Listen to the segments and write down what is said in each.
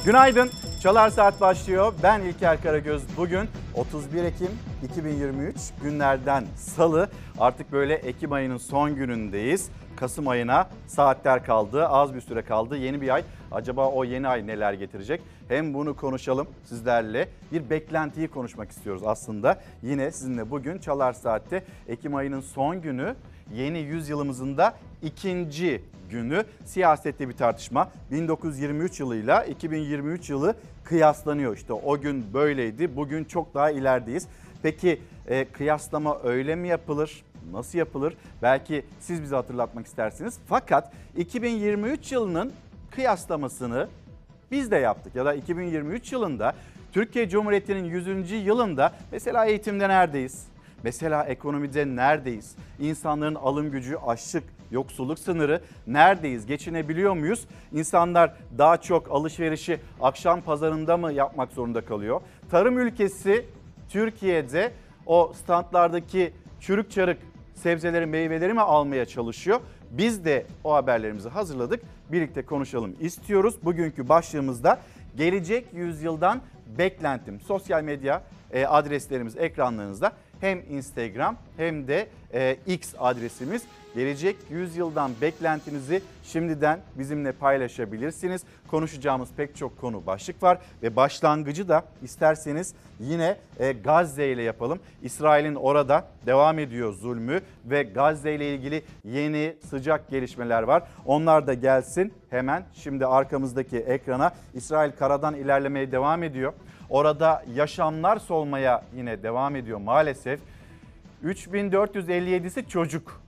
Günaydın. Çalar Saat başlıyor. Ben İlker Karagöz. Bugün 31 Ekim 2023 günlerden Salı. Artık böyle Ekim ayının son günündeyiz. Kasım ayına saatler kaldı, az bir süre kaldı. Yeni bir ay. Acaba o yeni ay neler getirecek? Hem bunu konuşalım sizlerle. Bir beklentiyi konuşmak istiyoruz aslında. Yine sizinle bugün Çalar Saat'te Ekim ayının son günü, yeni yüzyılımızın da ikinci günü. Siyasette bir tartışma. 1923 yılıyla 2023 yılı kıyaslanıyor. İşte o gün böyleydi, bugün çok daha ilerideyiz. Peki kıyaslama öyle mi yapılır? Nasıl yapılır? Belki siz bize hatırlatmak istersiniz. Fakat 2023 yılının kıyaslamasını biz de yaptık. Ya da 2023 yılında Türkiye Cumhuriyeti'nin 100. yılında mesela eğitimde neredeyiz? Mesela ekonomide neredeyiz? İnsanların alım gücü, açlık, yoksulluk sınırı neredeyiz? Geçinebiliyor muyuz? İnsanlar daha çok alışverişi akşam pazarında mı yapmak zorunda kalıyor? Tarım ülkesi Türkiye'de o standlardaki çürük çarık sebzeleri, meyveleri mi almaya çalışıyor? Biz de o haberlerimizi hazırladık. Birlikte konuşalım istiyoruz. Bugünkü başlığımızda gelecek yüzyıldan beklentim. Sosyal medya adreslerimiz ekranlarınızda. Hem Instagram hem de X adresimiz. Gelecek yüzyıldan beklentinizi şimdiden bizimle paylaşabilirsiniz. Konuşacağımız pek çok konu başlık var ve başlangıcı da isterseniz yine Gazze ile yapalım. İsrail'in orada devam ediyor zulmü ve Gazze ile ilgili yeni sıcak gelişmeler var. Onlar da gelsin hemen şimdi arkamızdaki ekrana. İsrail karadan ilerlemeye devam ediyor. Orada yaşamlar solmaya yine devam ediyor maalesef. 3457'si çocuk.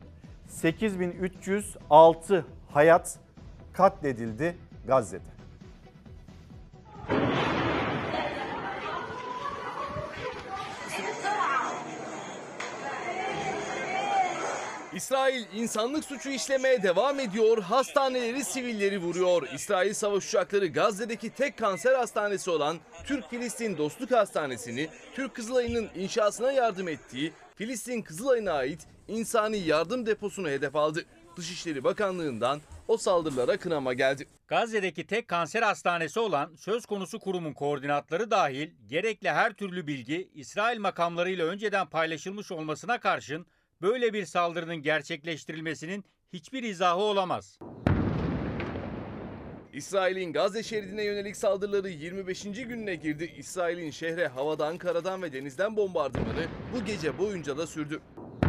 8306 hayat katledildi Gazze'de. İsrail insanlık suçu işlemeye devam ediyor, hastaneleri sivilleri vuruyor. İsrail savaş uçakları Gazze'deki tek kanser hastanesi olan Türk-Filistin Dostluk Hastanesi'ni Türk Kızılayı'nın inşasına yardım ettiği Filistin Kızılayı'na ait insani yardım deposunu hedef aldı. Dışişleri Bakanlığı'ndan o saldırılara kınama geldi. Gazze'deki tek kanser hastanesi olan söz konusu kurumun koordinatları dahil gerekli her türlü bilgi İsrail makamlarıyla önceden paylaşılmış olmasına karşın böyle bir saldırının gerçekleştirilmesinin hiçbir izahı olamaz. İsrail'in Gazze şeridine yönelik saldırıları 25. gününe girdi. İsrail'in şehre havadan, karadan ve denizden bombardımanı bu gece boyunca da sürdü.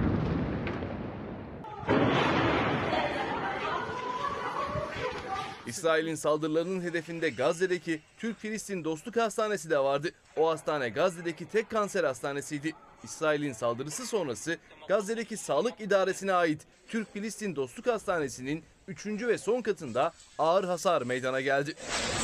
İsrail'in saldırılarının hedefinde Gazze'deki Türk-Filistin Dostluk Hastanesi de vardı. O hastane Gazze'deki tek kanser hastanesiydi. İsrail'in saldırısı sonrası Gazze'deki Sağlık İdaresi'ne ait Türk-Filistin Dostluk Hastanesi'nin 3. ve son katında ağır hasar meydana geldi.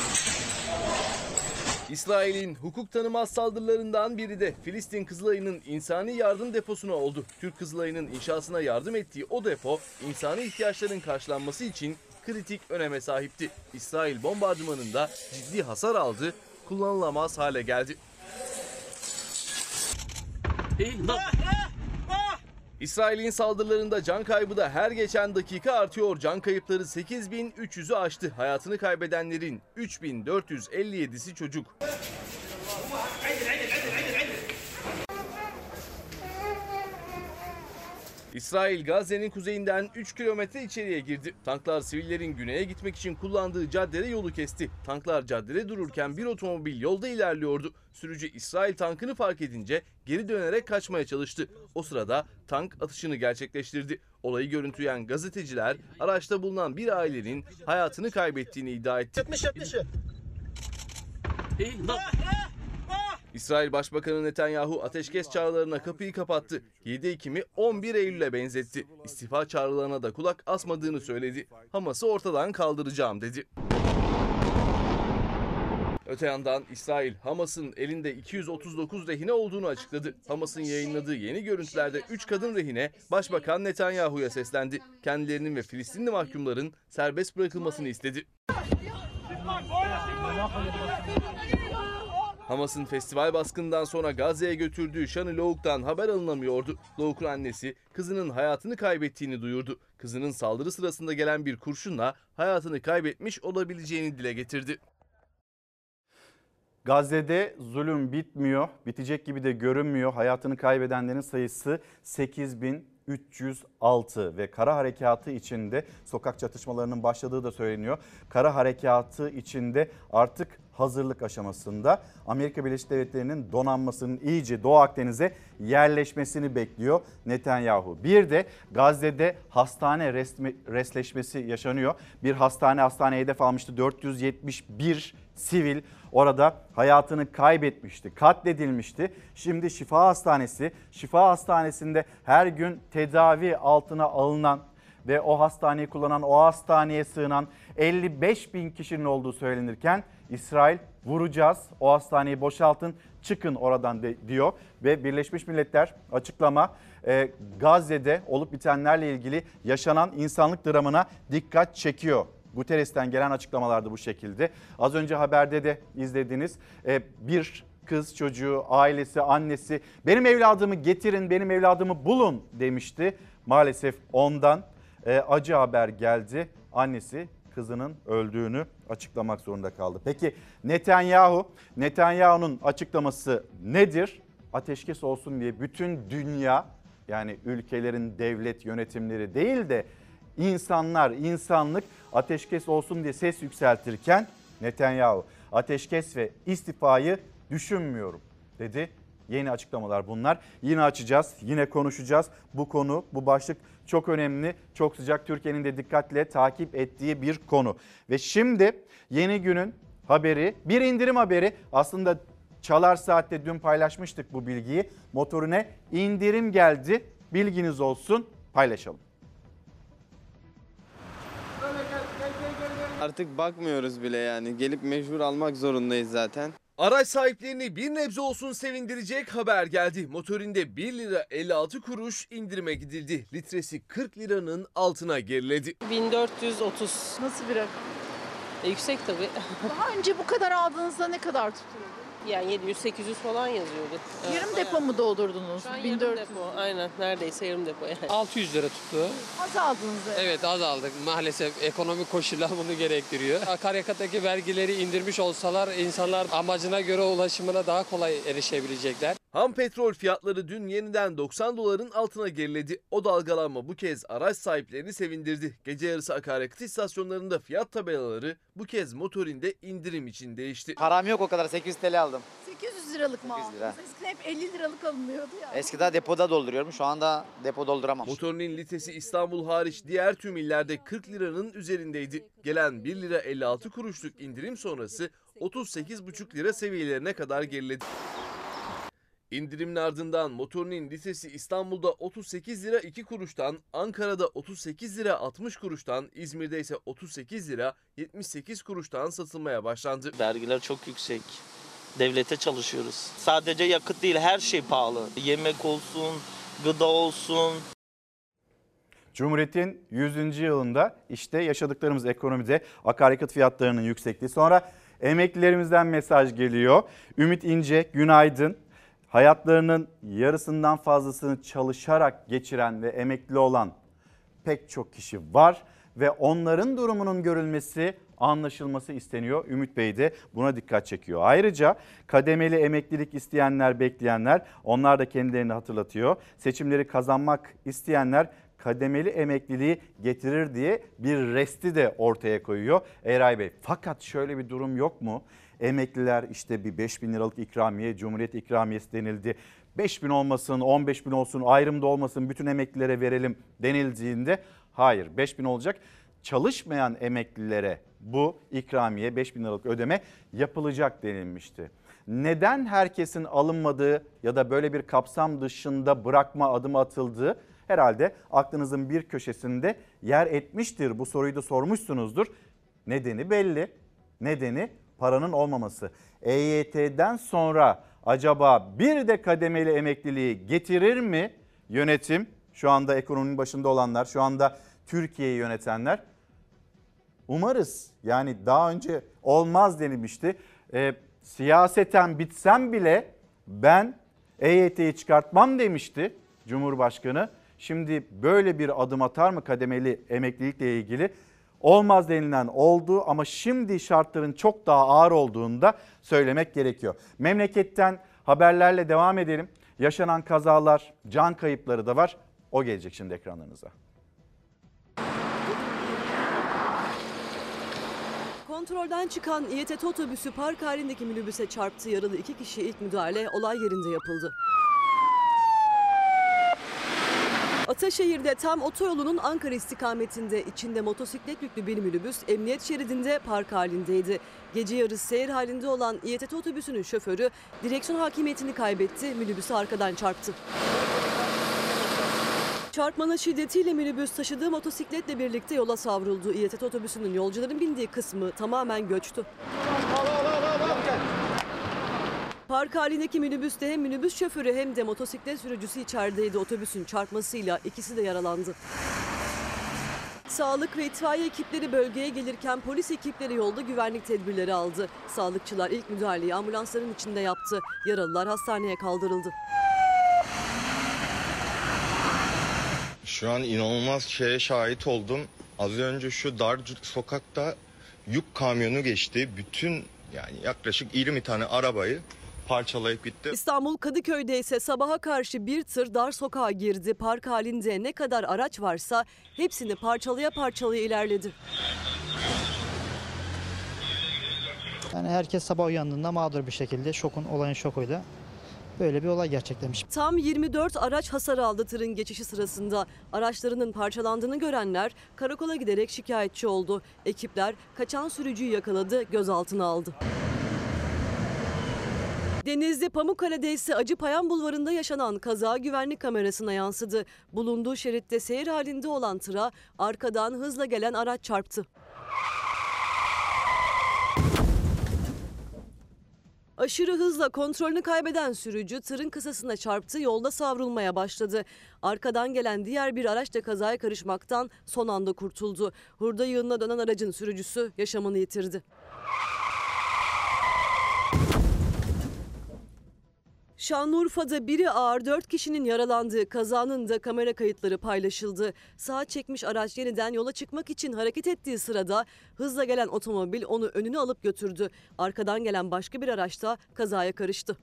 İsrail'in hukuk tanımaz saldırılarından biri de Filistin Kızılayı'nın insani yardım deposuna oldu. Türk Kızılayı'nın inşasına yardım ettiği o depo insani ihtiyaçların karşılanması için kritik öneme sahipti. İsrail bombardımanında ciddi hasar aldı, kullanılamaz hale geldi. İsrail'in saldırılarında can kaybı da her geçen dakika artıyor. Can kayıpları 8.300'ü aştı. Hayatını kaybedenlerin 3.457'si çocuk. İsrail Gazze'nin kuzeyinden 3 kilometre içeriye girdi. Tanklar sivillerin güneye gitmek için kullandığı caddede yolu kesti. Tanklar caddede dururken bir otomobil yolda ilerliyordu. Sürücü İsrail tankını fark edince geri dönerek kaçmaya çalıştı. O sırada tank atışını gerçekleştirdi. Olayı görüntüleyen gazeteciler araçta bulunan bir ailenin hayatını kaybettiğini iddia etti. İsrail Başbakanı Netanyahu ateşkes çağrılarına kapıyı kapattı. 7 Ekim'i 11 Eylül'e benzetti. İstifa çağrılarına da kulak asmadığını söyledi. Hamas'ı ortadan kaldıracağım dedi. Öte yandan İsrail, Hamas'ın elinde 239 rehine olduğunu açıkladı. Hamas'ın yayınladığı yeni görüntülerde 3 kadın rehine Başbakan Netanyahu'ya seslendi. Kendilerinin ve Filistinli mahkumların serbest bırakılmasını istedi. Hamas'ın festival baskından sonra Gazze'ye götürdüğü Shani Louk'tan haber alınamıyordu. Louk'un annesi kızının hayatını kaybettiğini duyurdu. Kızının saldırı sırasında gelen bir kurşunla hayatını kaybetmiş olabileceğini dile getirdi. Gazze'de zulüm bitmiyor, bitecek gibi de görünmüyor. Hayatını kaybedenlerin sayısı 8.306 ve kara harekatı içinde sokak çatışmalarının başladığı da söyleniyor. Kara harekatı içinde artık hazırlık aşamasında Amerika Birleşik Devletleri'nin donanmasının iyice Doğu Akdeniz'e yerleşmesini bekliyor Netanyahu. Bir de Gazze'de hastane resleşmesi yaşanıyor. Bir hastane hedef almıştı. 471 sivil orada hayatını kaybetmişti, katledilmişti. Şimdi Şifa Hastanesi'nde her gün tedavi altına alınan ve o hastaneyi kullanan, o hastaneye sığınan 55 bin kişinin olduğu söylenirken İsrail vuracağız, o hastaneyi boşaltın, çıkın oradan diyor. Ve Birleşmiş Milletler açıklama Gazze'de olup bitenlerle ilgili yaşanan insanlık dramına dikkat çekiyor. Guterres'ten gelen açıklamalarda bu şekilde. Az önce haberde de izlediniz. Bir kız çocuğu, ailesi, annesi benim evladımı getirin, benim evladımı bulun demişti. Maalesef ondan acı haber geldi. Annesi kızının öldüğünü açıklamak zorunda kaldı. Peki Netanyahu'nun açıklaması nedir? Ateşkes olsun diye bütün dünya, yani ülkelerin devlet yönetimleri değil de insanlık ateşkes olsun diye ses yükseltirken Netanyahu ateşkes ve istifayı düşünmüyorum dedi. Yeni açıklamalar bunlar. Yine açacağız, yine konuşacağız. Bu konu, bu başlık çok önemli, çok sıcak. Türkiye'nin de dikkatle takip ettiği bir konu. Ve şimdi Yeni Gün'ün haberi, bir indirim haberi. Aslında Çalar Saat'te dün paylaşmıştık bu bilgiyi. Motorine indirim geldi. Bilginiz olsun, paylaşalım. Artık bakmıyoruz bile yani. Gelip mecbur almak zorundayız zaten. Araç sahiplerini bir nebze olsun sevindirecek haber geldi. Motorinde 1 lira 56 kuruş indirime gidildi. Litresi 40 liranın altına geriledi. 1430. Nasıl bir rakam? Yüksek tabii. Daha önce bu kadar aldığınızda ne kadar tutuyordu? Yani 700-800 falan yazıyordu. Yarım bayağı. depo mu doldurdunuz? Şu an 1400. yarım depo. Aynen, neredeyse yarım depo yani. 600 lira tuttu. Az aldınız. Evet, az aldık. Maalesef ekonomik koşullar bunu gerektiriyor. Akaryakıttaki vergileri indirmiş olsalar insanlar amacına göre ulaşımına daha kolay erişebilecekler. Ham petrol fiyatları dün yeniden 90 doların altına geriledi. O dalgalanma bu kez araç sahiplerini sevindirdi. Gece yarısı akaryakıt istasyonlarında fiyat tabelaları bu kez motorinde indirim için değişti. Param yok o kadar, 800 TL aldım. 800 liralık mı 800 lira. aldınız? Eskiden hep 50 liralık alınıyordu ya. Eskiden depoda dolduruyorum, şu anda depo dolduramam. Motorinin litresi İstanbul hariç diğer tüm illerde 40 liranın üzerindeydi. Gelen 1 lira 56 kuruşluk indirim sonrası 38,5 lira seviyelerine kadar geriledi. İndirimin ardından motorinin litresi İstanbul'da 38 lira 2 kuruştan, Ankara'da 38 lira 60 kuruştan, İzmir'de ise 38 lira 78 kuruştan satılmaya başlandı. Vergiler çok yüksek. Devlete çalışıyoruz. Sadece yakıt değil, her şey pahalı. Yemek olsun, gıda olsun. Cumhuriyet'in 100. yılında işte yaşadıklarımız ekonomide akaryakıt fiyatlarının yüksekliği. Sonra emeklilerimizden mesaj geliyor. Ümit İnce, günaydın. Hayatlarının yarısından fazlasını çalışarak geçiren ve emekli olan pek çok kişi var ve onların durumunun görülmesi, anlaşılması isteniyor. Ümit Bey de buna dikkat çekiyor. Ayrıca kademeli emeklilik isteyenler, bekleyenler, onlar da kendilerini hatırlatıyor. Seçimleri kazanmak isteyenler kademeli emekliliği getirir diye bir resti de ortaya koyuyor Eray Bey. Fakat şöyle bir durum yok mu? Emekliler işte bir 5.000 liralık ikramiye, Cumhuriyet ikramiyesi denildi. 5.000 olmasın, 15.000 olsun, ayrımda olmasın, bütün emeklilere verelim denildiğinde hayır 5.000 olacak. Çalışmayan emeklilere bu ikramiye 5.000 liralık ödeme yapılacak denilmişti. Neden herkesin alınmadığı ya da böyle bir kapsam dışında bırakma adımı atıldığı herhalde aklınızın bir köşesinde yer etmiştir. Bu soruyu da sormuşsunuzdur. Nedeni belli. Nedeni paranın olmaması. EYT'den sonra acaba bir de kademeli emekliliği getirir mi yönetim? Şu anda ekonominin başında olanlar, şu anda Türkiye'yi yönetenler. Umarız, yani daha önce olmaz denilmişti. Siyaseten bitsem bile ben EYT'yi çıkartmam demişti Cumhurbaşkanı. Şimdi böyle bir adım atar mı kademeli emeklilikle ilgili? Olmaz denilen oldu ama şimdi şartların çok daha ağır olduğunu da söylemek gerekiyor. Memleketten haberlerle devam edelim. Yaşanan kazalar, can kayıpları da var. O gelecek şimdi ekranlarınıza. Kontrolden çıkan İETT otobüsü park halindeki minibüse çarptı. Yaralı 2 kişi, ilk müdahale olay yerinde yapıldı. Ataşehir'de tam otoyolunun Ankara istikametinde içinde motosiklet yüklü bir minibüs emniyet şeridinde park halindeydi. Gece yarısı seyir halinde olan İETT otobüsünün şoförü direksiyon hakimiyetini kaybetti, minibüsü arkadan çarptı. Çarpmanın şiddetiyle minibüs taşıdığı motosikletle birlikte yola savruldu. İETT otobüsünün yolcuların bindiği kısmı tamamen göçtü. Park halindeki minibüste hem minibüs şoförü hem de motosiklet sürücüsü içerideydi. Otobüsün çarpmasıyla ikisi de yaralandı. Sağlık ve itfaiye ekipleri bölgeye gelirken polis ekipleri yolda güvenlik tedbirleri aldı. Sağlıkçılar ilk müdahaleyi ambulansların içinde yaptı. Yaralılar hastaneye kaldırıldı. Şu an inanılmaz şeye şahit oldum. Az önce şu dar sokakta yük kamyonu geçti. Bütün yani yaklaşık 20 tane arabayı parçalayıp gitti. İstanbul Kadıköy'de ise sabaha karşı bir tır dar sokağa girdi. Park halinde ne kadar araç varsa hepsini parçalaya parçalaya ilerledi. Yani herkes sabah uyandığında mağdur bir şekilde olayın şokuyla böyle bir olay gerçekleşmiş. Tam 24 araç hasar aldı tırın geçişi sırasında. Araçlarının parçalandığını görenler karakola giderek şikayetçi oldu. Ekipler kaçan sürücüyü yakaladı, gözaltına aldı. Denizli Pamukkale'de ise Acıpayam Bulvarı'nda yaşanan kaza güvenlik kamerasına yansıdı. Bulunduğu şeritte seyir halinde olan tıra arkadan hızla gelen araç çarptı. Aşırı hızla kontrolünü kaybeden sürücü tırın kasasına çarptı, yolda savrulmaya başladı. Arkadan gelen diğer bir araç da kazaya karışmaktan son anda kurtuldu. Hurda yığınına dönen aracın sürücüsü yaşamını yitirdi. Şanlıurfa'da biri ağır 4 kişinin yaralandığı kazanın da kamera kayıtları paylaşıldı. Sağa çekmiş araç yeniden yola çıkmak için hareket ettiği sırada hızla gelen otomobil onu önüne alıp götürdü. Arkadan gelen başka bir araç da kazaya karıştı.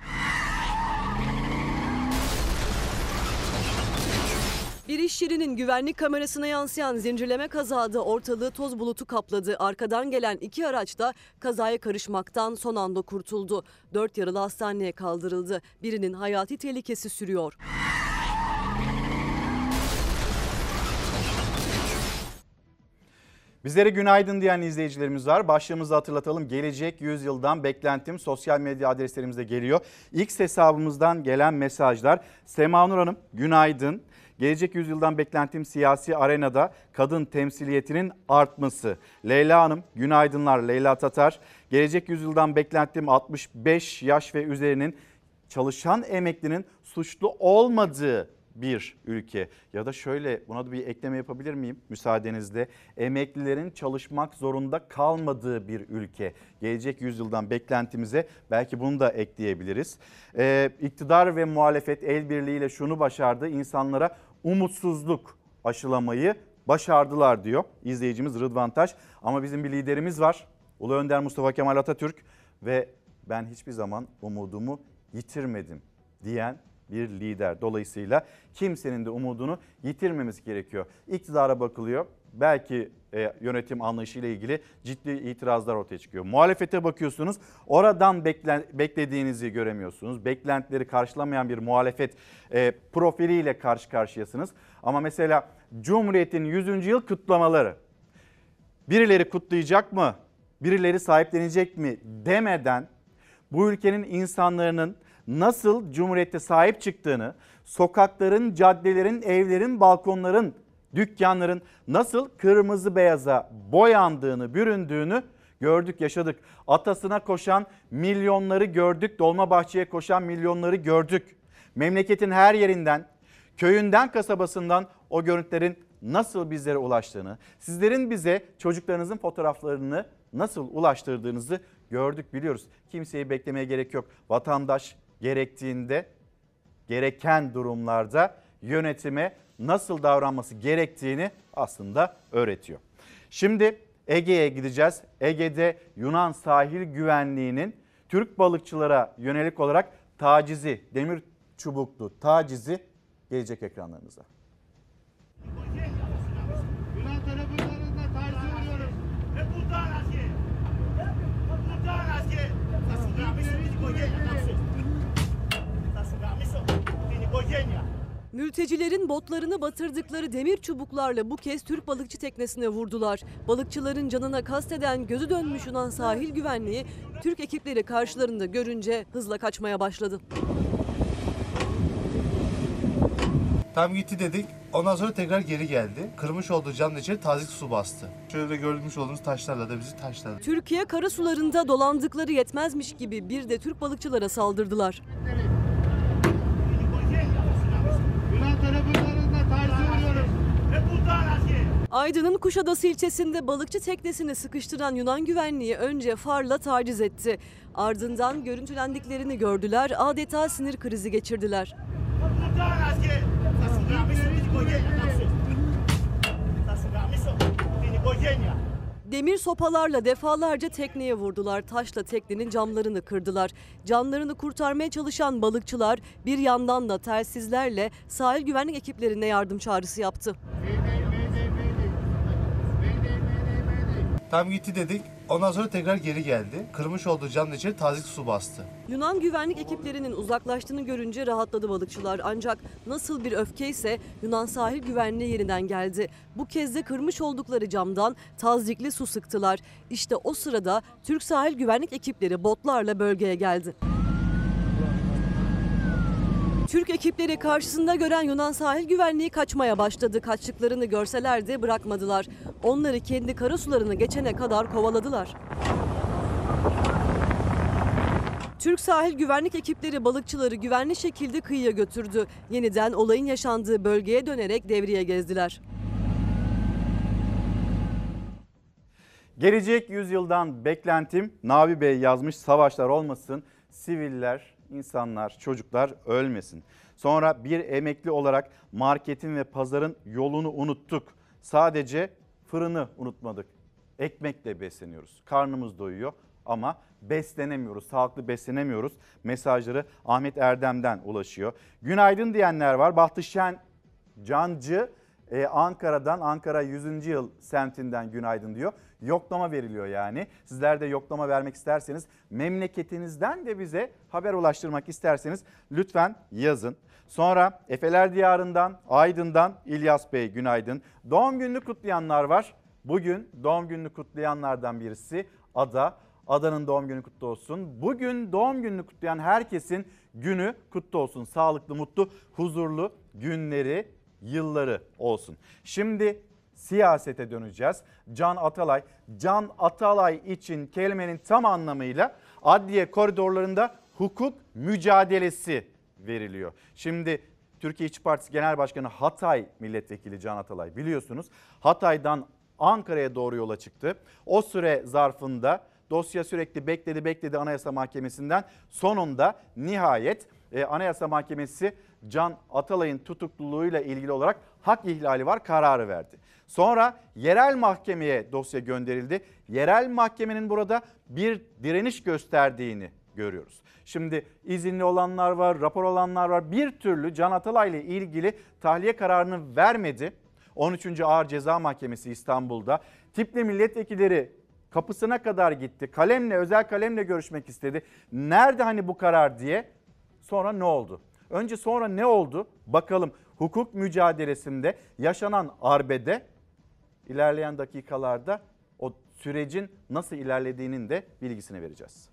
Bir iş yerinin güvenlik kamerasına yansıyan zincirleme kazada ortalığı toz bulutu kapladı. Arkadan gelen 2 araç da kazaya karışmaktan son anda kurtuldu. 4 yaralı hastaneye kaldırıldı. Birinin hayati tehlikesi sürüyor. Bizlere günaydın diyen izleyicilerimiz var. Başlığımızı hatırlatalım. Gelecek yüzyıldan beklentim sosyal medya adreslerimizde geliyor. X hesabımızdan gelen mesajlar. Sema Nur Hanım günaydın. Gelecek yüzyıldan beklentim siyasi arenada kadın temsiliyetinin artması. Leyla Hanım günaydınlar. Leyla Tatar. Gelecek yüzyıldan beklentim 65 yaş ve üzerinin çalışan emeklinin suçlu olmadığı bir ülke. Ya da şöyle buna da bir ekleme yapabilir miyim müsaadenizle? Emeklilerin çalışmak zorunda kalmadığı bir ülke. Gelecek yüzyıldan beklentimize belki bunu da ekleyebiliriz. İktidar ve muhalefet el birliğiyle şunu başardı. İnsanlara umutsuzluk aşılamayı başardılar diyor izleyicimiz Rıdvan Taş. Ama bizim bir liderimiz var. Ulu Önder Mustafa Kemal Atatürk ve ben hiçbir zaman umudumu yitirmedim diyen bir lider. Dolayısıyla kimsenin de umudunu yitirmemiz gerekiyor. İktidara bakılıyor. Belki yönetim anlayışıyla ilgili ciddi itirazlar ortaya çıkıyor. Muhalefete bakıyorsunuz. Oradan beklediğinizi göremiyorsunuz. Beklentileri karşılamayan bir muhalefet profiliyle karşı karşıyasınız. Ama mesela Cumhuriyet'in 100. yıl kutlamaları. Birileri kutlayacak mı? Birileri sahiplenecek mi demeden bu ülkenin insanların nasıl Cumhuriyet'te sahip çıktığını, sokakların, caddelerin, evlerin, balkonların, dükkanların nasıl kırmızı beyaza boyandığını, büründüğünü gördük, yaşadık. Atasına koşan milyonları gördük, Dolmabahçe'ye koşan milyonları gördük. Memleketin her yerinden, köyünden, kasabasından o görüntülerin nasıl bizlere ulaştığını, sizlerin bize çocuklarınızın fotoğraflarını nasıl ulaştırdığınızı gördük, biliyoruz. Kimseyi beklemeye gerek yok. Vatandaş gerektiğinde, gereken durumlarda yönetime nasıl davranması gerektiğini aslında öğretiyor. Şimdi Ege'ye gideceğiz. Ege'de Yunan sahil güvenliğinin Türk balıkçılara yönelik olarak tacizi, demir çubuklu tacizi gelecek ekranlarınıza. Yunan tarafından tacize uğruyoruz. Mültecilerin botlarını batırdıkları demir çubuklarla bu kez Türk balıkçı teknesine vurdular. Balıkçıların canına kasteden gözü dönmüş Yunan sahil güvenliği Türk ekipleri karşılarında görünce hızla kaçmaya başladı. Tam gitti dedik. Ondan sonra tekrar geri geldi. Kırmış olduğu camın içine tazik su bastı. Şöyle görmüş olduğunuz taşlarla da bizi taşladı. Türkiye karasularında dolandıkları yetmezmiş gibi bir de Türk balıkçılara saldırdılar. Yunan tarafından tacize uğruyoruz. Aydın'ın Kuşadası ilçesinde balıkçı teknesini sıkıştıran Yunan güvenliği önce farla taciz etti. Ardından görüntülendiklerini gördüler, adeta sinir krizi geçirdiler. Demir sopalarla defalarca tekneye vurdular. Taşla teknenin camlarını kırdılar. Canlarını kurtarmaya çalışan balıkçılar bir yandan da telsizlerle sahil güvenlik ekiplerine yardım çağrısı yaptı. Tam gitti dedik. Ondan sonra tekrar geri geldi. Kırmış olduğu camın içine tazik su bastı. Yunan güvenlik ekiplerinin uzaklaştığını görünce rahatladı balıkçılar. Ancak nasıl bir öfkeyse Yunan sahil güvenliği yeniden geldi. Bu kez de kırmış oldukları camdan tazyikli su sıktılar. İşte o sırada Türk sahil güvenlik ekipleri botlarla bölgeye geldi. Türk ekipleri karşısında gören Yunan sahil güvenliği kaçmaya başladı. Kaçtıklarını görseler de bırakmadılar. Onları kendi karasularına geçene kadar kovaladılar. Türk sahil güvenlik ekipleri balıkçıları güvenli şekilde kıyıya götürdü. Yeniden olayın yaşandığı bölgeye dönerek devriye gezdiler. Gelecek yüzyıldan beklentim, Navi Bey yazmış, savaşlar olmasın, siviller, insanlar, çocuklar ölmesin. Sonra bir emekli olarak marketin ve pazarın yolunu unuttuk. Sadece fırını unutmadık. Ekmekle besleniyoruz. Karnımız doyuyor ama beslenemiyoruz, sağlıklı beslenemiyoruz. Mesajları Ahmet Erdem'den ulaşıyor. Günaydın diyenler var. Bahtışen Cancı Ankara'dan, Ankara 100. yıl semtinden günaydın diyor. Yoklama veriliyor yani. Sizler de yoklama vermek isterseniz, memleketinizden de bize haber ulaştırmak isterseniz lütfen yazın. Sonra Efeler Diyarı'ndan, Aydın'dan İlyas Bey günaydın. Doğum gününü kutlayanlar var. Bugün doğum gününü kutlayanlardan birisi Ada. Ada'nın doğum günü kutlu olsun. Bugün doğum gününü kutlayan herkesin günü kutlu olsun. Sağlıklı, mutlu, huzurlu günleri, yılları olsun. Şimdi siyasete döneceğiz. Can Atalay için kelimenin tam anlamıyla adliye koridorlarında hukuk mücadelesi veriliyor. Şimdi Türkiye İşçi Partisi Genel Başkanı Hatay Milletvekili Can Atalay, biliyorsunuz Hatay'dan Ankara'ya doğru yola çıktı. O süre zarfında dosya sürekli bekledi Anayasa Mahkemesi'nden. Sonunda nihayet Anayasa Mahkemesi Can Atalay'ın tutukluluğuyla ilgili olarak hak ihlali var kararı verdi. Sonra yerel mahkemeye dosya gönderildi. Yerel mahkemenin burada bir direniş gösterdiğini görüyoruz. Şimdi izinli olanlar var, rapor olanlar var. Bir türlü Can Atalay'la ilgili tahliye kararını vermedi. 13. Ağır Ceza Mahkemesi İstanbul'da tipli milletvekilleri kapısına kadar gitti. Özel kalemle görüşmek istedi. Nerede hani bu karar diye. Sonra ne oldu? Önce sonra ne oldu? Bakalım hukuk mücadelesinde yaşanan arbede ilerleyen dakikalarda o sürecin nasıl ilerlediğinin de bilgisini vereceğiz.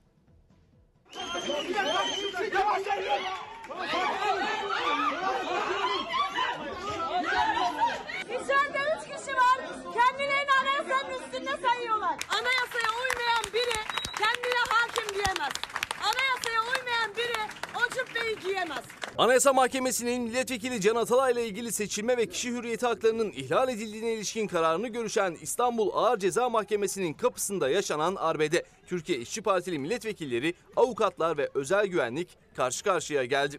İçeride 3 kişi var. Kendilerini anayasanın üstünde sayıyorlar. Anayasaya uymayan biri kendine hakim diyemez. Anayasaya uymayan biri o cübbeyi giyemez. Anayasa Mahkemesi'nin milletvekili Can Atalay ile ilgili seçilme ve kişi hürriyeti haklarının ihlal edildiğine ilişkin kararını görüşen İstanbul Ağır Ceza Mahkemesi'nin kapısında yaşanan arbede Türkiye İşçi Partili milletvekilleri, avukatlar ve özel güvenlik karşı karşıya geldi.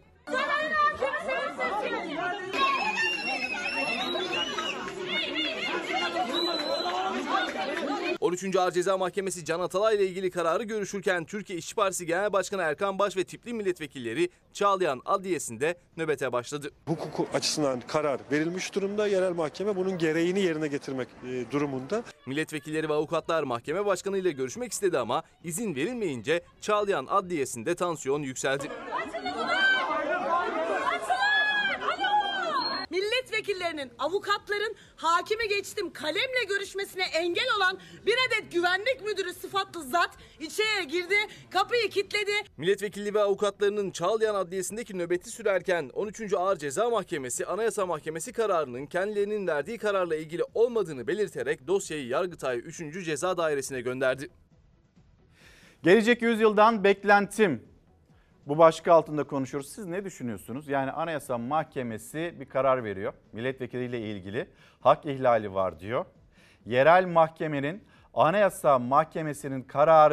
13. Ağır Ceza Mahkemesi Can Atalay ile ilgili kararı görüşürken Türkiye İşçi Partisi Genel Başkanı Erkan Baş ve tipli milletvekilleri Çağlayan Adliyesi'nde nöbete başladı. Hukuk açısından karar verilmiş durumda. Yerel mahkeme bunun gereğini yerine getirmek durumunda. Milletvekilleri ve avukatlar mahkeme başkanı ile görüşmek istedi ama izin verilmeyince Çağlayan Adliyesi'nde tansiyon yükseldi. Milletvekillerinin, avukatların hakime geçtim kalemle görüşmesine engel olan bir adet güvenlik müdürü sıfatlı zat içeriye girdi, kapıyı kilitledi. Milletvekili ve avukatlarının Çağlayan Adliyesi'ndeki nöbeti sürerken 13. Ağır Ceza Mahkemesi Anayasa Mahkemesi kararının kendilerinin verdiği kararla ilgili olmadığını belirterek dosyayı Yargıtay 3. Ceza Dairesi'ne gönderdi. Gelecek yüzyıldan beklentim. Bu başlık altında konuşuyoruz. Siz ne düşünüyorsunuz? Yani Anayasa Mahkemesi bir karar veriyor. Milletvekiliyle ilgili hak ihlali var diyor. Yerel mahkemenin Anayasa Mahkemesi'nin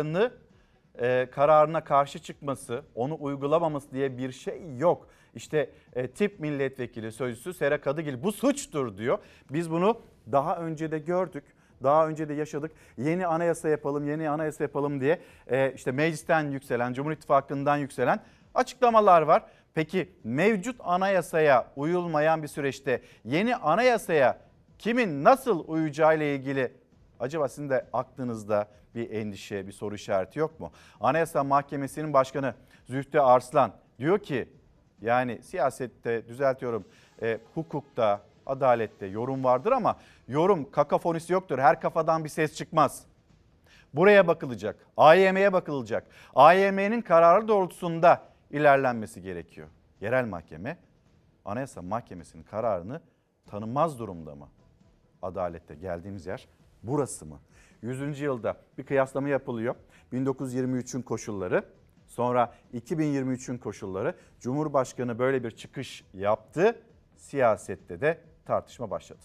kararına karşı çıkması, onu uygulamaması diye bir şey yok. İşte tip milletvekili sözcüsü Sera Kadıgil bu suçtur diyor. Biz bunu daha önce de gördük. Daha önce de yaşadık. Yeni anayasa yapalım, yeni anayasa yapalım diye işte meclisten yükselen, Cumhur İttifakı'ndan yükselen açıklamalar var. Peki mevcut anayasaya uyulmayan bir süreçte yeni anayasaya kimin nasıl uyacağıyla ilgili acaba sizin de aklınızda bir endişe, bir soru işareti yok mu? Anayasa Mahkemesi'nin başkanı Zühtü Arslan diyor ki yani siyasette düzeltiyorum hukukta, adalette yorum vardır ama yorum kakafonisi yoktur. Her kafadan bir ses çıkmaz. Buraya bakılacak. AYM'ye bakılacak. AYM'nin kararı doğrultusunda ilerlenmesi gerekiyor. Yerel mahkeme Anayasa Mahkemesi'nin kararını tanımaz durumda mı? Adalette geldiğimiz yer burası mı? 100. yılda bir kıyaslama yapılıyor. 1923'ün koşulları, sonra 2023'ün koşulları. Cumhurbaşkanı böyle bir çıkış yaptı. Siyasette de tartışma başladı.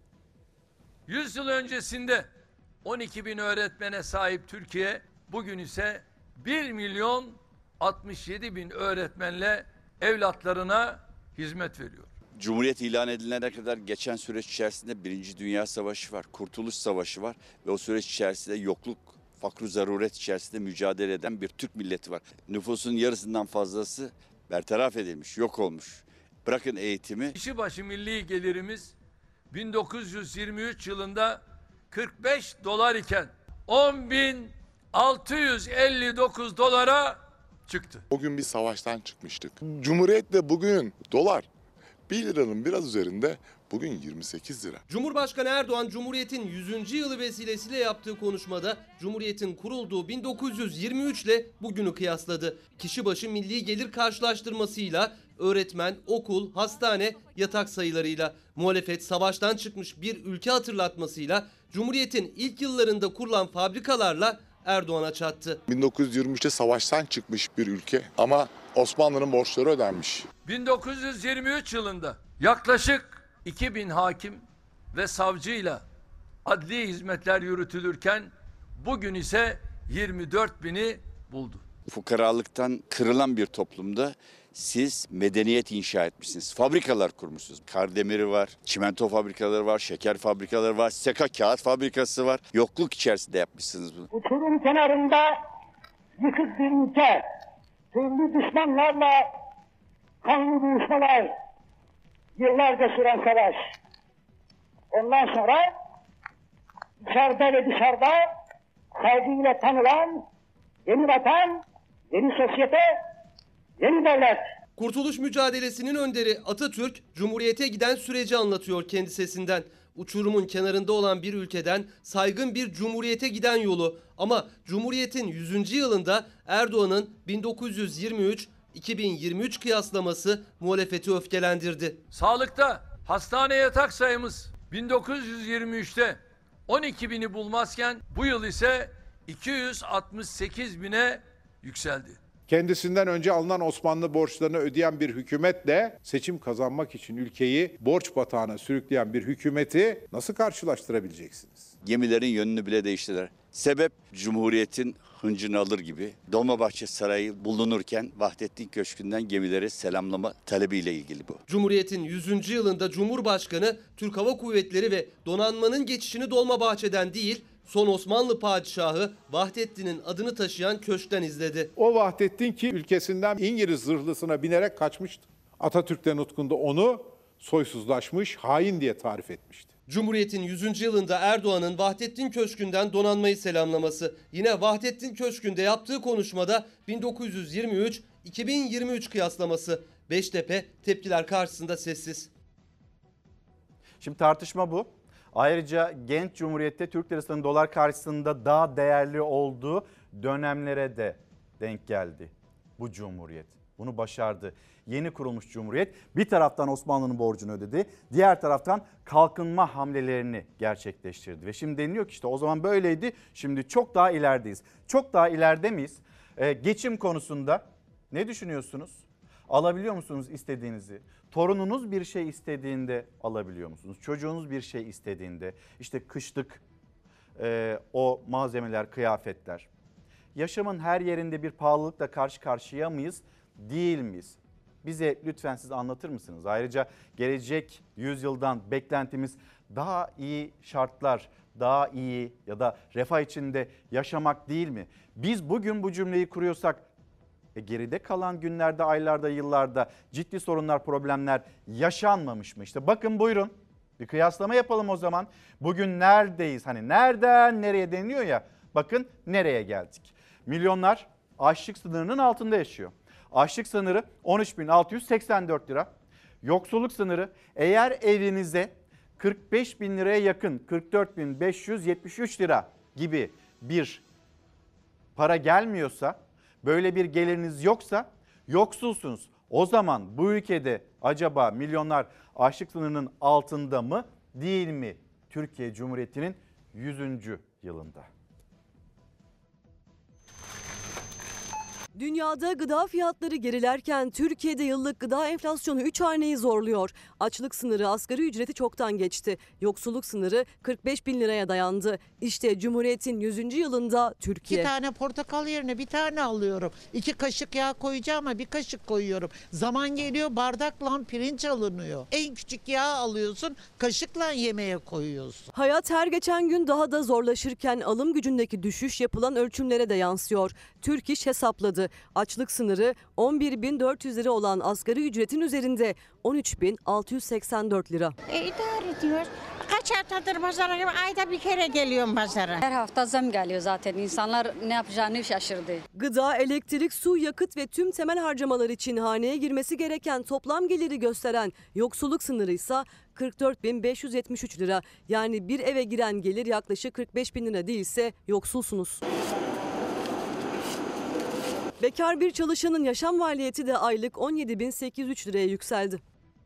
100 yıl öncesinde 12 bin öğretmene sahip Türkiye bugün ise 1 milyon 67 bin öğretmenle evlatlarına hizmet veriyor. Cumhuriyet ilan edilene kadar geçen süreç içerisinde 1. Dünya Savaşı var, Kurtuluş Savaşı var ve o süreç içerisinde yokluk, fakr-ı zaruret içerisinde mücadele eden bir Türk milleti var. Nüfusun yarısından fazlası bertaraf edilmiş, yok olmuş. Bırakın eğitimi. Kişi başı milli gelirimiz 1923 yılında 45 dolar iken 10.659 dolara çıktı. O gün bir savaştan çıkmıştık. Cumhuriyetle bugün dolar 1 liranın biraz üzerinde, bugün 28 lira. Cumhurbaşkanı Erdoğan Cumhuriyet'in 100. yılı vesilesiyle yaptığı konuşmada Cumhuriyet'in kurulduğu 1923 ile bugünü kıyasladı. Kişi başı milli gelir karşılaştırmasıyla, öğretmen, okul, hastane, yatak sayılarıyla, muhalefet savaştan çıkmış bir ülke hatırlatmasıyla, Cumhuriyet'in ilk yıllarında kurulan fabrikalarla Erdoğan'a çattı. 1923'te savaştan çıkmış bir ülke ama Osmanlı'nın borçları ödenmiş. 1923 yılında yaklaşık 2000 hakim ve savcıyla adli hizmetler yürütülürken bugün ise 24 bini buldu. Fukaralıktan kırılan bir toplumda siz medeniyet inşa etmişsiniz. Fabrikalar kurmuşsunuz. Kardemiri var, çimento fabrikaları var, şeker fabrikaları var, seka kağıt fabrikası var. Yokluk içerisinde yapmışsınız bunu. Uçurum kenarında yıkık bir ülke, türlü düşmanlarla kanlı dövüşmeler, yıllarca süren savaş. Ondan sonra içeride ve dışarıda saygıyla tanılan yeni vatan, yeni sosyete, yeni devlet. Kurtuluş mücadelesinin önderi Atatürk, Cumhuriyet'e giden süreci anlatıyor kendi sesinden. Uçurumun kenarında olan bir ülkeden saygın bir cumhuriyete giden yolu. Ama Cumhuriyet'in 100. yılında Erdoğan'ın 1923-2023 kıyaslaması muhalefeti öfkelendirdi. Sağlıkta hastane yatak sayımız 1923'te 12 bini bulmazken bu yıl ise 268 bine yükseldi. Kendisinden önce alınan Osmanlı borçlarını ödeyen bir hükümetle seçim kazanmak için ülkeyi borç batağına sürükleyen bir hükümeti nasıl karşılaştırabileceksiniz? Gemilerin yönünü bile değiştirdiler. Sebep Cumhuriyet'in hıncını alır gibi Dolmabahçe Sarayı bulunurken Vahdettin Köşkü'nden gemileri selamlama talebiyle ilgili bu. Cumhuriyet'in 100. yılında Cumhurbaşkanı Türk Hava Kuvvetleri ve donanmanın geçişini Dolmabahçe'den değil Son Osmanlı padişahı Vahdettin'in adını taşıyan köşkten izledi. O Vahdettin ki ülkesinden İngiliz zırhlısına binerek kaçmıştı. Atatürk'te nutkunda onu soysuzlaşmış, hain diye tarif etmişti. Cumhuriyet'in 100. yılında Erdoğan'ın Vahdettin Köşkü'nden donanmayı selamlaması. Yine Vahdettin Köşkü'nde yaptığı konuşmada 1923-2023 kıyaslaması. Beştepe tepkiler karşısında sessiz. Şimdi tartışma bu. Ayrıca genç cumhuriyette Türk lirasının dolar karşısında daha değerli olduğu dönemlere de denk geldi bu cumhuriyet. Bunu başardı. Yeni kurulmuş cumhuriyet bir taraftan Osmanlı'nın borcunu ödedi, diğer taraftan kalkınma hamlelerini gerçekleştirdi. Ve şimdi deniliyor ki işte o zaman böyleydi, şimdi çok daha ilerideyiz. Çok daha ileride miyiz? Geçim konusunda ne düşünüyorsunuz? Alabiliyor musunuz istediğinizi? Torununuz bir şey istediğinde alabiliyor musunuz? Çocuğunuz bir şey istediğinde işte kışlık o malzemeler, kıyafetler. Yaşamın her yerinde bir pahalılıkla karşı karşıya mıyız? Değil miyiz? Bize lütfen siz anlatır mısınız? Ayrıca gelecek yüzyıldan beklentimiz daha iyi şartlar, daha iyi ya da refah içinde yaşamak değil mi? Biz bugün bu cümleyi kuruyorsak geride kalan günlerde, aylarda, yıllarda ciddi sorunlar, problemler yaşanmamış mı? İşte bakın buyurun bir kıyaslama yapalım o zaman. Bugün neredeyiz? Hani nereden nereye deniliyor ya, bakın nereye geldik. Milyonlar açlık sınırının altında yaşıyor. Açlık sınırı 13.684 lira. Yoksulluk sınırı eğer evinize 45.000 liraya yakın 44.573 lira gibi bir para gelmiyorsa, böyle bir geliriniz yoksa yoksulsunuz. O zaman bu ülkede acaba milyonlar açlık sınırının altında mı değil mi? Türkiye Cumhuriyeti'nin 100. yılında. Dünyada gıda fiyatları gerilerken Türkiye'de yıllık gıda enflasyonu 3 haneyi zorluyor. Açlık sınırı asgari ücreti çoktan geçti. Yoksulluk sınırı 45.000 liraya dayandı. İşte Cumhuriyet'in 100. yılında Türkiye. 2 tane portakal yerine 1 tane alıyorum. 2 kaşık yağ koyacağım ama 1 kaşık koyuyorum. Zaman geliyor bardakla pirinç alınıyor. En küçük yağ alıyorsun, kaşıkla yemeğe koyuyorsun. Hayat her geçen gün daha da zorlaşırken alım gücündeki düşüş yapılan ölçümlere de yansıyor. Türk İş hesapladı. Açlık sınırı 11.400 lira olan asgari ücretin üzerinde 13.684 lira. İdare ediyor. Kaç haftadır pazara ayda bir kere geliyorum pazara. Her hafta zam geliyor zaten. İnsanlar ne yapacağını şaşırdı. Gıda, elektrik, su, yakıt ve tüm temel harcamalar için haneye girmesi gereken toplam geliri gösteren yoksulluk sınırı ise 44.573 lira. Yani bir eve giren gelir yaklaşık 45.000 lira değilse yoksulsunuz. Bekar bir çalışanın yaşam maliyeti de aylık 17.803 liraya yükseldi.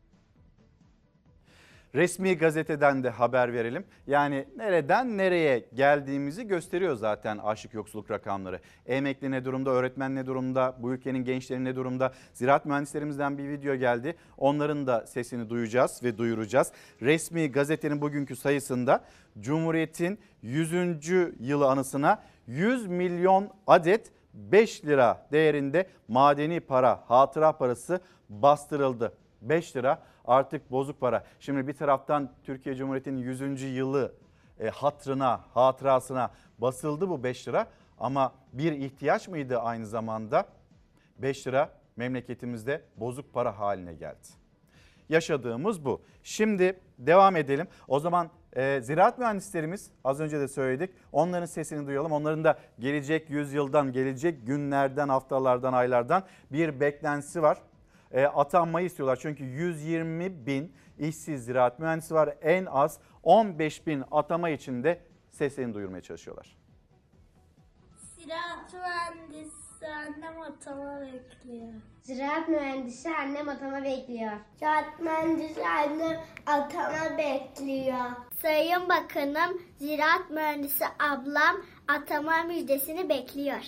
Resmi gazeteden de haber verelim. Yani nereden nereye geldiğimizi gösteriyor zaten açlık yoksulluk rakamları. Emekli ne durumda, öğretmen ne durumda, bu ülkenin gençleri ne durumda? Ziraat mühendislerimizden bir video geldi. Onların da sesini duyacağız ve duyuracağız. Resmi gazetenin bugünkü sayısında Cumhuriyet'in 100. yılı anısına 100 milyon adet 5 lira değerinde madeni para, hatıra parası bastırıldı. 5 lira artık bozuk para. Şimdi bir taraftan Türkiye Cumhuriyeti'nin 100. yılı hatırına, hatırasına basıldı bu 5 lira. Ama bir ihtiyaç mıydı aynı zamanda? 5 lira memleketimizde bozuk para haline geldi. Yaşadığımız bu. Şimdi devam edelim. O zaman ziraat mühendislerimiz, az önce de söyledik, onların sesini duyalım. Onların da gelecek yüzyıldan, gelecek günlerden, haftalardan, aylardan bir beklentisi var. Atanmayı istiyorlar çünkü 120 bin işsiz ziraat mühendisi var. En az 15 bin atama için de seslerini duyurmaya çalışıyorlar. Ziraat mühendisi annem atama bekliyor. Ziraat mühendisi annem atama bekliyor. Ziraat mühendisi annem atama bekliyor. Sayın Bakanım, ziraat mühendisi ablam atama müjdesini bekliyor.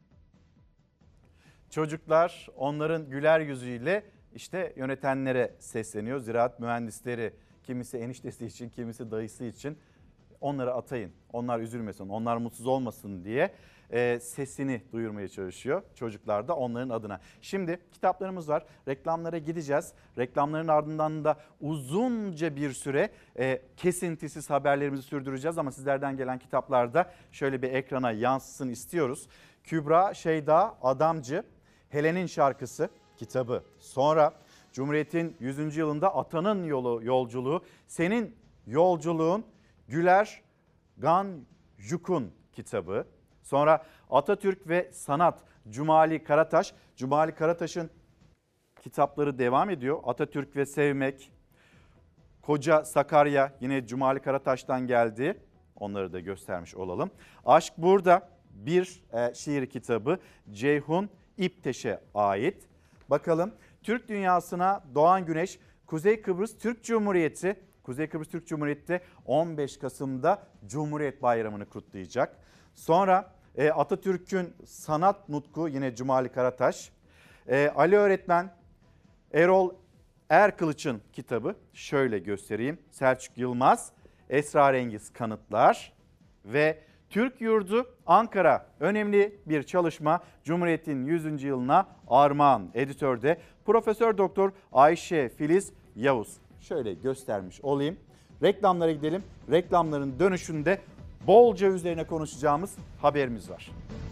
Çocuklar onların güler yüzüyle işte yönetenlere sesleniyor. Ziraat mühendisleri, kimisi eniştesi için, kimisi dayısı için onları atayın. Onlar üzülmesin, onlar mutsuz olmasın diye. sesini duyurmaya çalışıyor çocuklar da onların adına. Şimdi kitaplarımız var. Reklamlara gideceğiz. Reklamların ardından da uzunca bir süre kesintisiz haberlerimizi sürdüreceğiz ama sizlerden gelen kitaplarda şöyle bir ekrana yansısın istiyoruz. Kübra Şeyda Adamcı, Helen'in Şarkısı kitabı. Sonra Cumhuriyet'in 100. yılında Atanın Yolculuğu, Senin Yolculuğun, Güler Ganjuk'un kitabı. Sonra Atatürk ve Sanat, Cumali Karataş. Cumali Karataş'ın kitapları devam ediyor. Atatürk ve Sevmek, Koca Sakarya yine Cumali Karataş'tan geldi. Onları da göstermiş olalım. Aşk Burada bir şiir kitabı Ceyhun İpteş'e ait. Bakalım Türk dünyasına doğan güneş, Kuzey Kıbrıs Türk Cumhuriyeti. Kuzey Kıbrıs Türk Cumhuriyeti 15 Kasım'da Cumhuriyet Bayramı'nı kutlayacak. Sonra Atatürk'ün sanat nutku yine Cumali Karataş. Ali Öğretmen, Erol Erkılıç'ın kitabı şöyle göstereyim. Selçuk Yılmaz, Esrarengiz Kanıtlar ve Türk Yurdu Ankara önemli bir çalışma Cumhuriyet'in 100. yılına armağan editörde Profesör Doktor Ayşe Filiz Yavuz. Şöyle göstermiş olayım. Reklamlara gidelim. Reklamların dönüşünde bolca üzerine konuşacağımız haberimiz var.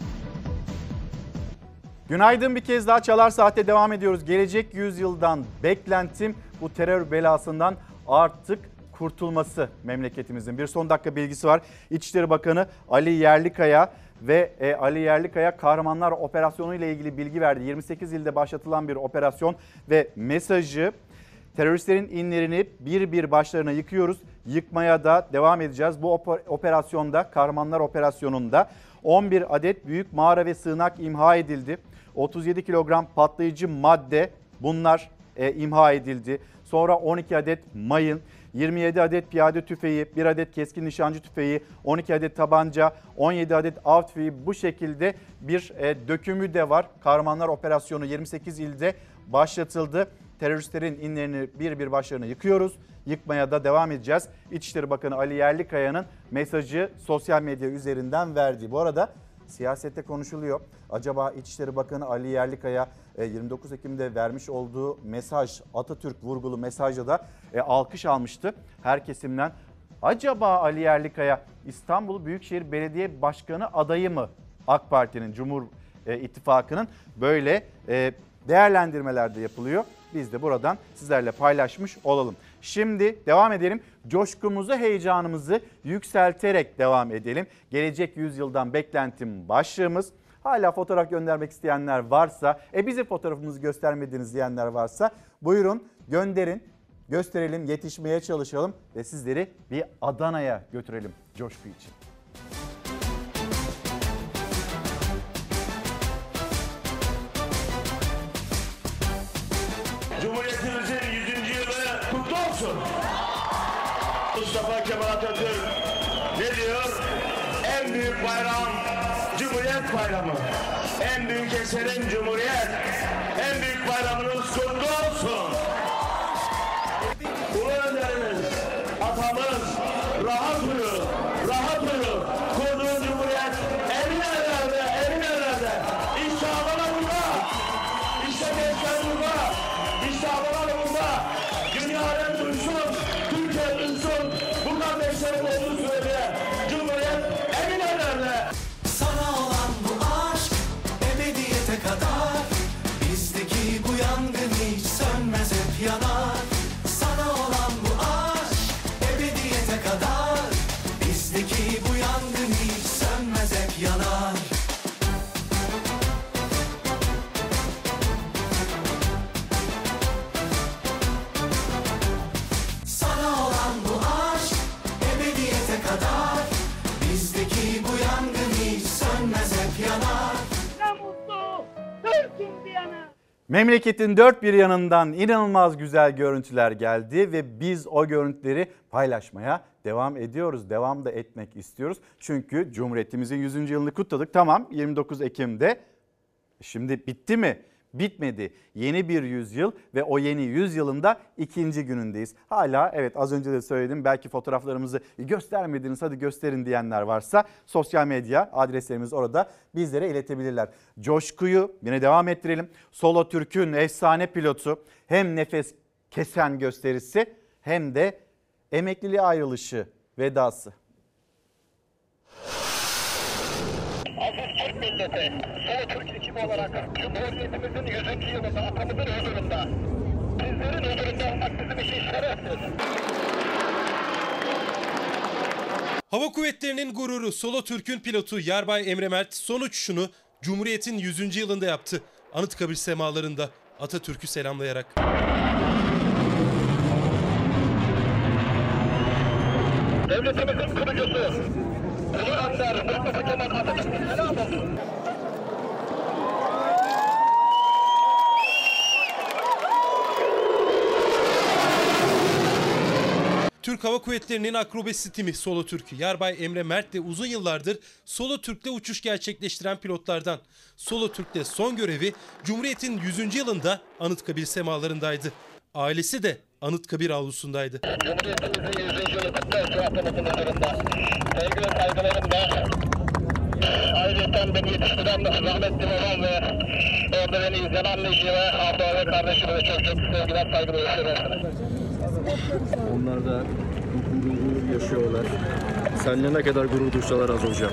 Günaydın, bir kez daha Çalar Saat'te devam ediyoruz. Gelecek yüzyıldan beklentim bu terör belasından artık kurtulması memleketimizin. Bir son dakika bilgisi var. İçişleri Bakanı Ali Yerlikaya ve Ali Yerlikaya Kahramanlar Operasyonu ile ilgili bilgi verdi. 28 ilde başlatılan bir operasyon ve mesajı teröristlerin inlerini bir bir başlarına yıkıyoruz. Yıkmaya da devam edeceğiz. Bu operasyonda, Kahramanlar Operasyonu'nda 11 adet büyük mağara ve sığınak imha edildi. 37 kilogram patlayıcı madde bunlar imha edildi. Sonra 12 adet mayın, 27 adet piyade tüfeği, 1 adet keskin nişancı tüfeği, 12 adet tabanca, 17 adet av tüfeği, bu şekilde bir dökümü de var. Kahramanlar Operasyonu 28 ilde başlatıldı. Teröristlerin inlerini bir bir başlarına yıkıyoruz. Yıkmaya da devam edeceğiz. İçişleri Bakanı Ali Yerlikaya'nın mesajı sosyal medya üzerinden verdi. Bu arada siyasette konuşuluyor. Acaba İçişleri Bakanı Ali Yerlikaya 29 Ekim'de vermiş olduğu mesaj, Atatürk vurgulu mesajda da alkış almıştı her kesimden. Acaba Ali Yerlikaya İstanbul Büyükşehir Belediye Başkanı adayı mı AK Parti'nin, Cumhur İttifakı'nın? Böyle değerlendirmeler de yapılıyor. Biz de buradan sizlerle paylaşmış olalım. Şimdi devam edelim. Coşkumuzu, heyecanımızı yükselterek devam edelim. Gelecek yüzyıldan beklentim başlığımız. Hala fotoğraf göndermek isteyenler varsa, bize fotoğrafımızı göstermediniz diyenler varsa buyurun gönderin. Gösterelim, yetişmeye çalışalım ve sizleri bir Adana'ya götürelim coşku için. Cumhuriyetimizin 100. yılı kutlu olsun. Mustafa Kemal Atatürk ne diyor? En büyük bayram Cumhuriyet Bayramı. En büyük eserin Cumhuriyet. En büyük bayramınız kutlu olsun. Ulu önderimiz, atamız, rahat uyu, rahat uyu. Kurduğun Cumhuriyet emin ellerde, emin ellerde. İşte Adana burada. İşte gençler burada. İşte Adana burada. Dünya alem duysun, Türkiye duysun. Bu kardeşlerim olduğu sürece Cumhuriyet emin ellerde. Sana olan bu aşk ebediyete kadar, bizdeki bu yangın hiç sönmez hep yanar. Sana olan bu aşk ebediyete kadar, bizdeki bu yangın hiç sönmez hep yanar. Sana olan bu aşk ebediyete kadar, bizdeki bu yangın hiç sönmez hep yanar. Ne mutlu Türk'üm diyene. Memleketin dört bir yanından inanılmaz güzel görüntüler geldi ve biz o görüntüleri paylaşmaya devam ediyoruz. Devam da etmek istiyoruz. Çünkü Cumhuriyetimizin 100. yılını kutladık. Tamam, 29 Ekim'de. Şimdi bitti mi? bitmedi. Yeni bir yüzyıl ve o yeni yüzyılın da 2. günündeyiz. Hala evet az önce de söyledim, belki fotoğraflarımızı göstermediniz, hadi gösterin diyenler varsa sosyal medya adreslerimiz orada, bizlere iletebilirler. Coşkuyu yine devam ettirelim. Solo Türk'ün efsane pilotu, hem nefes kesen gösterisi hem de emekliliğe ayrılışı, vedası. Aziz Türk milleti, Solo Türk ekibi olarak Cumhuriyetimizin 100. yılında atamızın huzurunda, bizlerin huzurunda olmak bizim için şereftir. Hava Kuvvetleri'nin gururu Solo Türk'ün pilotu Yarbay Emre Mert son uçuşunu Cumhuriyet'in 100. yılında yaptı. Anıtkabir semalarında Atatürk'ü selamlayarak. Devletimizin kurucusu, Ulu Önder Mustafa Kemal Atatürk'ün selam olsun. Türk Hava Kuvvetleri'nin akrobasi timi Solo Türk, Yarbay Emre Mert de uzun yıllardır Solo Türk'te uçuş gerçekleştiren pilotlardan. Solo Türk'te son görevi Cumhuriyet'in 100. yılında Anıtkabir semalarındaydı. Ailesi de Anıtkabir avlusundaydı. Cumhuriyetimizin 100. yılı kutlu olsun atamızın huzurunda. Sevgi ve saygılarımla ayrıca beni yetiştiren rahmetli babam ve orada beni izleyen anneciği ve abla ve kardeşime de çok sevgiler, saygılar sunuyorum. Onlar da gurur yaşıyorlar. Seninle ne kadar gurur duysalar az olacak.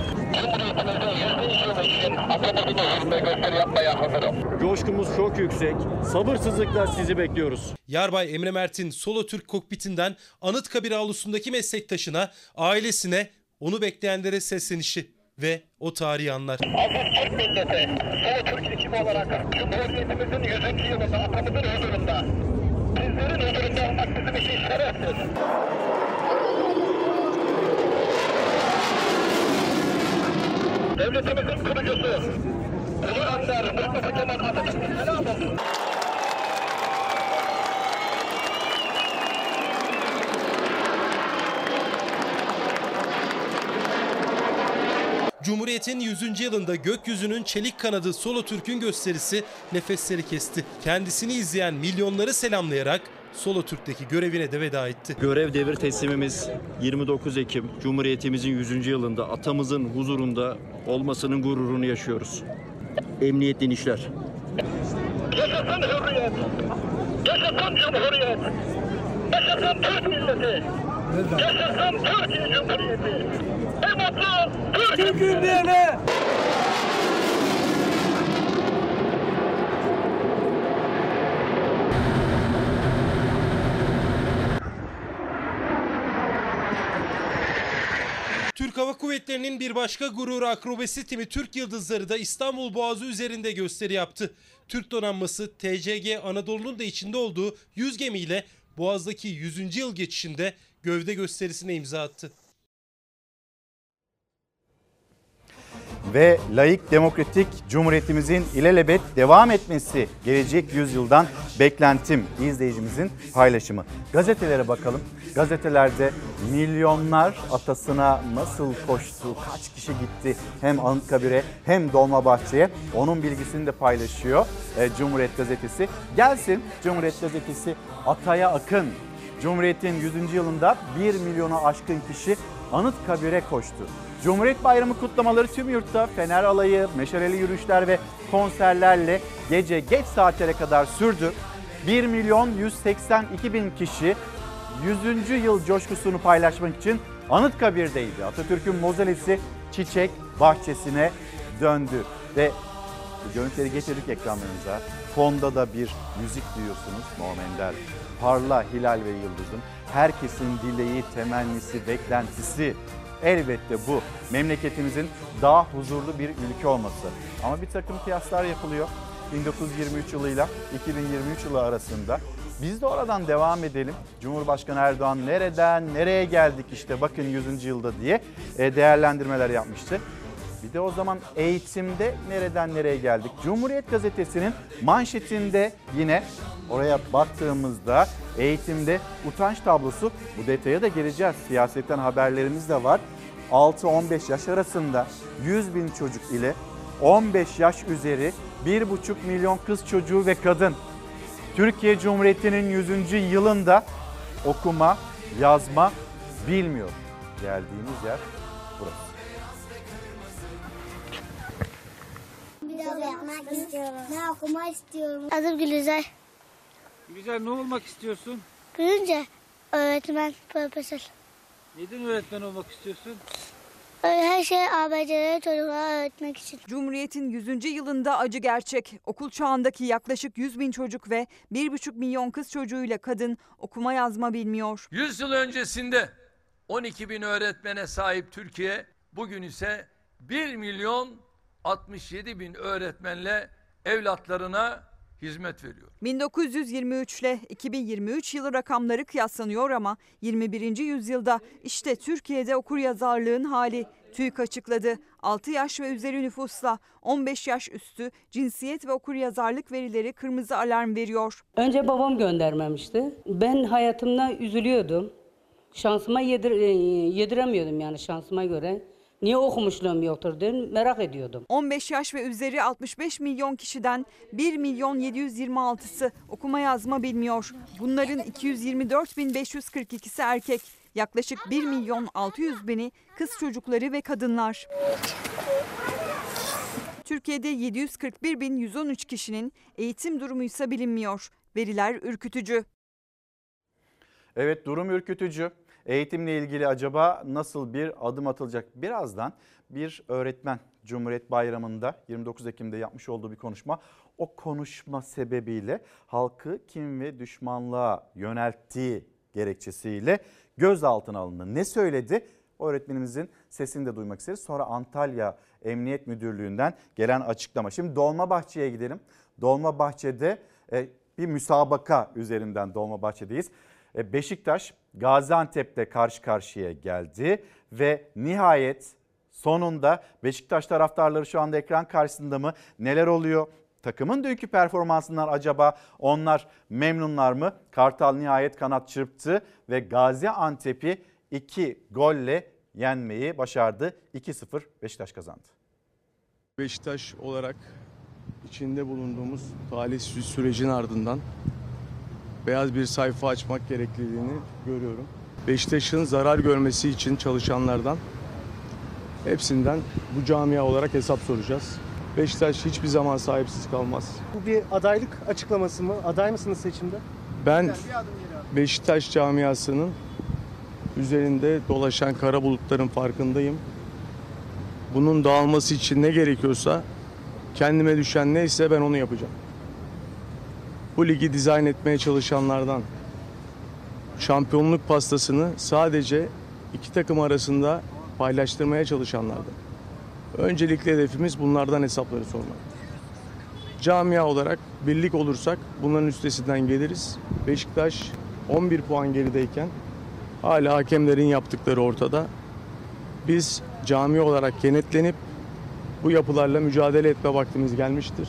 Coşkumuz çok yüksek. Sabırsızlıkla sizi bekliyoruz. Yarbay Emre Mert'in Solo Türk kokpitinden Anıtkabir avlusundaki meslektaşına, ailesine, onu bekleyenlere seslenişi ve o tarihi anlar. Aziz Türk milleti, Solo Türk ekibi olarak Cumhuriyetimizin 100. yılında atamızın huzurunda, bizlerin huzurunda olmak bizim için şereftir. Devletimizin kurucusu, Ulu Önder Mustafa Kemal Atatürk'ün selam olsun. Cumhuriyet'in 100. yılında gökyüzünün çelik kanadı Solo Türk'ün gösterisi nefesleri kesti. Kendisini izleyen milyonları selamlayarak Solo Türk'teki görevine de veda etti. Görev devir teslimimiz 29 Ekim Cumhuriyetimizin 100. yılında atamızın huzurunda olmasının gururunu yaşıyoruz. Emniyetli inişler. Yaşasın hürriyet, yaşasın cumhuriyet, yaşasın Türk milleti, yaşasın Türkiye Cumhuriyeti. Ne mutlu Türk'üm diyene. Türk Hava Kuvvetleri'nin bir başka gururu akrobasi timi Türk Yıldızları da İstanbul Boğazı üzerinde gösteri yaptı. Türk donanması TCG Anadolu'nun da içinde olduğu 100 gemiyle Boğaz'daki 100. yıl geçişinde gövde gösterisine imza attı. Ve laik demokratik cumhuriyetimizin ilelebet devam etmesi gelecek yüzyıldan beklentim, izleyicimizin paylaşımı. Gazetelere bakalım. Gazetelerde milyonlar atasına nasıl koştu, kaç kişi gitti hem Anıtkabir'e hem Dolmabahçe'ye, onun bilgisini de paylaşıyor Cumhuriyet Gazetesi. Gelsin Cumhuriyet Gazetesi, ataya akın. Cumhuriyet'in 100. yılında 1 milyonu aşkın kişi Anıtkabir'e koştu. Cumhuriyet Bayramı kutlamaları tüm yurtta Fener alayı, meşaleli yürüyüşler ve konserlerle gece geç saatlere kadar sürdü. 1 milyon 182 bin kişi 100. yıl coşkusunu paylaşmak için Anıtkabir'deydi. Atatürk'ün mozolesi çiçek bahçesine döndü ve görüntüleri getirdik ekranlarınıza. Fonda da bir müzik duyuyorsunuz, Muhammed Ender. Parla hilal ve yıldızım. Herkesin dileği, temennisi, beklentisi elbette bu. Memleketimizin daha huzurlu bir ülke olması. Ama bir takım kıyaslar yapılıyor. 1923 yılıyla 2023 yılı arasında. Biz de oradan devam edelim. Cumhurbaşkanı Erdoğan nereden nereye geldik işte bakın 100. yılda diye değerlendirmeler yapmıştı. Bir de o zaman eğitimde nereden nereye geldik? Cumhuriyet Gazetesi'nin manşetinde yine oraya baktığımızda eğitimde utanç tablosu, bu detaya da geleceğiz. Siyasetten haberlerimiz de var. 6-15 yaş arasında 100 bin çocuk ile 15 yaş üzeri 1,5 milyon kız çocuğu ve kadın Türkiye Cumhuriyeti'nin 100. yılında okuma, yazma bilmiyor. Geldiğimiz yer burası. Biraz yapmak istiyorum. Ne okumak istiyorum. Adım Gülüzer. Güzel, ne olmak istiyorsun? Büyünce öğretmen, profesör. Neden öğretmen olmak istiyorsun? Her şey ABC'leri çocuklara öğretmek için. Cumhuriyet'in 100. yılında acı gerçek. Okul çağındaki yaklaşık 100 bin çocuk ve 1,5 milyon kız çocuğuyla kadın okuma yazma bilmiyor. 100 yıl öncesinde 12 bin öğretmene sahip Türkiye, bugün ise 1 milyon 67 bin öğretmenle evlatlarına hizmet veriyor. 1923 ile 2023 yılı rakamları kıyaslanıyor ama 21. yüzyılda işte Türkiye'de okuryazarlığın hali. TÜİK açıkladı. 6 yaş ve üzeri nüfusla 15 yaş üstü cinsiyet ve okuryazarlık verileri kırmızı alarm veriyor. Önce babam göndermemişti. Ben hayatımda üzülüyordum. Şansıma yediremiyordum yani şansıma göre. Niye okumuşluğum yoktur diye merak ediyordum. 15 yaş ve üzeri 65 milyon kişiden 1 milyon 726'sı okuma yazma bilmiyor. Bunların 224.542'si erkek. Yaklaşık 1 milyon 600 bini kız çocukları ve kadınlar. Türkiye'de 741.113 kişinin eğitim durumu ise bilinmiyor. Veriler ürkütücü. Evet, durum ürkütücü. Eğitimle ilgili acaba nasıl bir adım atılacak? Birazdan bir öğretmen Cumhuriyet Bayramı'nda 29 Ekim'de yapmış olduğu bir konuşma. O konuşma sebebiyle halkı kin ve düşmanlığa yönelttiği gerekçesiyle gözaltına alındı. Ne söyledi? O öğretmenimizin sesini de duymak isteriz. Sonra Antalya Emniyet Müdürlüğü'nden gelen açıklama. Şimdi Dolmabahçe'ye gidelim. Dolmabahçe'de bir müsabaka üzerinden Dolmabahçe'deyiz. Beşiktaş Gaziantep'te karşı karşıya geldi ve nihayet sonunda Beşiktaş taraftarları şu anda ekran karşısında mı? Neler oluyor? Takımın dünkü performansından acaba onlar memnunlar mı? Kartal nihayet kanat çırptı ve Gaziantep'i 2 golle yenmeyi başardı. 2-0 Beşiktaş kazandı. Beşiktaş olarak içinde bulunduğumuz talihsiz sürecin ardından beyaz bir sayfa açmak gerekliliğini görüyorum. Beşiktaş'ın zarar görmesi için çalışanlardan hepsinden bu camia olarak hesap soracağız. Beşiktaş hiçbir zaman sahipsiz kalmaz. Bu bir adaylık açıklaması mı? Aday mısınız seçimde? Ben Beşiktaş camiasının üzerinde dolaşan kara bulutların farkındayım. Bunun dağılması için ne gerekiyorsa kendime düşen neyse ben onu yapacağım. Bu ligi dizayn etmeye çalışanlardan şampiyonluk pastasını sadece iki takım arasında paylaştırmaya çalışanlardan. Öncelikli hedefimiz bunlardan hesapları sormak. Camia olarak birlik olursak bunların üstesinden geliriz. Beşiktaş 11 puan gerideyken hala hakemlerin yaptıkları ortada. Biz cami olarak kenetlenip bu yapılarla mücadele etme vaktimiz gelmiştir.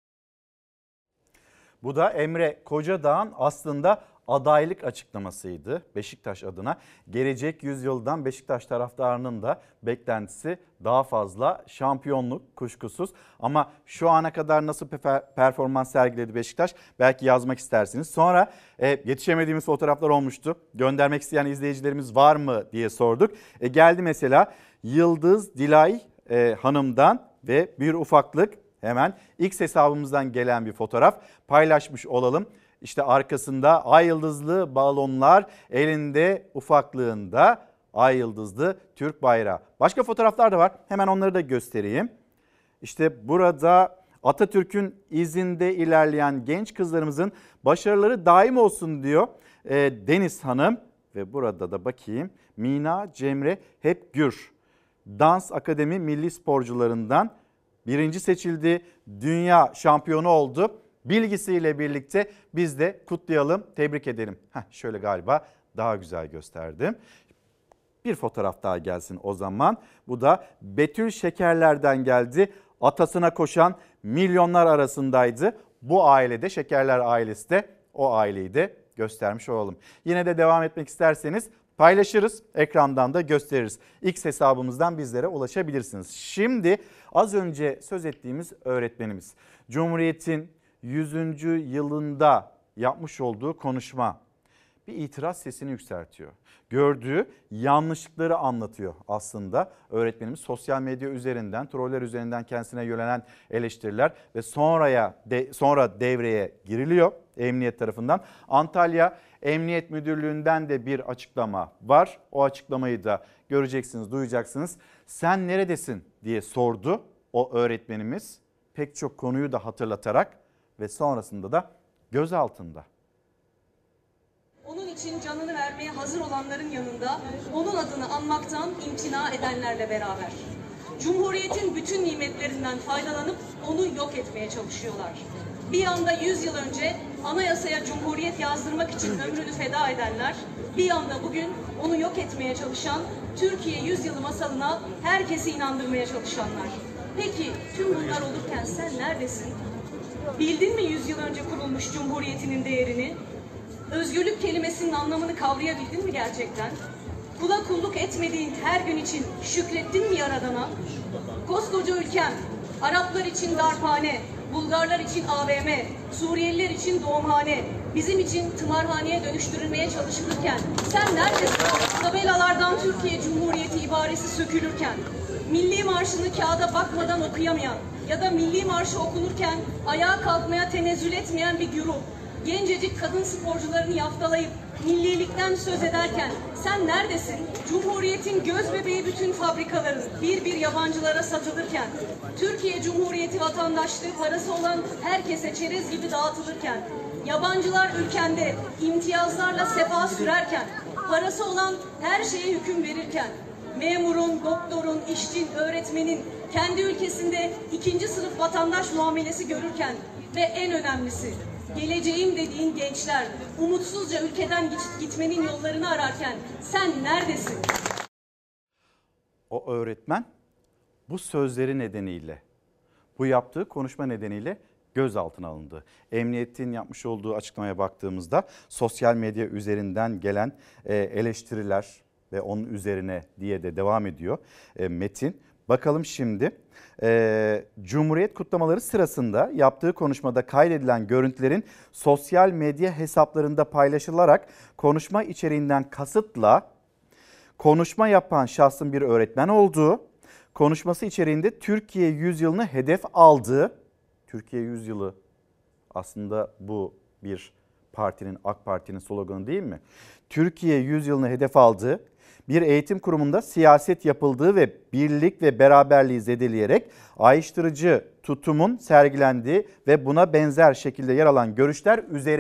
Bu da Emre Kocadağ'ın aslında adaylık açıklamasıydı Beşiktaş adına. Gelecek yüzyıldan Beşiktaş taraftarının da beklentisi daha fazla, şampiyonluk kuşkusuz. Ama şu ana kadar nasıl performans sergiledi Beşiktaş? Belki yazmak istersiniz. Sonra yetişemediğimiz fotoğraflar olmuştu. Göndermek isteyen izleyicilerimiz var mı diye sorduk. Geldi mesela Yıldız Dilay Hanım'dan ve bir ufaklık, hemen X hesabımızdan gelen bir fotoğraf paylaşmış olalım. İşte arkasında ay yıldızlı balonlar, elinde ufaklığında ay yıldızlı Türk bayrağı. Başka fotoğraflar da var. Hemen onları da göstereyim. İşte burada Atatürk'ün izinde ilerleyen genç kızlarımızın başarıları daim olsun diyor Deniz Hanım. Ve burada da bakayım Mina Cemre Hepgür, Dans Akademi milli sporcularından birinci seçildi. Dünya şampiyonu oldu. Bilgisiyle birlikte biz de kutlayalım, tebrik edelim. Şöyle galiba daha güzel gösterdim. Bir fotoğraf daha gelsin o zaman. Bu da Betül Şekerler'den geldi. Atasına koşan milyonlar arasındaydı. Bu ailede, Şekerler ailesi de o aileyi de göstermiş olalım. Yine de devam etmek isterseniz paylaşırız, ekrandan da gösteririz. X hesabımızdan bizlere ulaşabilirsiniz. Şimdi az önce söz ettiğimiz öğretmenimiz Cumhuriyet'in 100. yılında yapmış olduğu konuşma bir itiraz sesini yükseltiyor. Gördüğü yanlışlıkları anlatıyor aslında. Öğretmenimiz sosyal medya üzerinden, troller üzerinden kendisine yönelen eleştiriler ve sonra devreye giriliyor emniyet tarafından. Antalya Emniyet Müdürlüğü'nden de bir açıklama var. O açıklamayı da göreceksiniz, duyacaksınız. Sen neredesin diye sordu o öğretmenimiz. Pek çok konuyu da hatırlatarak ve sonrasında da gözaltında. Onun için canını vermeye hazır olanların yanında onun adını anmaktan imtina edenlerle beraber. Cumhuriyetin bütün nimetlerinden faydalanıp onu yok etmeye çalışıyorlar. Bir yanda 100 yıl önce anayasaya cumhuriyet yazdırmak için ömrünü feda edenler, bir yanda bugün onu yok etmeye çalışan Türkiye 100 yılı masalına herkesi inandırmaya çalışanlar. Peki tüm bunlar olurken sen neredesin? Bildin mi 100 yıl önce kurulmuş cumhuriyetinin değerini? Özgürlük kelimesinin anlamını kavrayabildin mi gerçekten? Kula kulluk etmediğin her gün için şükrettin mi Yaradan'a? Koskoca ülkem, Araplar için darphane, Bulgarlar için AVM, Suriyeliler için doğumhane, bizim için tımarhaneye dönüştürülmeye çalışılırken sen neredesin? Tabelalardan Türkiye Cumhuriyeti ibaresi sökülürken, milli marşını kağıda bakmadan okuyamayan ya da milli marşı okunurken ayağa kalkmaya tenezzül etmeyen bir güruh, gencecik kadın sporcularını yaftalayıp millilikten söz ederken sen neredesin? Cumhuriyetin göz bebeği bütün fabrikaların bir bir yabancılara satılırken, Türkiye Cumhuriyeti vatandaşlığı parası olan herkese çerez gibi dağıtılırken, yabancılar ülkende imtiyazlarla sefa sürerken, parası olan her şeye hüküm verirken, memurun, doktorun, işçin, öğretmenin kendi ülkesinde 2. sınıf vatandaş muamelesi görürken ve en önemlisi geleceğim dediğin gençler umutsuzca ülkeden gitmenin yollarını ararken sen neredesin? O öğretmen bu sözleri nedeniyle, bu yaptığı konuşma nedeniyle gözaltına alındı. Emniyetin yapmış olduğu açıklamaya baktığımızda sosyal medya üzerinden gelen eleştiriler ve onun üzerine diye de devam ediyor metin. Bakalım şimdi Cumhuriyet kutlamaları sırasında yaptığı konuşmada kaydedilen görüntülerin sosyal medya hesaplarında paylaşılarak konuşma içeriğinden kasıtla konuşma yapan şahsın bir öğretmen olduğu, konuşması içeriğinde Türkiye 100 yılını hedef aldığı, Türkiye 100 yılı aslında bu bir partinin, AK Parti'nin sloganı değil mi? Türkiye 100 yılını hedef aldığı, bir eğitim kurumunda siyaset yapıldığı ve birlik ve beraberliği zedeleyerek ayrıştırıcı tutumun sergilendiği ve buna benzer şekilde yer alan görüşler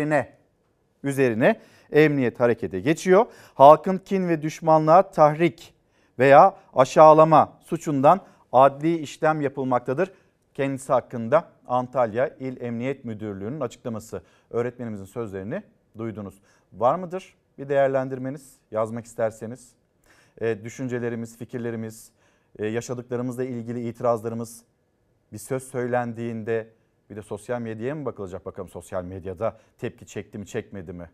üzerine emniyet harekete geçiyor. Halkın kin ve düşmanlığa tahrik veya aşağılama suçundan adli işlem yapılmaktadır. Kendisi hakkında Antalya İl Emniyet Müdürlüğü'nün açıklaması. Öğretmenimizin sözlerini duydunuz. Var mıdır bir değerlendirmeniz, yazmak isterseniz? Düşüncelerimiz, fikirlerimiz, yaşadıklarımızla ilgili itirazlarımız, bir söz söylendiğinde bir de sosyal medyaya mı bakılacak? Bakalım sosyal medyada tepki çekti mi, çekmedi mi?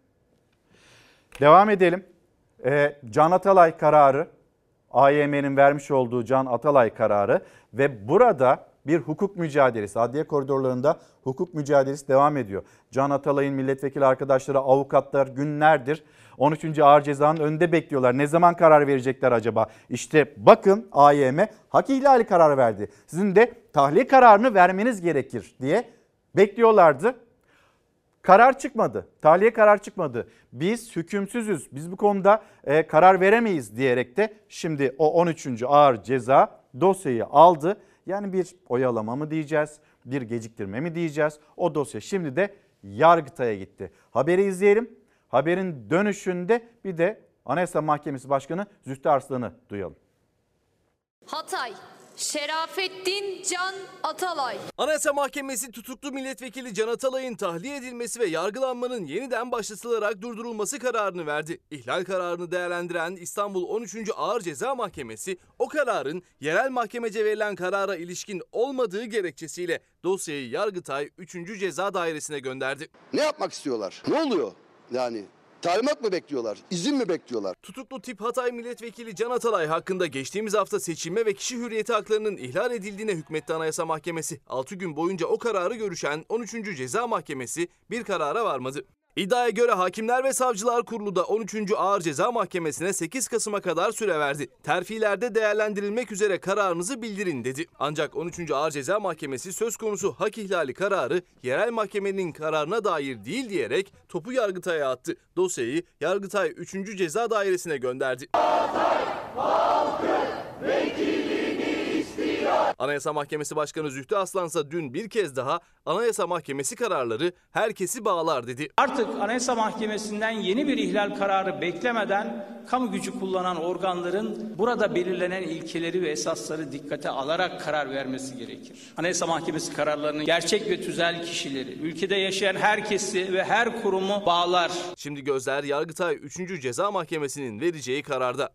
Devam edelim. Can Atalay kararı, AYM'nin vermiş olduğu Can Atalay kararı ve burada bir hukuk mücadelesi, adliye koridorlarında hukuk mücadelesi devam ediyor. Can Atalay'ın milletvekili arkadaşları, avukatlar günlerdir 13. ağır cezanın önünde bekliyorlar. Ne zaman karar verecekler acaba? İşte bakın AYM hak ihlali kararı verdi. Sizin de tahliye kararını vermeniz gerekir diye bekliyorlardı. Karar çıkmadı. Tahliye kararı çıkmadı. Biz hükümsüzüz. Biz bu konuda karar veremeyiz diyerek de şimdi o 13. ağır ceza dosyayı aldı. Yani bir oyalama mı diyeceğiz, bir geciktirme mi diyeceğiz? O dosya şimdi de Yargıtay'a gitti. Haberi izleyelim. Haberin dönüşünde bir de Anayasa Mahkemesi Başkanı Zühtü Arslan'ı duyalım. Hatay, Şerafettin Can Atalay. Anayasa Mahkemesi tutuklu milletvekili Can Atalay'ın tahliye edilmesi ve yargılanmanın yeniden başlatılarak durdurulması kararını verdi. İhlal kararını değerlendiren İstanbul 13. Ağır Ceza Mahkemesi o kararın yerel mahkemece verilen karara ilişkin olmadığı gerekçesiyle dosyayı Yargıtay 3. Ceza Dairesi'ne gönderdi. Ne yapmak istiyorlar? Ne oluyor? Yani Talimat mı bekliyorlar? İzin mi bekliyorlar? Tutuklu tip Hatay Milletvekili Can Atalay hakkında geçtiğimiz hafta seçilme ve kişi hürriyeti haklarının ihlal edildiğine hükmetti Anayasa Mahkemesi. 6 gün boyunca o kararı görüşen 13. Ceza Mahkemesi bir karara varmadı. İddiaya göre Hakimler ve Savcılar Kurulu da 13. Ağır Ceza Mahkemesi'ne 8 Kasım'a kadar süre verdi. Terfilerde değerlendirilmek üzere kararınızı bildirin dedi. Ancak 13. Ağır Ceza Mahkemesi söz konusu hak ihlali kararı yerel mahkemenin kararına dair değil diyerek topu Yargıtay'a attı. Dosyayı Yargıtay 3. Ceza Dairesi'ne gönderdi. Anayasa Mahkemesi Başkanı Zühtü Aslansa dün bir kez daha Anayasa Mahkemesi kararları herkesi bağlar dedi. Artık Anayasa Mahkemesi'nden yeni bir ihlal kararı beklemeden kamu gücü kullanan organların burada belirlenen ilkeleri ve esasları dikkate alarak karar vermesi gerekir. Anayasa Mahkemesi kararlarının gerçek ve tüzel kişileri, ülkede yaşayan herkesi ve her kurumu bağlar. Şimdi gözler Yargıtay 3. Ceza Mahkemesi'nin vereceği kararda.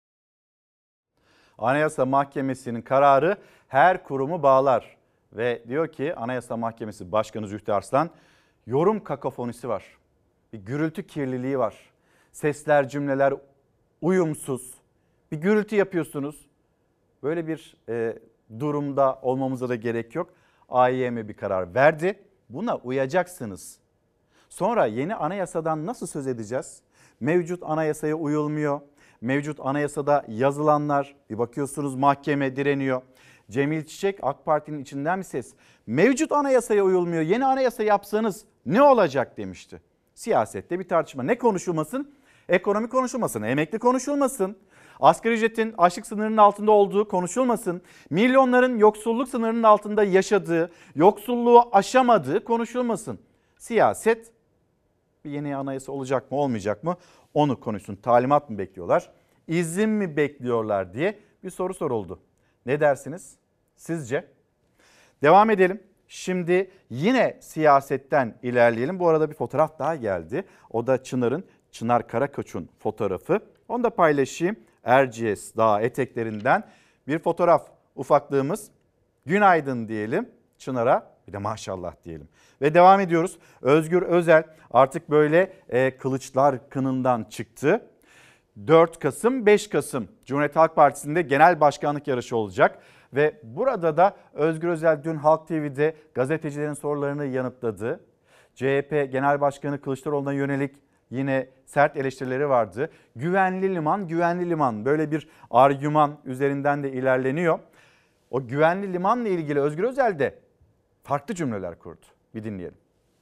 Anayasa Mahkemesi'nin kararı her kurumu bağlar ve diyor ki Anayasa Mahkemesi Başkanı Zühtü Arslan, yorum kakofonisi var, bir gürültü kirliliği var, sesler cümleler uyumsuz, bir gürültü yapıyorsunuz. Böyle bir durumda olmamıza da gerek yok. AYM bir karar verdi, buna uyacaksınız. Sonra yeni anayasadan nasıl söz edeceğiz? Mevcut anayasaya uyulmuyor. Mevcut anayasada yazılanlar, bir bakıyorsunuz mahkeme direniyor. Cemil Çiçek AK Parti'nin içinden bir ses. Mevcut anayasaya uyulmuyor, yeni anayasa yapsanız ne olacak demişti. Siyasette bir tartışma. Ne konuşulmasın? Ekonomi konuşulmasın, emekli konuşulmasın. Asgari ücretin açlık sınırının altında olduğu konuşulmasın. Milyonların yoksulluk sınırının altında yaşadığı, yoksulluğu aşamadığı konuşulmasın. Siyaset bir yeni anayasa olacak mı olmayacak mı onu konuşsun. Talimat mı bekliyorlar, izin mi bekliyorlar diye bir soru soruldu. Ne dersiniz sizce? Devam edelim. Şimdi yine siyasetten ilerleyelim. Bu arada bir fotoğraf daha geldi. O da Çınar Karakoç'un fotoğrafı. Onu da paylaşayım. Erciyes Dağı eteklerinden bir fotoğraf. Ufaklığımız günaydın diyelim Çınar'a, bir de maşallah diyelim. Ve devam ediyoruz. Özgür Özel artık böyle kılıçlar kınından çıktı. 4 Kasım 5 Kasım Cumhuriyet Halk Partisi'nde genel başkanlık yarışı olacak. Ve burada da Özgür Özel dün Halk TV'de gazetecilerin sorularını yanıtladı. CHP Genel Başkanı Kılıçdaroğlu'na yönelik yine sert eleştirileri vardı. Güvenli liman, güvenli liman, böyle bir argüman üzerinden de ilerleniyor. O güvenli limanla ilgili Özgür Özel de farklı cümleler kurdu. Bir dinleyelim.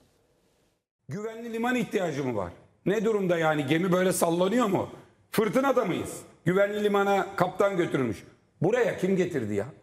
Güvenli liman ihtiyacı mı var? Ne durumda yani, gemi böyle sallanıyor mu? Fırtınada mıyız? Güvenli limana kaptan götürülmüş. Buraya kim getirdi ya?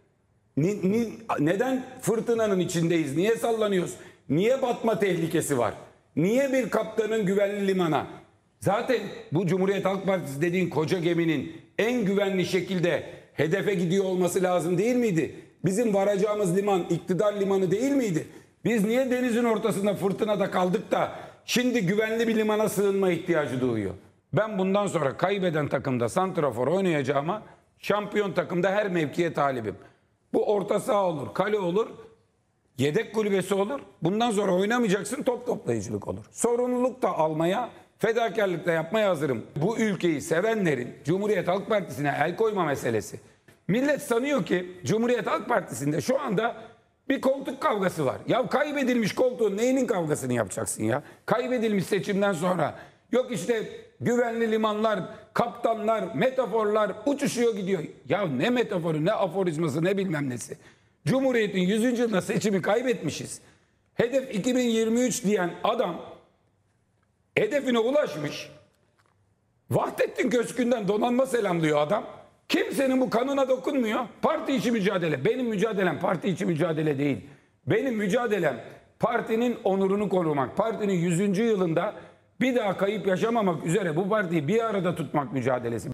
Neden fırtınanın içindeyiz? Niye sallanıyoruz? Niye batma tehlikesi var? Niye bir kaptanın güvenli limana? Zaten bu Cumhuriyet Halk Partisi dediğin koca geminin en güvenli şekilde hedefe gidiyor olması lazım değil miydi? Bizim varacağımız liman iktidar limanı değil miydi? Biz niye denizin ortasında fırtınada kaldık da şimdi güvenli bir limana sığınma ihtiyacı duyuyor? Ben bundan sonra kaybeden takımda santrafor oynayacağıma şampiyon takımda her mevkiye talibim. Bu orta saha olur, kale olur, yedek kulübesi olur. Bundan sonra oynamayacaksın, top toplayıcılık olur. Sorumluluk da almaya, fedakarlık da yapmaya hazırım. Bu ülkeyi sevenlerin Cumhuriyet Halk Partisi'ne el koyma meselesi. Millet sanıyor ki Cumhuriyet Halk Partisi'nde şu anda bir koltuk kavgası var. Ya kaybedilmiş koltuğun neyinin kavgasını yapacaksın ya? Kaybedilmiş seçimden sonra. Yok işte güvenli limanlar, kaptanlar, metaforlar uçuşuyor gidiyor. Ya ne metaforu, ne aforizması, ne bilmem nesi. Cumhuriyet'in 100. yılında seçimi kaybetmişiz. Hedef 2023 diyen adam hedefine ulaşmış. Vahdettin Köşkü'nden donanma selamlıyor adam. Kimsenin bu kanına dokunmuyor. Parti içi mücadele. Benim mücadelem parti içi mücadele değil. Benim mücadelem partinin onurunu korumak. Partinin 100. yılında bir daha kayıp yaşamamak üzere bu partiyi bir arada tutmak mücadelesi.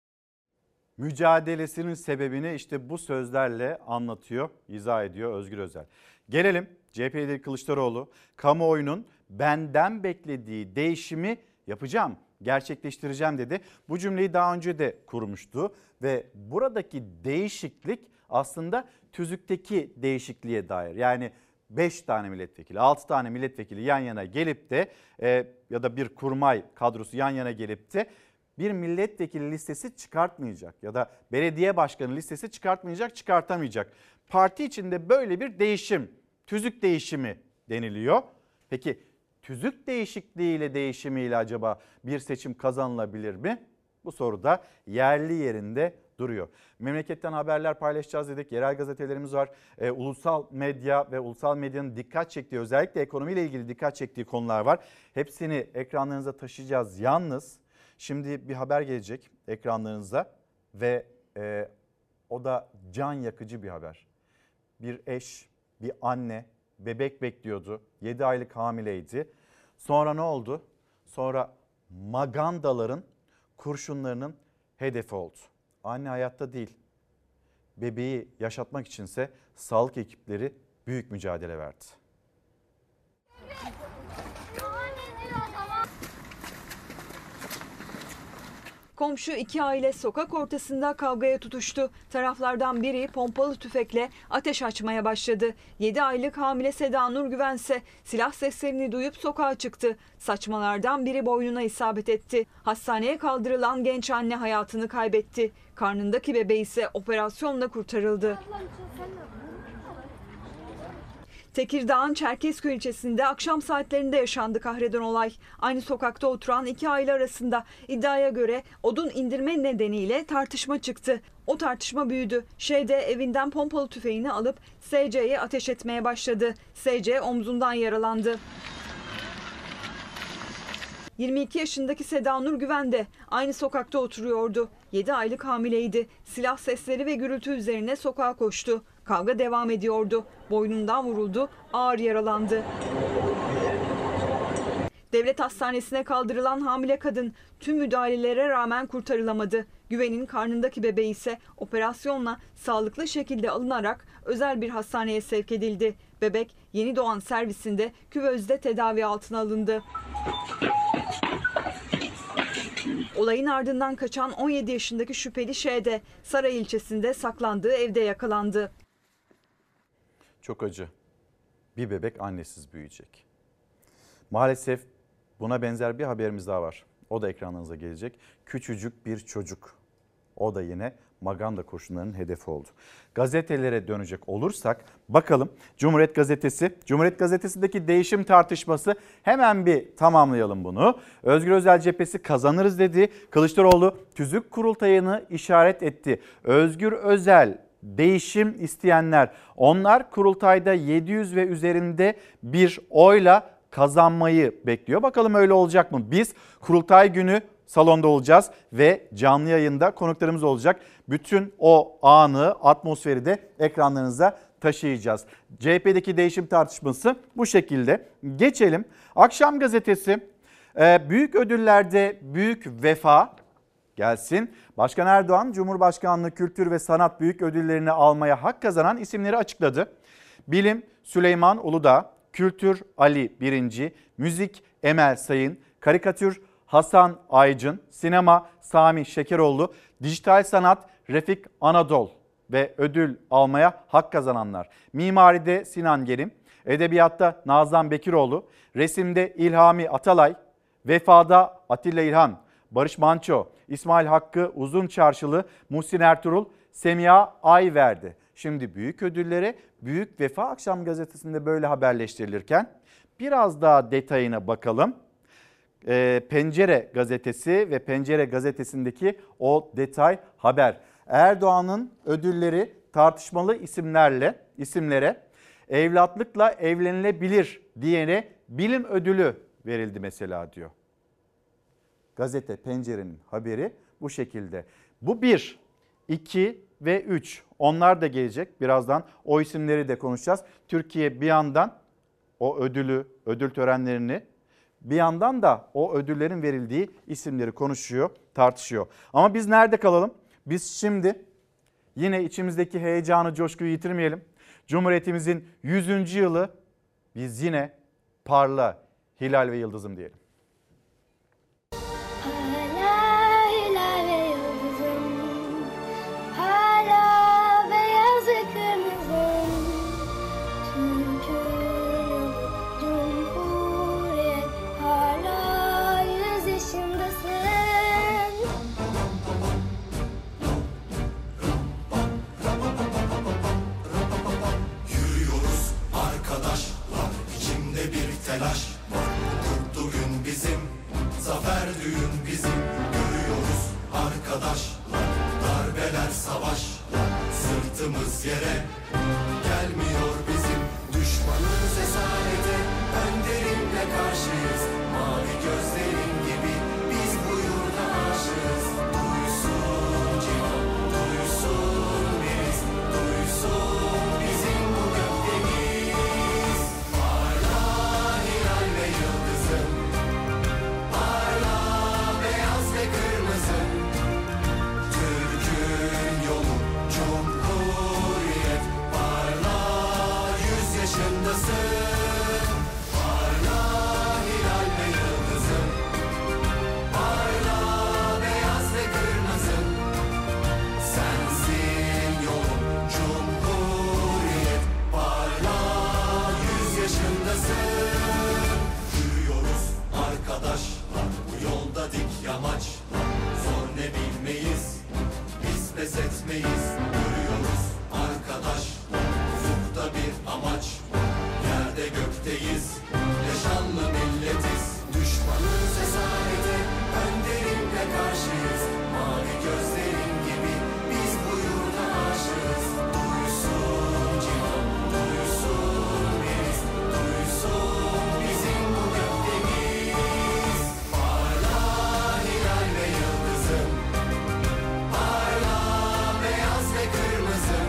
Mücadelesinin sebebini işte bu sözlerle anlatıyor, izah ediyor Özgür Özel. Gelelim CHP lideri Kılıçdaroğlu, kamuoyunun benden beklediği değişimi yapacağım, gerçekleştireceğim dedi. Bu cümleyi daha önce de kurmuştu ve buradaki değişiklik aslında tüzükteki değişikliğe dair. Yani 5 tane milletvekili, 6 tane milletvekili yan yana gelip de ya da bir kurmay kadrosu yan yana gelip de bir milletvekili listesi çıkartmayacak ya da belediye başkanı listesi çıkartamayacak. Parti içinde böyle bir değişim, tüzük değişimi deniliyor. Peki tüzük değişikliğiyle değişimiyle acaba bir seçim kazanılabilir mi? Bu soru da yerli yerinde duruyor. Memleketten haberler paylaşacağız dedik. Yerel gazetelerimiz var. Ulusal medya ve ulusal medyanın dikkat çektiği, özellikle ekonomiyle ilgili dikkat çektiği konular var. Hepsini ekranlarınıza taşıyacağız. Yalnız şimdi bir haber gelecek ekranlarınıza ve o da can yakıcı bir haber. Bir eş, bir anne bebek bekliyordu. 7 aylık hamileydi. Sonra ne oldu? Sonra magandaların kurşunlarının hedefi oldu. Anne hayatta değil. Bebeği yaşatmak içinse sağlık ekipleri büyük mücadele verdi. Komşu iki aile sokak ortasında kavgaya tutuştu. Taraflardan biri pompalı tüfekle ateş açmaya başladı. 7 aylık hamile Seda Nur Güvense silah seslerini duyup sokağa çıktı. Saçmalardan biri boynuna isabet etti. Hastaneye kaldırılan genç anne hayatını kaybetti. Karnındaki bebeği ise operasyonla kurtarıldı. Tekirdağ'ın Çerkezköy ilçesinde akşam saatlerinde yaşandı kahreden olay. Aynı sokakta oturan iki aile arasında iddiaya göre odun indirme nedeniyle tartışma çıktı. O tartışma büyüdü. Şeyde evinden pompalı tüfeğini alıp SC'ye ateş etmeye başladı. SC omzundan yaralandı. 22 yaşındaki Seda Nur Güven de aynı sokakta oturuyordu. 7 aylık hamileydi. Silah sesleri ve gürültü üzerine sokağa koştu. Kavga devam ediyordu. Boynundan vuruldu, ağır yaralandı. Devlet hastanesine kaldırılan hamile kadın tüm müdahalelere rağmen kurtarılamadı. Güven'in karnındaki bebeği ise operasyonla sağlıklı şekilde alınarak özel bir hastaneye sevk edildi. Bebek yeni doğan servisinde küvezde tedavi altına alındı. Olayın ardından kaçan 17 yaşındaki şüpheli Ş'de Saray ilçesinde saklandığı evde yakalandı. Çok acı. Bir bebek annesiz büyüyecek. Maalesef buna benzer bir haberimiz daha var. O da ekranınıza gelecek. Küçücük bir çocuk. O da yine maganda kurşunlarının hedefi oldu. Gazetelere dönecek olursak bakalım Cumhuriyet Gazetesi. Cumhuriyet Gazetesi'ndeki değişim tartışması, hemen bir tamamlayalım bunu. Özgür Özel cephesi kazanırız dedi. Kılıçdaroğlu tüzük kurultayını işaret etti. Özgür Özel değişim isteyenler, onlar kurultayda 700 ve üzerinde bir oyla kazanmayı bekliyor. Bakalım öyle olacak mı? Biz kurultay günü salonda olacağız ve canlı yayında konuklarımız olacak. Bütün o anı, atmosferi de ekranlarınıza taşıyacağız. CHP'deki değişim tartışması bu şekilde. Geçelim. Akşam gazetesi, büyük ödüllerde büyük vefa gelsin. Başkan Erdoğan, Cumhurbaşkanlığı Kültür ve Sanat Büyük Ödülleri'ni almaya hak kazanan isimleri açıkladı. Bilim Süleyman Uludağ, Kültür Ali Birinci, Müzik Emel Sayın, Karikatür Hasan Aycın, Sinema Sami Şekeroğlu, Dijital Sanat Refik Anadol ve ödül almaya hak kazananlar. Mimaride Sinan Gerim, Edebiyatta Nazan Bekiroğlu, Resimde İlhami Atalay, Vefada Atilla İlhan, Barış Manço, İsmail Hakkı Uzunçarşılı, Muhsin Ertuğrul, Semiha Ayverdi. Şimdi büyük ödüllere Büyük Vefa Akşam Gazetesi'nde böyle haberleştirilirken biraz daha detayına bakalım. Pencere Gazetesi ve Pencere Gazetesi'ndeki o detay haber. Erdoğan'ın ödülleri tartışmalı isimlere evlatlıkla evlenilebilir diyene bilim ödülü verildi mesela diyor. Gazete Pencere'nin haberi bu şekilde. Bu 1, 2 ve 3. Onlar da gelecek. Birazdan o isimleri de konuşacağız. Türkiye bir yandan o ödül törenlerini, bir yandan da o ödüllerin verildiği isimleri konuşuyor, tartışıyor. Ama biz nerede kalalım? Biz şimdi yine içimizdeki heyecanı, coşkuyu yitirmeyelim. Cumhuriyetimizin 100. yılı, biz yine parla hilal ve yıldızım diyelim. Hala beyaz ve kırmızı, çünkü telaş var. Mutlu gün bizim, zafer düğün bizim. Görüyoruz arkadaşlar, darbeler savaşlar. Sırtımız yere gelmiyor bizim. Düşmanız esarete, önderimle karşıyız. Mavi gözlerin gibi biz bu yurda aşığız. Duysun cihan, duysun deniz, duysun bizim bu gökdeniz. Parla hilal ve yıldızım, parla beyaz ve kırmızı. Türk'ün yolu cumhuriyet, parla 100 yaşındasın. Parla hilal ve yıldızım, parla beyaz ve kırmızı. Sensin yolun cumhuriyet, parla 100 yaşındasın. Yürüyoruz arkadaşlar, bu yolda dik yamaçlar. Zor ne bilmeyiz, biz pes etmeyiz. Görüyoruz arkadaşlar, ufukta bir amaç. Yerde gökteyiz, yaşanlı milletiz. Düşmanız esarete, önderimle karşıyız. Mavi gözlerin gibi biz bu yurda aşığız. Duysun cihan, duysun deniz, duysun bizim bu gökdeniz. Parla hilal ve yıldızım, parla beyaz ve kırmızı.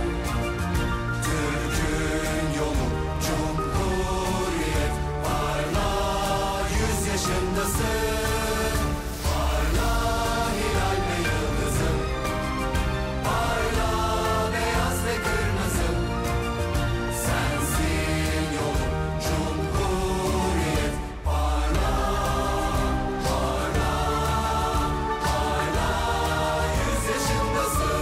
Türk'ün yolu cumhuriyet, parla 100 yaşındasın. Parla hilal ve yıldızım, parla beyaz ve kırmızı. Sensin yolun cumhuriyet, parla, parla, parla 100 yaşındasın.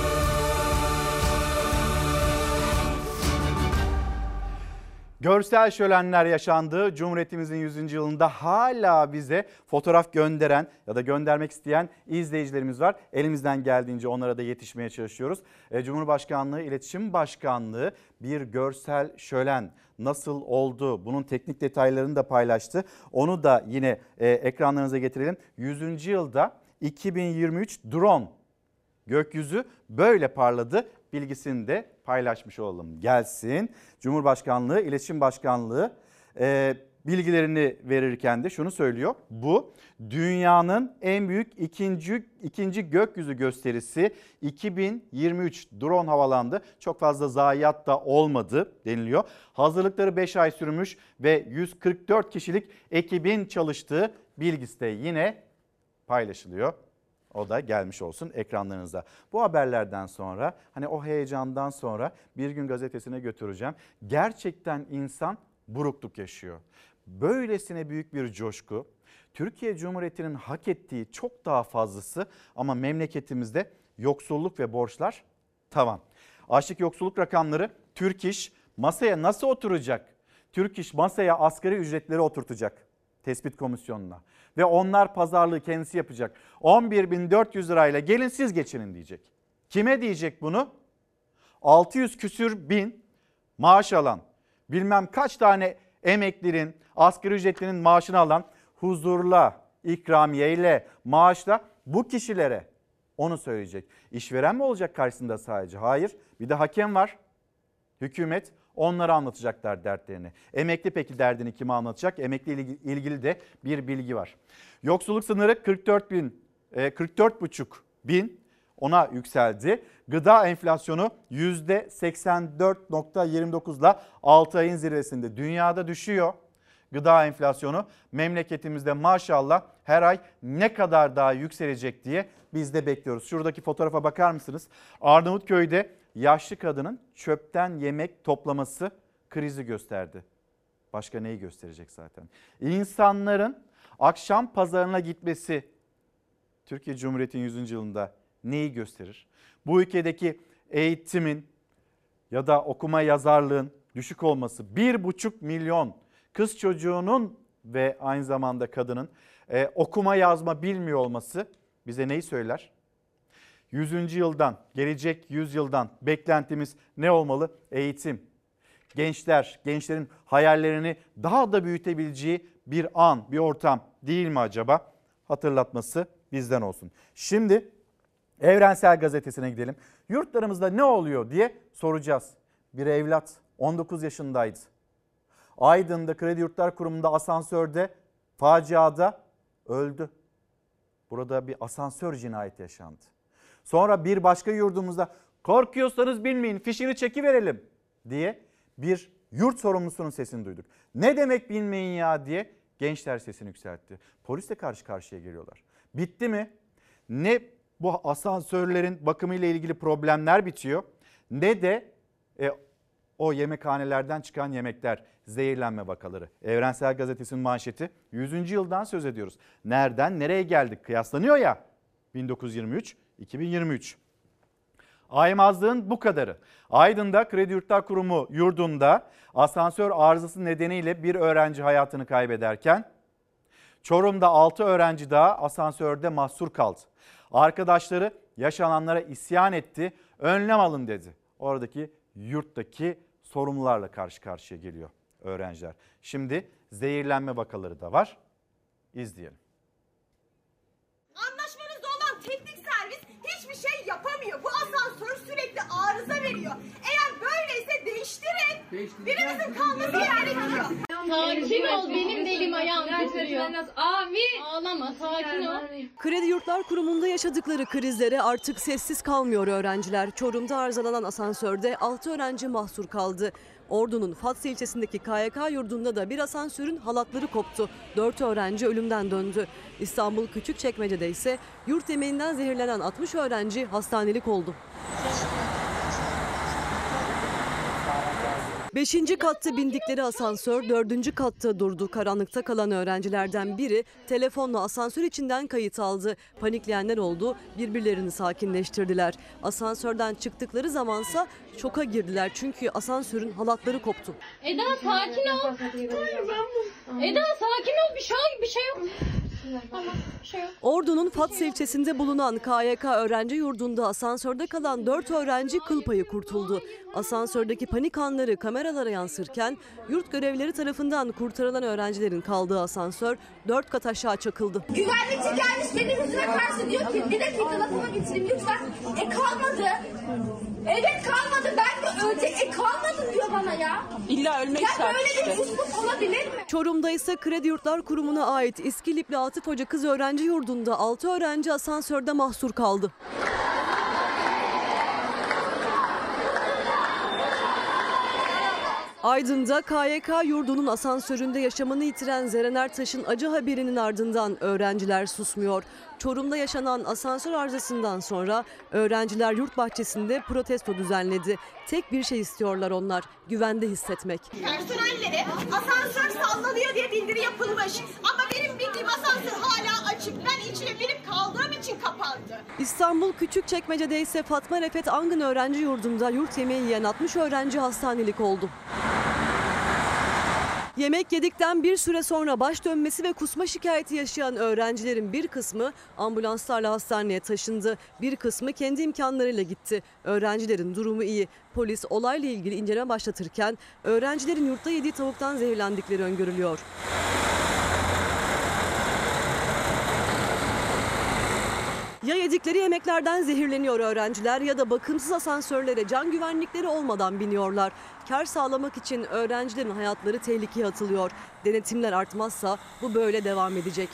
Görsel şölenler yaşandı. Cumhuriyetimizin 100. yılında hala bize fotoğraf gönderen ya da göndermek isteyen izleyicilerimiz var. Elimizden geldiğince onlara da yetişmeye çalışıyoruz. Cumhurbaşkanlığı İletişim Başkanlığı bir görsel şölen nasıl oldu? Bunun teknik detaylarını da paylaştı. Onu da yine ekranlarınıza getirelim. 100. yılda 2023 drone gökyüzü böyle parladı bilgisini de paylaşmış olalım. Gelsin. Cumhurbaşkanlığı, İletişim Başkanlığı bilgilerini verirken de şunu söylüyor. Bu dünyanın en büyük ikinci gökyüzü gösterisi 2023 drone havalandı. Çok fazla zayiat da olmadı deniliyor. Hazırlıkları 5 ay sürmüş ve 144 kişilik ekibin çalıştığı bilgisi de yine paylaşılıyor. O da gelmiş olsun ekranlarınıza. Bu haberlerden sonra hani o heyecandan sonra Bir Gün Gazetesi'ne götüreceğim. Gerçekten insan burukluk yaşıyor. Böylesine büyük bir coşku. Türkiye Cumhuriyeti'nin hak ettiği çok daha fazlası ama memleketimizde yoksulluk ve borçlar tavan. Açlık yoksulluk rakamları Türk İş masaya nasıl oturacak? Türk İş masaya asgari ücretleri oturtacak tespit komisyonuna. Ve onlar pazarlığı kendisi yapacak. 11.400 lirayla gelin siz geçinin diyecek. Kime diyecek bunu? 600 küsür bin maaş alan, bilmem kaç tane emeklinin, asgari ücretlinin maaşını alan huzurla, ikramiyeyle, maaşla bu kişilere onu söyleyecek. İşveren mi olacak karşısında sadece? Hayır. Bir de hakem var. Hükümet. Onlara anlatacaklar dertlerini. Emekli peki derdini kime anlatacak? Emekli ilgili de bir bilgi var. Yoksulluk sınırı 44,5 bin ona yükseldi. Gıda enflasyonu %84,29'la 6 ayın zirvesinde. Dünyada düşüyor gıda enflasyonu. Memleketimizde maşallah her ay ne kadar daha yükselecek diye biz de bekliyoruz. Şuradaki fotoğrafa bakar mısınız? Arnavutköy'de yaşlı kadının çöpten yemek toplaması krizi gösterdi. Başka neyi gösterecek zaten? İnsanların akşam pazarına gitmesi Türkiye Cumhuriyeti'nin 100. yılında neyi gösterir? Bu ülkedeki eğitimin ya da okuma yazarlığın düşük olması, 1,5 milyon kız çocuğunun ve aynı zamanda kadının okuma yazma bilmiyor olması bize neyi söyler? 100. yıldan, gelecek 100 yıldan beklentimiz ne olmalı? Eğitim, gençlerin hayallerini daha da büyütebileceği bir an, bir ortam değil mi acaba? Hatırlatması bizden olsun. Şimdi Evrensel Gazetesi'ne gidelim. Yurtlarımızda ne oluyor diye soracağız. Bir evlat 19 yaşındaydı. Aydın'da Kredi Yurtlar Kurumu'nda asansörde faciada öldü. Burada bir asansör cinayeti yaşandı. Sonra bir başka yurdumuzda korkuyorsanız bilmeyin fişini çekiverelim diye bir yurt sorumlusunun sesini duyduk. Ne demek bilmeyin ya diye gençler sesini yükseltti. Polisle karşı karşıya geliyorlar. Bitti mi? Ne bu asansörlerin bakımıyla ilgili problemler bitiyor ne de o yemekhanelerden çıkan yemekler, zehirlenme vakaları. Evrensel Gazetesi'nin manşeti 100. yıldan söz ediyoruz. Nereden nereye geldik kıyaslanıyor ya 1923-2023. Aymazlığın bu kadarı. Aydın'da Kredi Yurtlar Kurumu yurdunda asansör arızası nedeniyle bir öğrenci hayatını kaybederken Çorum'da 6 öğrenci daha asansörde mahsur kaldı. Arkadaşları yaşananlara isyan etti, önlem alın dedi. Oradaki yurttaki sorumlularla karşı karşıya geliyor öğrenciler. Şimdi zehirlenme vakaları da var. İzleyelim. Anlaşmanızda olan teknik servis hiçbir şey yapamıyor. Bu asansör sürekli arıza veriyor. Eğer böyleyse değiştirin. Birimizin kalması gerekiyor. Sakin ol, benim de elim ayağım titriyor. Abi ağlama, sakin ol. Kredi Yurtlar Kurumu'nda yaşadıkları krizlere artık sessiz kalmıyor öğrenciler. Çorum'da arızalanan asansörde 6 öğrenci mahsur kaldı. Ordu'nun Fatsa ilçesindeki KYK yurdunda da bir asansörün halatları koptu. 4 öğrenci ölümden döndü. İstanbul Küçükçekmece'de ise yurt yemeğinden zehirlenen 60 öğrenci hastanelik oldu. 5. katta bindikleri asansör 4. katta durdu. Karanlıkta kalan öğrencilerden biri telefonla asansör içinden kayıt aldı. Panikleyenler oldu, birbirlerini sakinleştirdiler. Asansörden çıktıkları zamansa şoka girdiler çünkü asansörün halatları koptu. Eda sakin ol. Eda sakin ol, bir şey yok. Tamam, bir şey yok. Ordu'nun Fatsa ilçesinde bulunan KYK öğrenci yurdunda asansörde kalan 4 öğrenci kıl payı kurtuldu. Asansördeki panik anları kameralara yansırken yurt görevlileri tarafından kurtarılan öğrencilerin kaldığı asansör 4 kat aşağı çakıldı. Güvenlikçi gelmiş benim yüzüme karşı diyor ki bir dakika lafıma bitireyim lütfen. Kalmadı. Evet kalmadı. Ben de ölecek. Kalmadı diyor bana ya. İlla ölmek şart işte. Böyle bir üslup olabilir mi? Çorum'da ise Kredi Yurtlar Kurumu'na ait İskilipli Atıf Hoca Kız Öğrenci Yurdu'nda 6 öğrenci asansörde mahsur kaldı. Aydın'da KYK yurdunun asansöründe yaşamını yitiren Zeren Ertaş'ın acı haberinin ardından öğrenciler susmuyor. Çorum'da yaşanan asansör arızasından sonra öğrenciler yurt bahçesinde protesto düzenledi. Tek bir şey istiyorlar onlar, güvende hissetmek. Personellere asansör sallanıyor diye bildiri yapılmış. Ama benim bildiğim asansör hala açık. Ben içine binip kaldığım için kapandı. İstanbul Küçükçekmece'de ise Fatma Refet Angın Öğrenci Yurdu'nda yurt yemeği yiyen 60 öğrenci hastanelik oldu. Yemek yedikten bir süre sonra baş dönmesi ve kusma şikayeti yaşayan öğrencilerin bir kısmı ambulanslarla hastaneye taşındı. Bir kısmı kendi imkanlarıyla gitti. Öğrencilerin durumu iyi. Polis olayla ilgili inceleme başlatırken öğrencilerin yurtta yediği tavuktan zehirlendikleri öngörülüyor. Ya yedikleri yemeklerden zehirleniyor öğrenciler ya da bakımsız asansörlere can güvenlikleri olmadan biniyorlar. Kar sağlamak için öğrencilerin hayatları tehlikeye atılıyor. Denetimler artmazsa bu böyle devam edecek.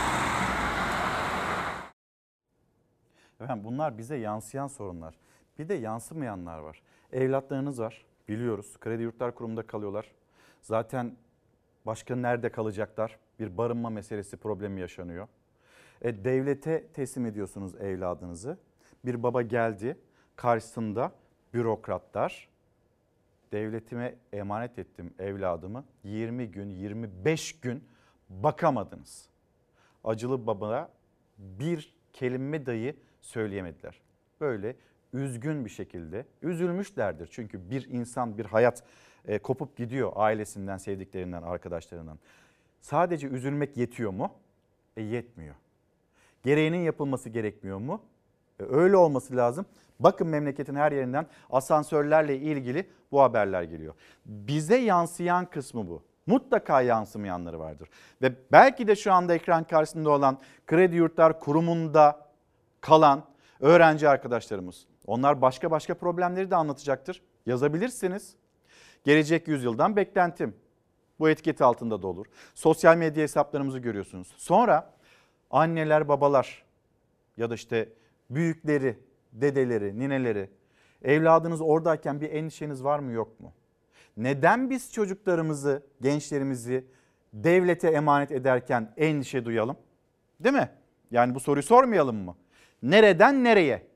Efendim bunlar bize yansıyan sorunlar. Bir de yansımayanlar var. Evlatlarınız var biliyoruz. Kredi Yurtlar Kurumu'nda kalıyorlar. Zaten başka nerede kalacaklar? Bir barınma meselesi problemi yaşanıyor. Devlete teslim ediyorsunuz evladınızı. Bir baba geldi, karşısında bürokratlar. Devletime emanet ettim evladımı. 20 gün, 25 gün bakamadınız. Acılı babaya bir kelime dahi söyleyemediler. Böyle üzgün bir şekilde, üzülmüşlerdir. Çünkü bir insan, bir hayat kopup gidiyor ailesinden, sevdiklerinden, arkadaşlarından. Sadece üzülmek yetiyor mu? Yetmiyor. Gereğinin yapılması gerekmiyor mu? Öyle olması lazım. Bakın memleketin her yerinden asansörlerle ilgili bu haberler geliyor. Bize yansıyan kısmı bu. Mutlaka yansımayanları vardır. Ve belki de şu anda ekran karşısında olan Kredi Yurtlar Kurumu'nda kalan öğrenci arkadaşlarımız, onlar başka problemleri de anlatacaktır. Yazabilirsiniz. Gelecek yüzyıldan beklentim. Bu etiket altında da olur. Sosyal medya hesaplarımızı görüyorsunuz. Sonra anneler, babalar ya da işte büyükleri, dedeleri, nineleri, evladınız oradayken bir endişeniz var mı yok mu? Neden biz çocuklarımızı, gençlerimizi devlete emanet ederken endişe duyalım? Değil mi? Yani bu soruyu sormayalım mı? Nereden nereye?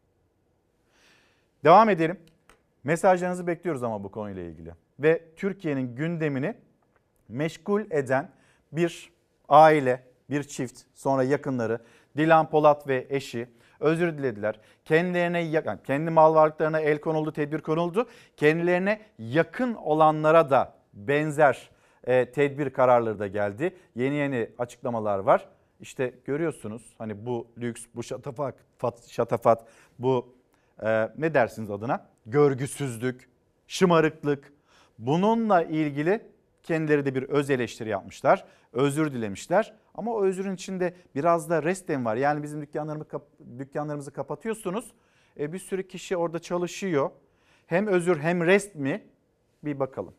Devam edelim. Mesajlarınızı bekliyoruz ama bu konuyla ilgili. Ve Türkiye'nin gündemini meşgul eden bir aile, bir çift, sonra yakınları Dilan Polat ve eşi özür dilediler. Kendilerine, kendi mal varlıklarına el konuldu, tedbir konuldu. Kendilerine yakın olanlara da benzer tedbir kararları da geldi. Yeni açıklamalar var. İşte görüyorsunuz hani bu lüks, bu şatafat, bu ne dersiniz adına? Görgüsüzlük, şımarıklık. Bununla ilgili kendileri de bir öz eleştiri yapmışlar. Özür dilemişler. Ama o özrün içinde biraz da resten var. Yani bizim dükkanlarımızı kapatıyorsunuz. Bir sürü kişi orada çalışıyor. Hem özür hem rest mi? Bir bakalım.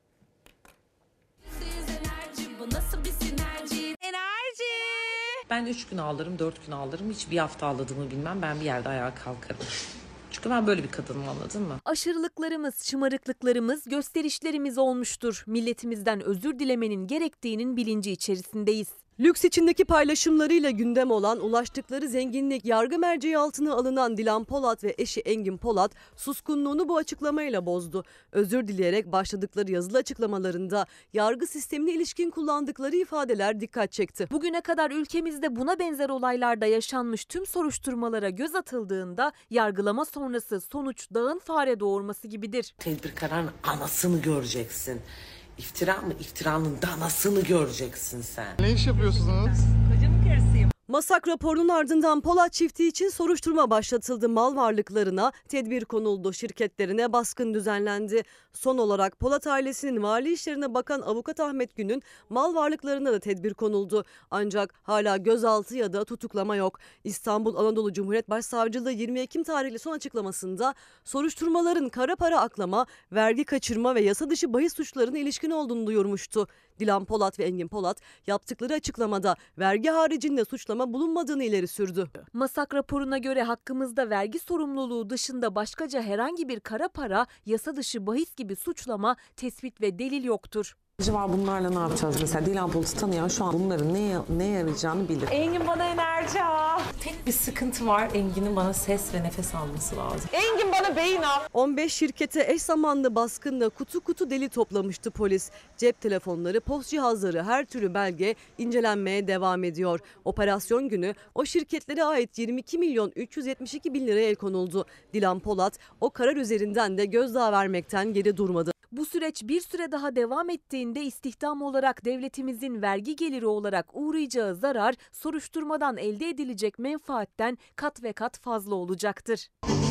Ben 3 gün ağlarım, 4 gün ağlarım. Hiç bir hafta ağladığımı bilmem. Ben bir yerde ayağa kalkarım. Çünkü ben böyle bir kadınım, anladın mı? Aşırılıklarımız, şımarıklıklarımız, gösterişlerimiz olmuştur. Milletimizden özür dilemenin gerektiğinin bilinci içerisindeyiz. Lüks içindeki paylaşımlarıyla gündem olan ulaştıkları zenginlik yargı merceği altına alınan Dilan Polat ve eşi Engin Polat suskunluğunu bu açıklamayla bozdu. Özür dileyerek başladıkları yazılı açıklamalarında yargı sistemine ilişkin kullandıkları ifadeler dikkat çekti. Bugüne kadar ülkemizde buna benzer olaylarda yaşanmış tüm soruşturmalara göz atıldığında yargılama sonrası sonuç dağın fare doğurması gibidir. Tedbir kararının anasını göreceksin. İftira mı? İftiranın danasını göreceksin sen. Ne iş yapıyorsunuz? Kocamın karısıyım. Masak raporunun ardından Polat çifti için soruşturma başlatıldı. Mal varlıklarına tedbir konuldu. Şirketlerine baskın düzenlendi. Son olarak Polat ailesinin mali işlerine bakan avukat Ahmet Gün'ün mal varlıklarına da tedbir konuldu. Ancak hala gözaltı ya da tutuklama yok. İstanbul Anadolu Cumhuriyet Başsavcılığı 20 Ekim tarihli son açıklamasında soruşturmaların kara para aklama, vergi kaçırma ve yasa dışı bahis suçlarına ilişkin olduğunu duyurmuştu. Dilan Polat ve Engin Polat yaptıkları açıklamada vergi haricinde suçlama bulunmadığını ileri sürdü. Masak raporuna göre hakkımızda vergi sorumluluğu dışında başkaca herhangi bir kara para, yasa dışı bahis gibi suçlama, tespit ve delil yoktur. Acaba bunlarla ne yapacağız mesela? Dilan Polat'ı tanıyan şu an bunların ne yarayacağını bilir. Engin bana enerji al. Tek bir sıkıntı var. Engin'in bana ses ve nefes alması lazım. Engin bana beyin al. 15 şirkete eş zamanlı baskınla kutu delil toplamıştı polis. Cep telefonları, post cihazları, her türlü belge incelenmeye devam ediyor. Operasyon günü o şirketlere ait 22 milyon 372 bin liraya el konuldu. Dilan Polat o karar üzerinden de gözdağı vermekten geri durmadı. Bu süreç bir süre daha devam ettiğinde istihdam olarak devletimizin vergi geliri olarak uğrayacağı zarar soruşturmadan elde edilecek menfaatten kat ve kat fazla olacaktır.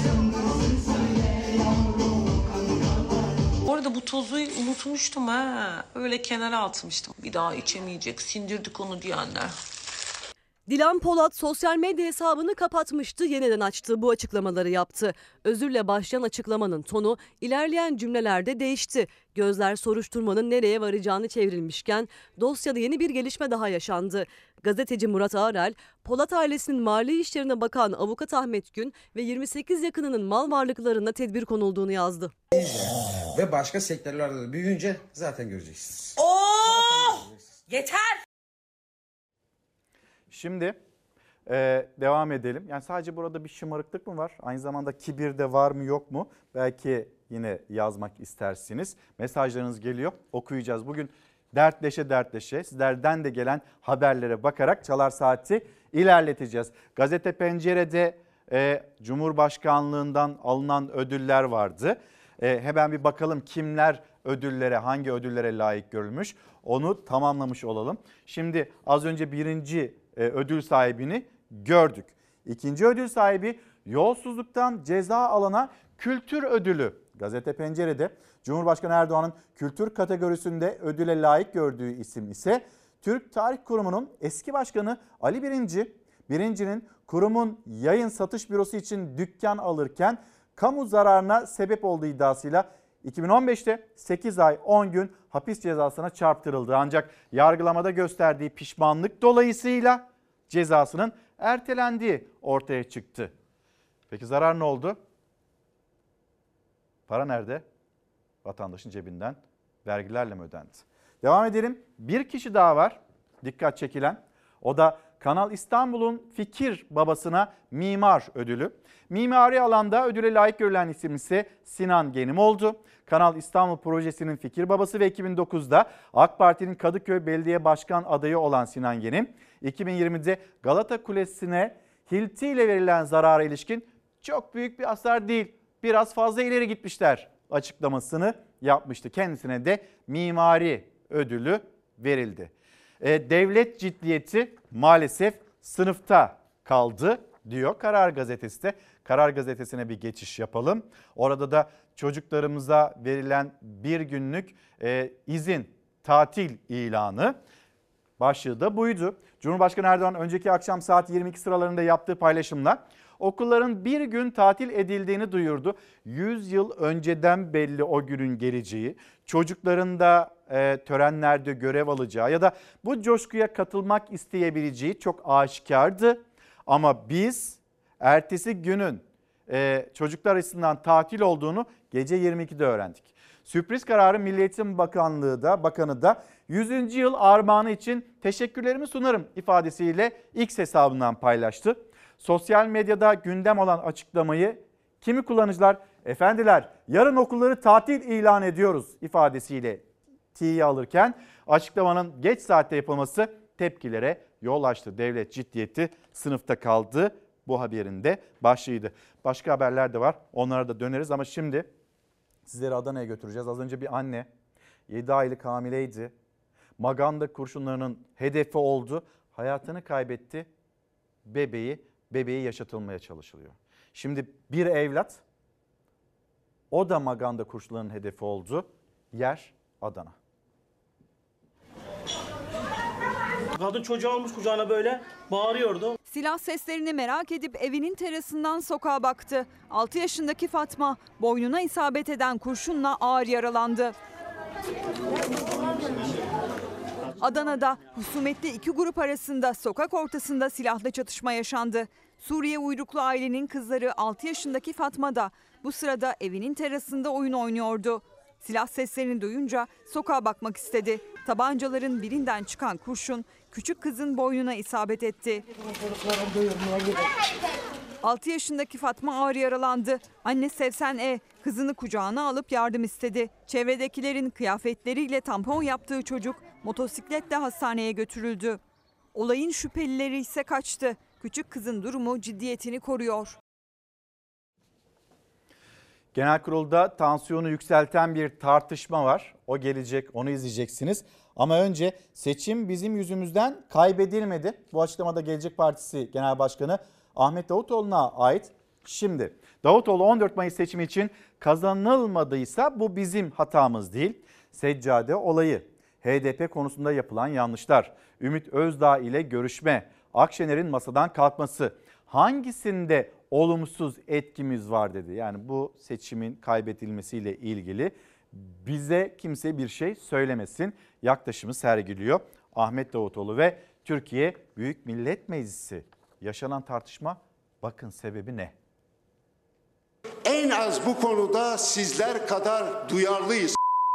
Bu arada bu tozu unutmuştum ha. Öyle kenara atmıştım. Bir daha içemeyecek, sindirdik onu diyenler. Dilan Polat sosyal medya hesabını kapatmıştı, yeniden açtı, bu açıklamaları yaptı. Özürle başlayan açıklamanın tonu ilerleyen cümlelerde değişti. Gözler soruşturmanın nereye varacağını çevrilmişken dosyada yeni bir gelişme daha yaşandı. Gazeteci Murat Ağrel, Polat ailesinin mali işlerine bakan avukat Ahmet Gün ve 28 yakınının mal varlıklarına tedbir konulduğunu yazdı. Ve başka sektörlerde de büyüyünce zaten göreceksiniz. Yeter! Şimdi devam edelim. Yani sadece burada bir şımarıklık mı var? Aynı zamanda kibir de var mı yok mu? Belki yine yazmak istersiniz. Mesajlarınız geliyor, okuyacağız. Bugün dertleşe sizlerden de gelen haberlere bakarak Çalar Saat'i ilerleteceğiz. Gazete Pencere'de Cumhurbaşkanlığından alınan ödüller vardı. Hemen bir bakalım kimler hangi ödüllere layık görülmüş, onu tamamlamış olalım. Şimdi az önce birinci ödül sahibini gördük. İkinci ödül sahibi yolsuzluktan ceza alana kültür ödülü. Gazete Pencere'de Cumhurbaşkanı Erdoğan'ın kültür kategorisinde ödüle layık gördüğü isim ise Türk Tarih Kurumu'nun eski başkanı Ali Birinci. Birinci'nin kurumun yayın satış bürosu için dükkan alırken kamu zararına sebep olduğu iddiasıyla 2015'te 8 ay 10 gün hapis cezasına çarptırıldı. Ancak yargılamada gösterdiği pişmanlık dolayısıyla cezasının ertelendiği ortaya çıktı. Peki zarar ne oldu? Para nerede? Vatandaşın cebinden vergilerle mi ödendi? Devam edelim. Bir kişi daha var dikkat çekilen. O da Kanal İstanbul'un fikir babasına mimar ödülü. Mimari alanda ödüle layık görülen isim ise Sinan Genim oldu. Kanal İstanbul projesinin fikir babası ve 2009'da AK Parti'nin Kadıköy Belediye Başkan adayı olan Sinan Genim, 2020'de Galata Kulesi'ne hiltiyle verilen zarara ilişkin çok büyük bir hasar değil, biraz fazla ileri gitmişler açıklamasını yapmıştı. Kendisine de mimari ödülü verildi. Devlet ciddiyeti maalesef sınıfta kaldı diyor Karar Gazetesi de. Karar Gazetesi'ne bir geçiş yapalım. Orada da çocuklarımıza verilen bir günlük izin, tatil ilanı başlığı da buydu. Cumhurbaşkanı Erdoğan önceki akşam saat 22 sıralarında yaptığı paylaşımla okulların bir gün tatil edildiğini duyurdu. 100 yıl önceden belli o günün geleceği, çocukların da törenlerde görev alacağı ya da bu coşkuya katılmak isteyebileceği çok aşikardı. Ama biz ertesi günün çocuklar açısından tatil olduğunu gece 22'de öğrendik. Sürpriz kararı Milli Eğitim Bakanı da 100. yıl armağanı için teşekkürlerimi sunarım ifadesiyle X hesabından paylaştı. Sosyal medyada gündem olan açıklamayı kimi kullanıcılar efendiler yarın okulları tatil ilan ediyoruz ifadesiyle tiye alırken açıklamanın geç saatte yapılması tepkilere yol açtı. Devlet ciddiyeti sınıfta kaldı bu haberin de başlığıydı. Başka haberler de var, onlara da döneriz ama şimdi sizleri Adana'ya götüreceğiz. Az önce bir anne 7 aylık hamileydi. Maganda kurşunlarının hedefi oldu. Hayatını kaybetti. Bebeği yaşatılmaya çalışılıyor. Şimdi bir evlat, o da maganda kurşunlarının hedefi oldu. Yer Adana. Kadın çocuğu almış kucağına böyle bağırıyordu. Silah seslerini merak edip evinin terasından sokağa baktı. 6 yaşındaki Fatma boynuna isabet eden kurşunla ağır yaralandı. Adana'da husumetli iki grup arasında sokak ortasında silahlı çatışma yaşandı. Suriye uyruklu ailenin kızları 6 yaşındaki Fatma da bu sırada evinin terasında oyun oynuyordu. Silah seslerini duyunca sokağa bakmak istedi. Tabancaların birinden çıkan kurşun küçük kızın boynuna isabet etti. 6 yaşındaki Fatma ağır yaralandı. Anne Sevsen kızını kucağına alıp yardım istedi. Çevredekilerin kıyafetleriyle tampon yaptığı çocuk motosikletle hastaneye götürüldü. Olayın şüphelileri ise kaçtı. Küçük kızın durumu ciddiyetini koruyor. Genel kurulda tansiyonu yükselten bir tartışma var. O gelecek, onu izleyeceksiniz. Ama önce seçim bizim yüzümüzden kaybedilmedi. Bu açıklamada Gelecek Partisi Genel Başkanı Ahmet Davutoğlu'na ait. Şimdi Davutoğlu 14 Mayıs seçimi için kazanılmadıysa bu bizim hatamız değil. Seccade olayı, HDP konusunda yapılan yanlışlar, Ümit Özdağ ile görüşme, Akşener'in masadan kalkması, hangisinde olumsuz etkimiz var dedi. Yani bu seçimin kaybedilmesiyle ilgili bize kimse bir şey söylemesin yaklaşımı sergiliyor Ahmet Davutoğlu ve Türkiye Büyük Millet Meclisi. Yaşanan tartışma, bakın sebebi ne? En az bu konuda sizler kadar duyarlıyız.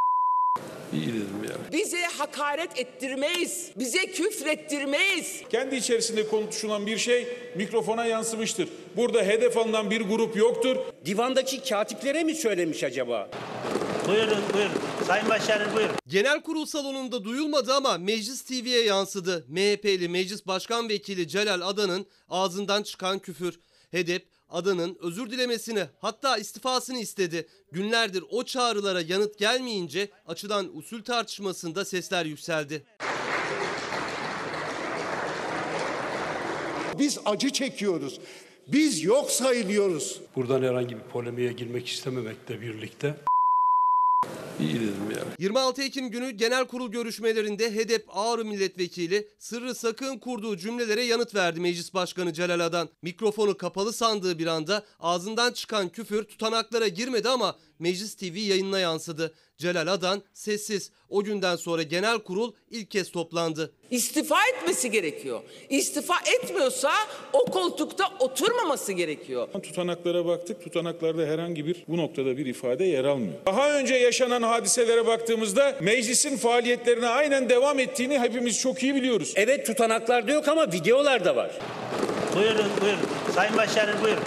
Bize hakaret ettirmeyiz, bize küfrettirmeyiz. Kendi içerisinde konuşulan bir şey mikrofona yansımıştır. Burada hedef alınan bir grup yoktur. Divandaki katiplere mi söylemiş acaba? Buyurun. Sayın Başkanım buyurun. Genel kurul salonunda duyulmadı ama Meclis TV'ye yansıdı. MHP'li Meclis Başkan Vekili Celal Adan'ın ağzından çıkan küfür. HDP Adan'ın özür dilemesini, hatta istifasını istedi. Günlerdir o çağrılara yanıt gelmeyince açılan usul tartışmasında sesler yükseldi. Biz acı çekiyoruz. Biz yok sayılıyoruz. Buradan herhangi bir polemiğe girmek istememekle birlikte iyi dedim yani. 26 Ekim günü genel kurul görüşmelerinde HDP Ağrı Milletvekili Sırrı Sakın kurduğu cümlelere yanıt verdi Meclis Başkanı Celal Adan. Mikrofonu kapalı sandığı bir anda ağzından çıkan küfür tutanaklara girmedi ama Meclis TV yayınına yansıdı. Celal Adan sessiz. O günden sonra genel kurul ilk kez toplandı. İstifa etmesi gerekiyor. İstifa etmiyorsa o koltukta oturmaması gerekiyor. Tutanaklara baktık. Tutanaklarda herhangi bir bu noktada bir ifade yer almıyor. Daha önce yaşanan hadiselere baktığımızda meclisin faaliyetlerine aynen devam ettiğini hepimiz çok iyi biliyoruz. Evet, tutanaklarda yok ama videolarda var. Buyurun. Sayın Başkanım buyurun.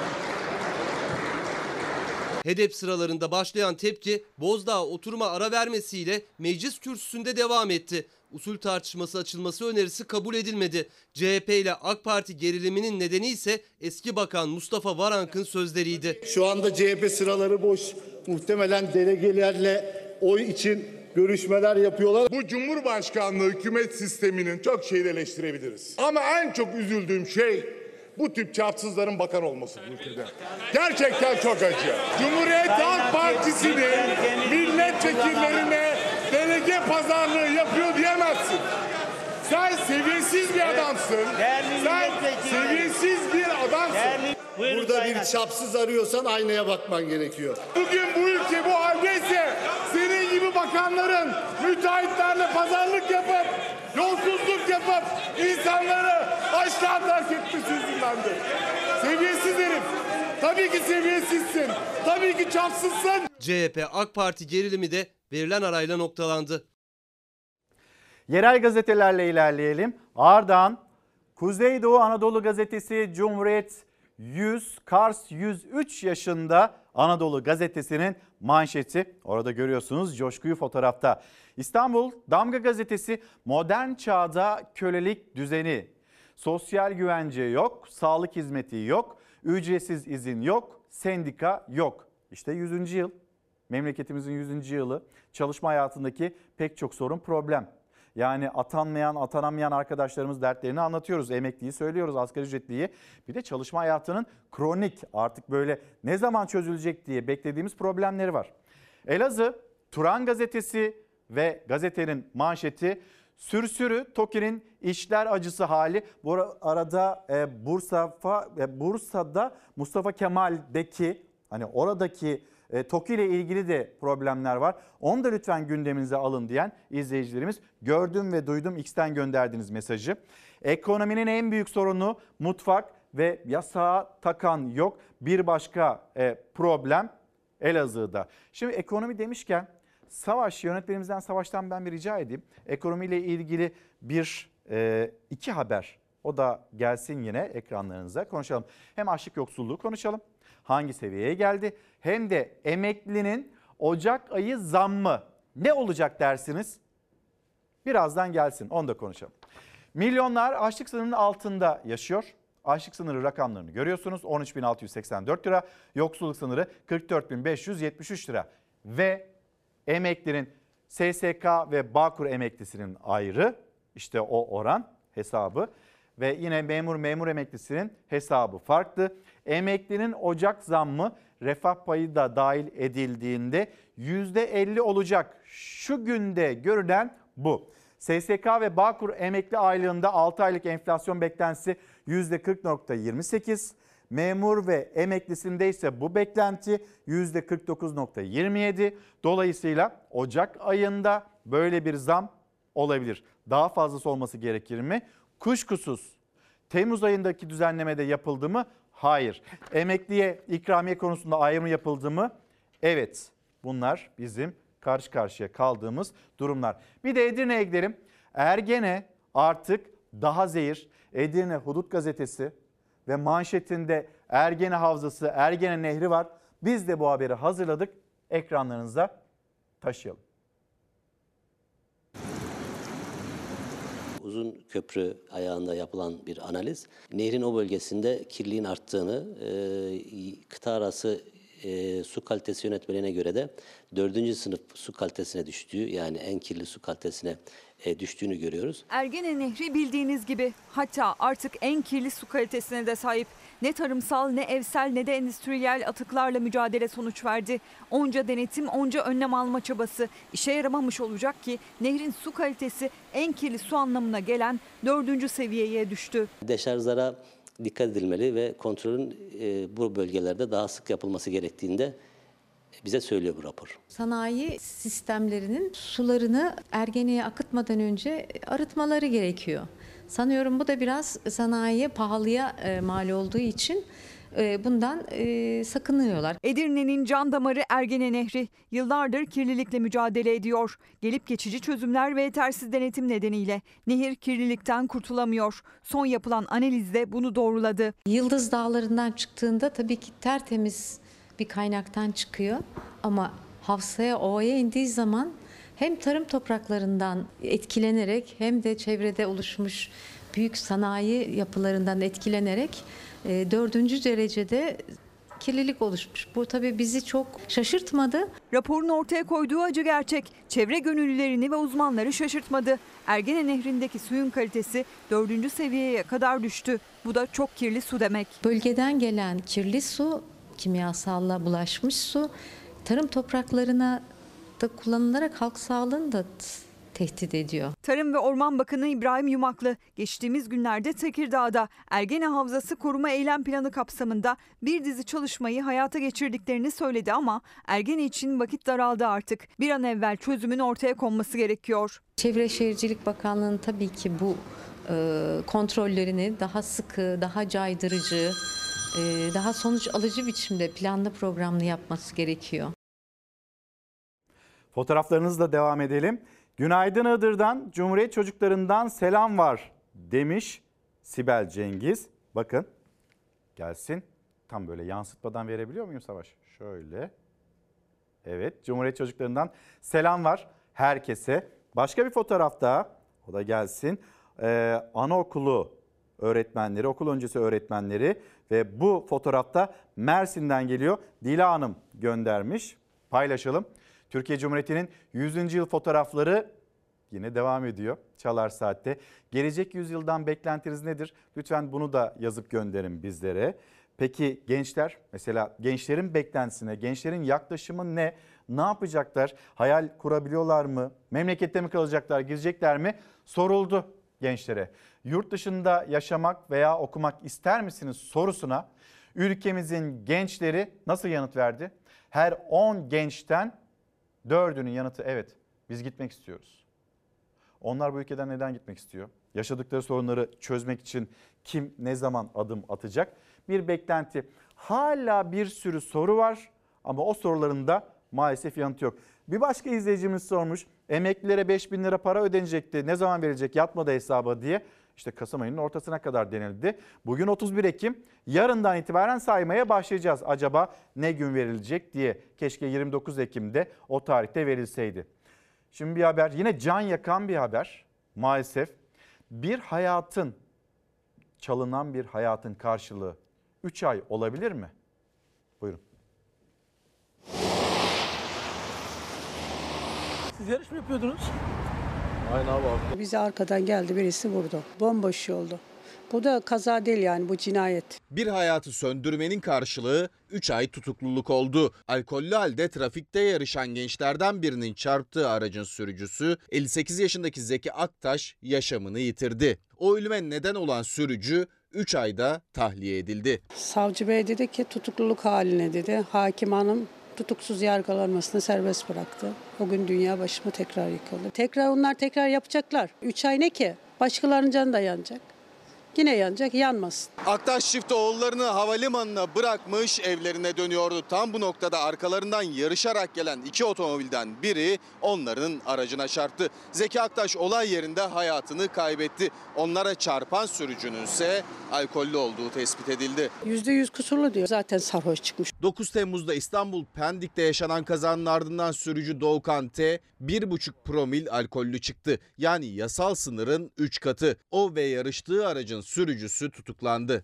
HDP sıralarında başlayan tepki Bozdağ oturuma ara vermesiyle meclis kürsüsünde devam etti. Usul tartışması açılması önerisi kabul edilmedi. CHP ile AK Parti geriliminin nedeni ise eski bakan Mustafa Varank'ın sözleriydi. Şu anda CHP sıraları boş. Muhtemelen delegelerle oy için görüşmeler yapıyorlar. Bu Cumhurbaşkanlığı hükümet sisteminin çok şeyini eleştirebiliriz. Ama en çok üzüldüğüm şey bu tip çapsızların bakan olması bu ülkede. Gerçekten çok acı. Cumhuriyet Halk Partisi'nin milletvekillerine delege pazarlığı yapıyor diyemezsin. Sen seviyesiz bir adamsın. Sen seviyesiz bir adamsın. Burada bir çapsız arıyorsan aynaya bakman gerekiyor. Bugün bu ülke bu haldeyse senin gibi bakanların müteahhitlerle pazarlık yapıp, yolsuzluk yapıp insanları açlığa terk etmesi yüzündendir. Seviyesiz herif. Tabii ki seviyesizsin. Tabii ki çapsızsın. CHP AK Parti gerilimi de verilen arayla noktalandı. Yerel gazetelerle ilerleyelim. Arda'dan Kuzeydoğu Anadolu Gazetesi Cumhuriyet 100, Kars 103 yaşında Anadolu Gazetesi'nin manşeti. Orada görüyorsunuz coşkuyu fotoğrafta. İstanbul Damga Gazetesi modern çağda kölelik düzeni. Sosyal güvence yok, sağlık hizmeti yok, ücretsiz izin yok, sendika yok. İşte 100. yıl, memleketimizin 100. yılı. Çalışma hayatındaki pek çok sorun, problem. Yani atanmayan, atanamayan arkadaşlarımız dertlerini anlatıyoruz. Emekliyi söylüyoruz, asgari ücretliyi. Bir de çalışma hayatının kronik, artık böyle ne zaman çözülecek diye beklediğimiz problemleri var. Elazığ Turan Gazetesi ve gazetenin manşeti Sürsürü TOKİ'nin işler acısı hali. Bu arada Bursa'da Mustafa Kemal'deki hani oradaki TOKİ ile ilgili de problemler var. Onu da lütfen gündeminize alın diyen izleyicilerimiz, gördüm ve duydum X'ten gönderdiğiniz mesajı. Ekonominin en büyük sorunu mutfak ve yasağa takan yok. Bir başka problem Elazığ'da. Şimdi ekonomi demişken Savaş, yönetmenimizden Savaş'tan ben bir rica edeyim. Ekonomiyle ilgili iki haber, o da gelsin yine ekranlarınıza, konuşalım. Hem açlık yoksulluğu konuşalım. Hangi seviyeye geldi? Hem de emeklinin Ocak ayı zammı ne olacak dersiniz? Birazdan gelsin, onu da konuşalım. Milyonlar açlık sınırının altında yaşıyor. Açlık sınırı rakamlarını görüyorsunuz. 13.684 lira. Yoksulluk sınırı 44.573 lira. Ve emeklinin SSK ve Bağkur emeklisinin ayrı. İşte o oran hesabı. Ve yine memur emeklisinin hesabı farklı. Emeklinin Ocak zammı refah payı da dahil edildiğinde %50 olacak. Şu günde görülen bu. SSK ve Bağkur emekli aylığında 6 aylık enflasyon beklentisi %40.28. Memur ve emeklisinde ise bu beklenti %49.27. Dolayısıyla Ocak ayında böyle bir zam olabilir. Daha fazlası olması gerekir mi? Kuşkusuz. Temmuz ayındaki düzenlemede yapıldı mı? Hayır. Emekliye ikramiye konusunda ayrım yapıldı mı? Evet. Bunlar bizim karşı karşıya kaldığımız durumlar. Bir de Edirne'ye gidelim. Ergene artık daha zehir. Edirne Hudut Gazetesi ve manşetinde Ergene Havzası, Ergene Nehri var. Biz de bu haberi hazırladık. Ekranlarınıza taşıyalım. Uzun köprü ayağında yapılan bir analiz, nehrin o bölgesinde kirliliğin arttığını, kıta arası su kalitesi yönetmeliğine göre de 4. sınıf su kalitesine düştüğü, yani en kirli su kalitesine düştüğünü görüyoruz. Ergene Nehri bildiğiniz gibi, hatta artık en kirli su kalitesine de sahip. Ne tarımsal, ne evsel, ne de endüstriyel atıklarla mücadele sonuç verdi. Onca denetim, onca önlem alma çabası işe yaramamış olacak ki nehrin su kalitesi en kirli su anlamına gelen 4. seviyeye düştü. Deşarjlara dikkat edilmeli ve kontrolün bu bölgelerde daha sık yapılması gerektiğinde bize söylüyor bu rapor. Sanayi sistemlerinin sularını Ergene'ye akıtmadan önce arıtmaları gerekiyor. Sanıyorum bu da biraz sanayiye pahalıya mal olduğu için bundan sakınıyorlar. Edirne'nin can damarı Ergene Nehri yıllardır kirlilikle mücadele ediyor. Gelip geçici çözümler ve yetersiz denetim nedeniyle nehir kirlilikten kurtulamıyor. Son yapılan analiz de bunu doğruladı. Yıldız Dağları'ndan çıktığında tabii ki tertemiz bir kaynaktan çıkıyor ama Havsa'ya, ovaya indiği zaman hem tarım topraklarından etkilenerek hem de çevrede oluşmuş büyük sanayi yapılarından etkilenerek 4. derecede kirlilik oluşmuş. Bu tabii bizi çok şaşırtmadı. Raporun ortaya koyduğu acı gerçek çevre gönüllülerini ve uzmanları şaşırtmadı. Ergene Nehri'ndeki suyun kalitesi 4. seviyeye kadar düştü. Bu da çok kirli su demek. Bölgeden gelen kirli su, kimyasalla bulaşmış su tarım topraklarına da kullanılarak halk sağlığını da tehdit ediyor. Tarım ve Orman Bakanı İbrahim Yumaklı geçtiğimiz günlerde Tekirdağ'da Ergene Havzası Koruma Eylem Planı kapsamında bir dizi çalışmayı hayata geçirdiklerini söyledi ama Ergene için vakit daraldı artık. Bir an evvel çözümün ortaya konması gerekiyor. Çevre Şehircilik Bakanlığı'nın tabii ki bu kontrollerini daha sıkı, daha caydırıcı, daha sonuç alıcı biçimde planlı programlı yapması gerekiyor. Fotoğraflarınızla devam edelim. Günaydın Iğdır'dan, Cumhuriyet çocuklarından selam var demiş Sibel Cengiz. Bakın gelsin. Tam böyle yansıtmadan verebiliyor muyum Savaş? Şöyle. Evet, Cumhuriyet çocuklarından selam var herkese. Başka bir fotoğraf daha, o da gelsin. Anaokulu öğretmenleri, okul öncesi öğretmenleri ve bu fotoğrafta Mersin'den geliyor. Dila Hanım göndermiş. Paylaşalım. Türkiye Cumhuriyeti'nin 100. yıl fotoğrafları yine devam ediyor Çalar Saat'te. Gelecek yüzyıldan beklentiniz nedir? Lütfen bunu da yazıp gönderin bizlere. Peki gençler, mesela gençlerin beklentisine, gençlerin yaklaşımı ne? Ne yapacaklar? Hayal kurabiliyorlar mı? Memlekette mi kalacaklar, gidecekler mi? Soruldu gençlere. Yurt dışında yaşamak veya okumak ister misiniz sorusuna ülkemizin gençleri nasıl yanıt verdi? Her 10 gençten 4'ünün yanıtı evet, biz gitmek istiyoruz. Onlar bu ülkeden neden gitmek istiyor? Yaşadıkları sorunları çözmek için kim ne zaman adım atacak? Bir beklenti. Hala bir sürü soru var ama o soruların da maalesef yanıtı yok. Bir başka izleyicimiz sormuş. Emeklilere 5.000 lira para ödenecekti. Ne zaman verecek? Yatmadı hesaba diye. İşte Kasım ayının ortasına kadar denildi. Bugün 31 Ekim. Yarından itibaren saymaya başlayacağız. Acaba ne gün verilecek diye. Keşke 29 Ekim'de o tarihte verilseydi. Şimdi bir haber. Yine can yakan bir haber. Maalesef bir hayatın, çalınan bir hayatın karşılığı 3 ay olabilir mi? Buyurun. Siz yarış mı yapıyordunuz? Aynen abi. Bize arkadan geldi, birisi vurdu. Bomboş yoldu. Bu da kaza değil yani, bu cinayet. Bir hayatı söndürmenin karşılığı 3 ay tutukluluk oldu. Alkollü halde trafikte yarışan gençlerden birinin çarptığı aracın sürücüsü 58 yaşındaki Zeki Aktaş yaşamını yitirdi. O ölüme neden olan sürücü 3 ayda tahliye edildi. Savcı bey dedi ki tutukluluk haline dedi. Hakim hanım tutuksuz yargılanmasını serbest bıraktı. O gün dünya başıma tekrar yıkıldı. Onlar tekrar yapacaklar. 3 ay ne ki? Başkalarının canı da yanacak. Yine yanacak, yanmasın. Aktaş çifti oğullarını havalimanına bırakmış evlerine dönüyordu. Tam bu noktada arkalarından yarışarak gelen 2 otomobilden biri onların aracına çarptı. Zeki Aktaş olay yerinde hayatını kaybetti. Onlara çarpan sürücünün ise alkollü olduğu tespit edildi. %100 kusurlu diyor. Zaten sarhoş çıkmış. 9 Temmuz'da İstanbul Pendik'te yaşanan kazanın ardından sürücü Doğukan T 1,5 promil alkollü çıktı. Yani yasal sınırın 3 katı. O ve yarıştığı aracın sürücüsü tutuklandı.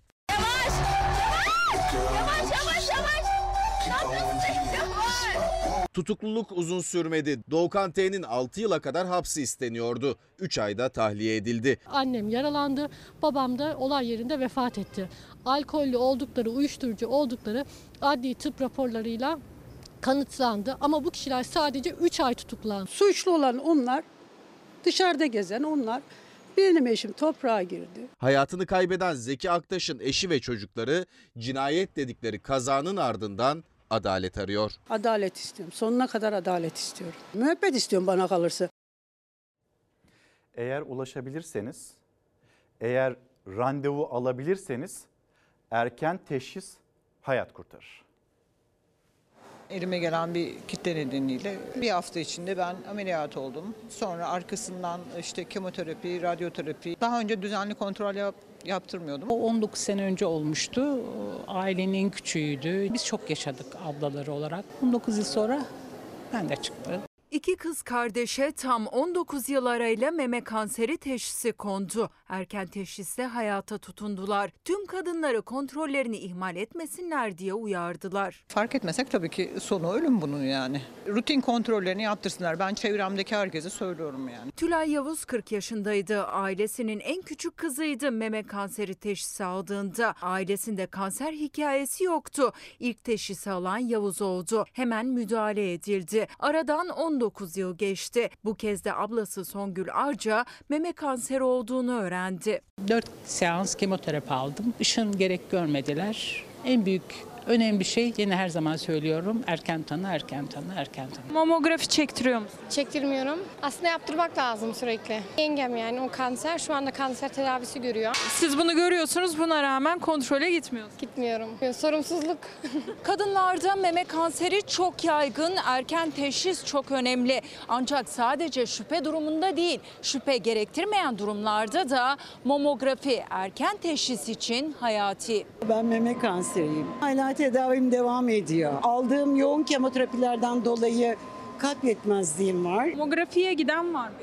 Tutukluluk uzun sürmedi. Doğukan T'nin 6 yıla kadar hapsi isteniyordu. 3 ayda tahliye edildi. Annem yaralandı, babam da olay yerinde vefat etti. Alkollü oldukları, uyuşturucu oldukları adli tıp raporlarıyla kanıtlandı. Ama bu kişiler sadece 3 ay tutuklandı. Suçlu olan onlar, dışarıda gezen onlar. Benim eşim toprağa girdi. Hayatını kaybeden Zeki Aktaş'ın eşi ve çocukları cinayet dedikleri kazanın ardından adalet arıyor. Adalet istiyorum. Sonuna kadar adalet istiyorum. Müebbet istiyorum bana kalırsa. Eğer ulaşabilirseniz, eğer randevu alabilirseniz erken teşhis hayat kurtarır. Elime gelen bir kitle nedeniyle bir hafta içinde ben ameliyat oldum. Sonra arkasından işte kemoterapi, radyoterapi. Daha önce düzenli kontrol yaptırmıyordum. O 19 sene önce olmuştu. Ailenin en küçüğüydü. Biz çok yaşadık ablaları olarak. 19 yıl sonra ben de çıktım. İki kız kardeşe tam 19 yıl arayla meme kanseri teşhisi kondu. Erken teşhisle hayata tutundular. Tüm kadınları kontrollerini ihmal etmesinler diye uyardılar. Fark etmesek tabii ki sonu ölüm bunun yani. Rutin kontrollerini yaptırsınlar. Ben çevremdeki herkese söylüyorum yani. Tülay Yavuz 40 yaşındaydı. Ailesinin en küçük kızıydı meme kanseri teşhisi aldığında. Ailesinde kanser hikayesi yoktu. İlk teşhisi alan Yavuz oldu. Hemen müdahale edildi. Aradan 19 yıl geçti. Bu kez de ablası Songül Arca meme kanseri olduğunu öğrendi. 4 seans kemoterapi aldım. Işın gerek görmediler. En büyük önemli şey, yine her zaman söylüyorum, erken tanı, erken tanı, erken tanı. Mamografi çektiriyor musun? Çektirmiyorum. Aslında yaptırmak lazım sürekli. Yengem yani o kanser, şu anda kanser tedavisi görüyor. Siz bunu görüyorsunuz, buna rağmen kontrole gitmiyorsunuz. Gitmiyorum. Sorumsuzluk. Kadınlarda meme kanseri çok yaygın, erken teşhis çok önemli. Ancak sadece şüphe durumunda değil, şüphe gerektirmeyen durumlarda da mamografi erken teşhis için hayati. Ben meme kanseriyim. Hala tedavim devam ediyor. Aldığım yoğun kemoterapilerden dolayı kalp yetmezliğim var. Mamografiye giden var mı?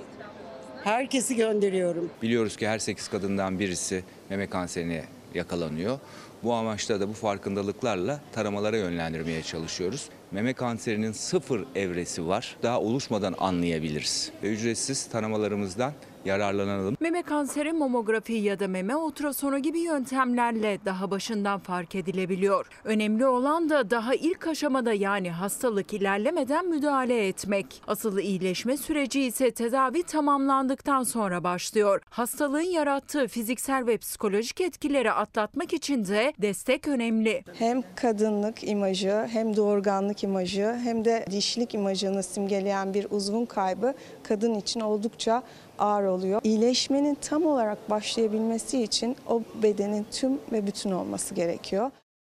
Herkesi gönderiyorum. Biliyoruz ki her 8 kadından birisi meme kanserine yakalanıyor. Bu amaçla da bu farkındalıklarla taramalara yönlendirmeye çalışıyoruz. Meme kanserinin 0 evresi var. Daha oluşmadan anlayabiliriz. Ve ücretsiz taramalarımızdan yararlanalım. Meme kanseri mamografi ya da meme ultrasonu gibi yöntemlerle daha başından fark edilebiliyor. Önemli olan da daha ilk aşamada, yani hastalık ilerlemeden müdahale etmek. Asıl iyileşme süreci ise tedavi tamamlandıktan sonra başlıyor. Hastalığın yarattığı fiziksel ve psikolojik etkileri atlatmak için de destek önemli. Hem kadınlık imajı, hem doğurganlık imajı, hem de dişilik imajını simgeleyen bir uzvun kaybı kadın için oldukça ağır oluyor. İyileşmenin tam olarak başlayabilmesi için o bedenin tüm ve bütün olması gerekiyor.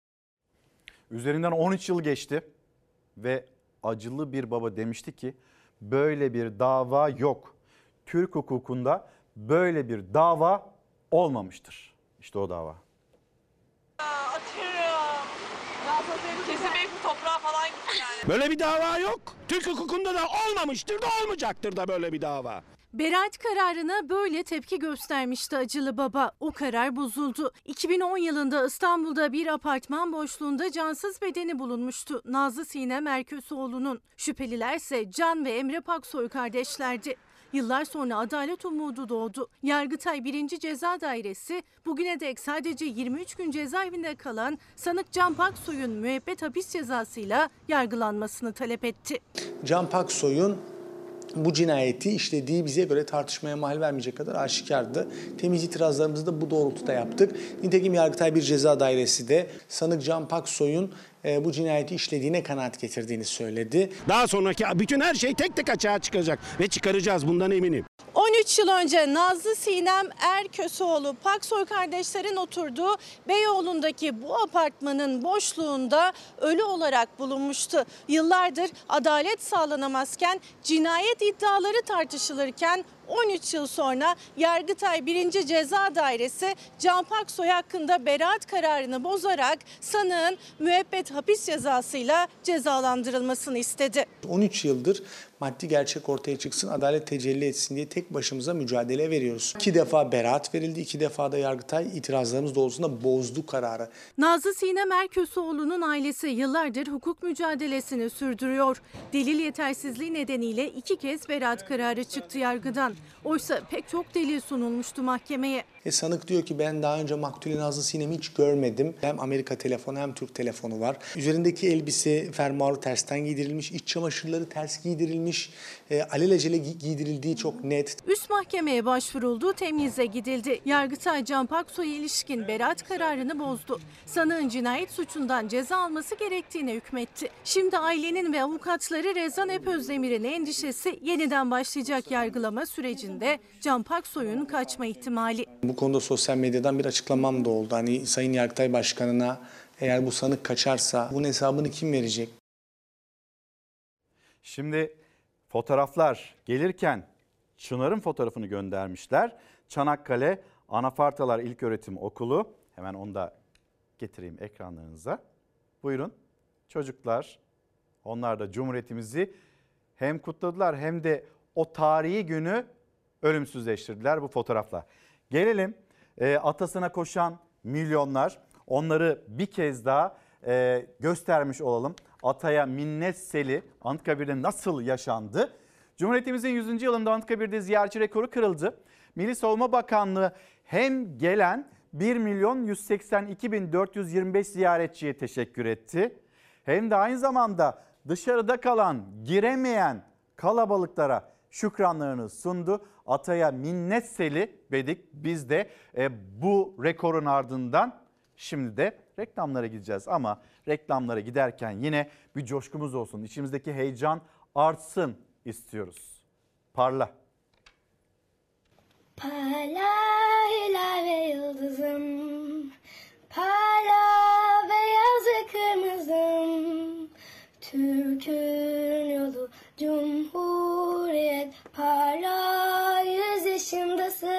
Üzerinden 13 yıl geçti ve acılı bir baba demişti ki böyle bir dava yok. Türk hukukunda böyle bir dava olmamıştır. İşte o dava. Kesin benim toprağa falan gitti yani. Böyle bir dava yok. Türk hukukunda da olmamıştır da olmayacaktır da böyle bir dava. Beraat kararına böyle tepki göstermişti acılı baba. O karar bozuldu. 2010 yılında İstanbul'da bir apartman boşluğunda cansız bedeni bulunmuştu. Nazlı Sinem Erköseoğlu'nun. Şüphelilerse Can ve Emre Paksoy kardeşlerdi. Yıllar sonra adalet umudu doğdu. Yargıtay 1. Ceza Dairesi bugüne dek sadece 23 gün cezaevinde kalan sanık Can Paksoy'un müebbet hapis cezasıyla yargılanmasını talep etti. Can Paksoy'un bu cinayeti işlediği bize göre tartışmaya mahal vermeyecek kadar aşikardı. Temiz itirazlarımızı da bu doğrultuda yaptık. Nitekim Yargıtay 1 Ceza Dairesi de sanık Can Paksoy'un bu cinayeti işlediğine kanaat getirdiğini söyledi. Daha sonraki bütün her şey tek tek açığa çıkacak ve çıkaracağız, bundan eminim. 13 yıl önce Nazlı Sinem Erköseoğlu Paksoy kardeşlerin oturduğu Beyoğlu'ndaki bu apartmanın boşluğunda ölü olarak bulunmuştu. Yıllardır adalet sağlanamazken, cinayet iddiaları tartışılırken 13 yıl sonra Yargıtay 1. Ceza Dairesi Can Paksoy hakkında beraat kararını bozarak sanığın müebbet hapis cezasıyla cezalandırılmasını istedi. 13 yıldır maddi gerçek ortaya çıksın, adalet tecelli etsin diye tek başımıza mücadele veriyoruz. 2 defa beraat verildi, 2 defa da Yargıtay itirazlarımız doğrultusunda bozdu kararı. Nazlı Sinem Erköseoğlu'nun ailesi yıllardır hukuk mücadelesini sürdürüyor. Delil yetersizliği nedeniyle 2 kez beraat kararı çıktı yargıdan. Oysa pek çok delil sunulmuştu mahkemeye. Sanık diyor ki ben daha önce maktule Nazlı Sinem'i hiç görmedim. Hem Amerika telefonu hem Türk telefonu var. Üzerindeki elbise fermuarı tersten giydirilmiş, iç çamaşırları ters giydirilmiş, alelacele giydirildiği çok net. Üst mahkemeye başvuruldu, temyize gidildi. Yargıtay Can Paksoy'a ilişkin beraat kararını bozdu. Sanığın cinayet suçundan ceza alması gerektiğine hükmetti. Şimdi ailenin ve avukatları Rezan Epözdemir'in endişesi yeniden başlayacak yargılama sürecinde Can Paksoy'un kaçma ihtimali. Bu konuda sosyal medyadan bir açıklamam da oldu. Hani Sayın Yargıtay Başkanı'na eğer bu sanık kaçarsa bunun hesabını kim verecek? Şimdi fotoğraflar gelirken Çınar'ın fotoğrafını göndermişler. Çanakkale Anafartalar İlköğretim Okulu. Hemen onu da getireyim ekranlarınıza. Buyurun. Çocuklar, onlar da Cumhuriyetimizi hem kutladılar hem de o tarihi günü ölümsüzleştirdiler bu fotoğrafla. Gelelim atasına koşan milyonlar. Onları bir kez daha göstermiş olalım. Ataya minnet seli Anıtkabir'de nasıl yaşandı? Cumhuriyetimizin 100. yılında Anıtkabir'de ziyaretçi rekoru kırıldı. Milli Savunma Bakanlığı hem gelen 1.182.425 ziyaretçiye teşekkür etti. Hem de aynı zamanda dışarıda kalan, giremeyen kalabalıklara şükranlarını sundu. Ataya minnet seli dedik biz de bu rekorun ardından. Şimdi de reklamlara gideceğiz ama reklamlara giderken yine bir coşkumuz olsun. İçimizdeki heyecan artsın istiyoruz. Parla. Parla hilal ve yıldızım, parla beyaz ve kırmızım. Türk'ün yolu Cumhuriyet, parla 100 yaşındasın.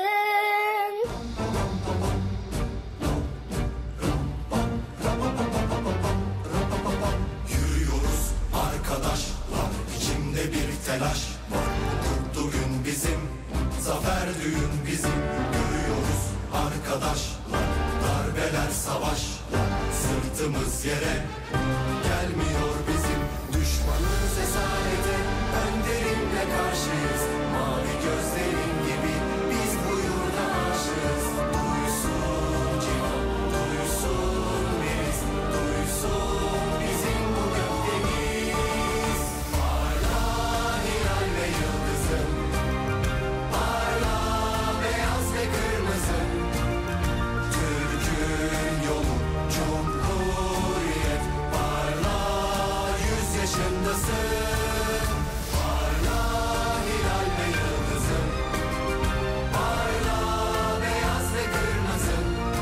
Yürüyoruz arkadaşlar, içimde bir telaş var. Mutlu gün bizim, zafer düğün bizim. Yürüyoruz arkadaşlar, darbeler savaşlar. Sırtımız yere gelmiyor bizim. Düşmanız esarete, önderimle karşıyız. Mavi gözlerin gibi biz bu yurda aşığız. Duysun cihan, duysun biz, duysun bizim bu gökdeniz. Parla hilal ve yıldızım, parla beyaz ve kırmızı. Türk'ün yolu Cumhuriyet, parla 100 yaşındasın. Parla hilal ve yıldızım, parla beyaz ve kırmızı.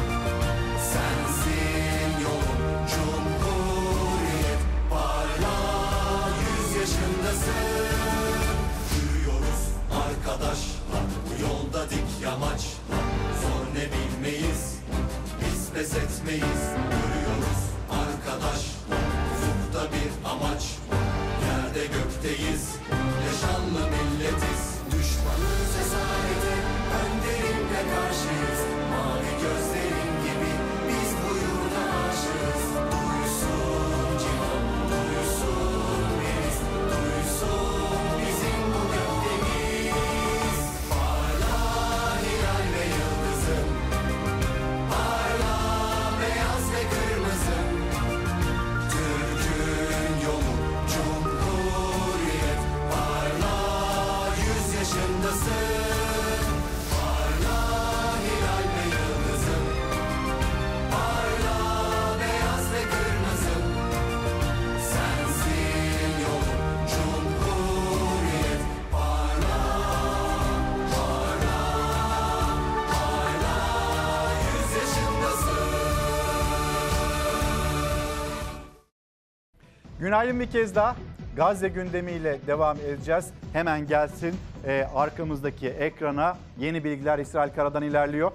Sensin yolun Cumhuriyet, parla 100 yaşındasın. Yürüyoruz arkadaşlar, bu yolda dik yamaçlar. Zor ne bilmeyiz, biz pes etmeyiz. Yürüyoruz arkadaşlar, ufukta bir amaç. Yerde gökteyiz, yaşanlı milletiz. Düşmanız esarete, önderimle karşıyız. Mavi gözlerin gibi biz bu yurda aşığız. Duysun cihan, duysun biz, duysun bizim bu gökdeniz. Parla hilal ve yıldızım, parla beyaz ve kırmızı. Türk'ün yolu Cumhuriyet, parla 100 yaşındasın. Parla hilal ve yıldızım, parla beyaz ve kırmızı. Sensin yolun Cumhuriyet, parla, parla, parla 100 yaşındasın. Günaydın bir kez daha. Gazze gündemiyle devam edeceğiz. Hemen gelsin arkamızdaki ekrana yeni bilgiler İsrail Karadan ilerliyor.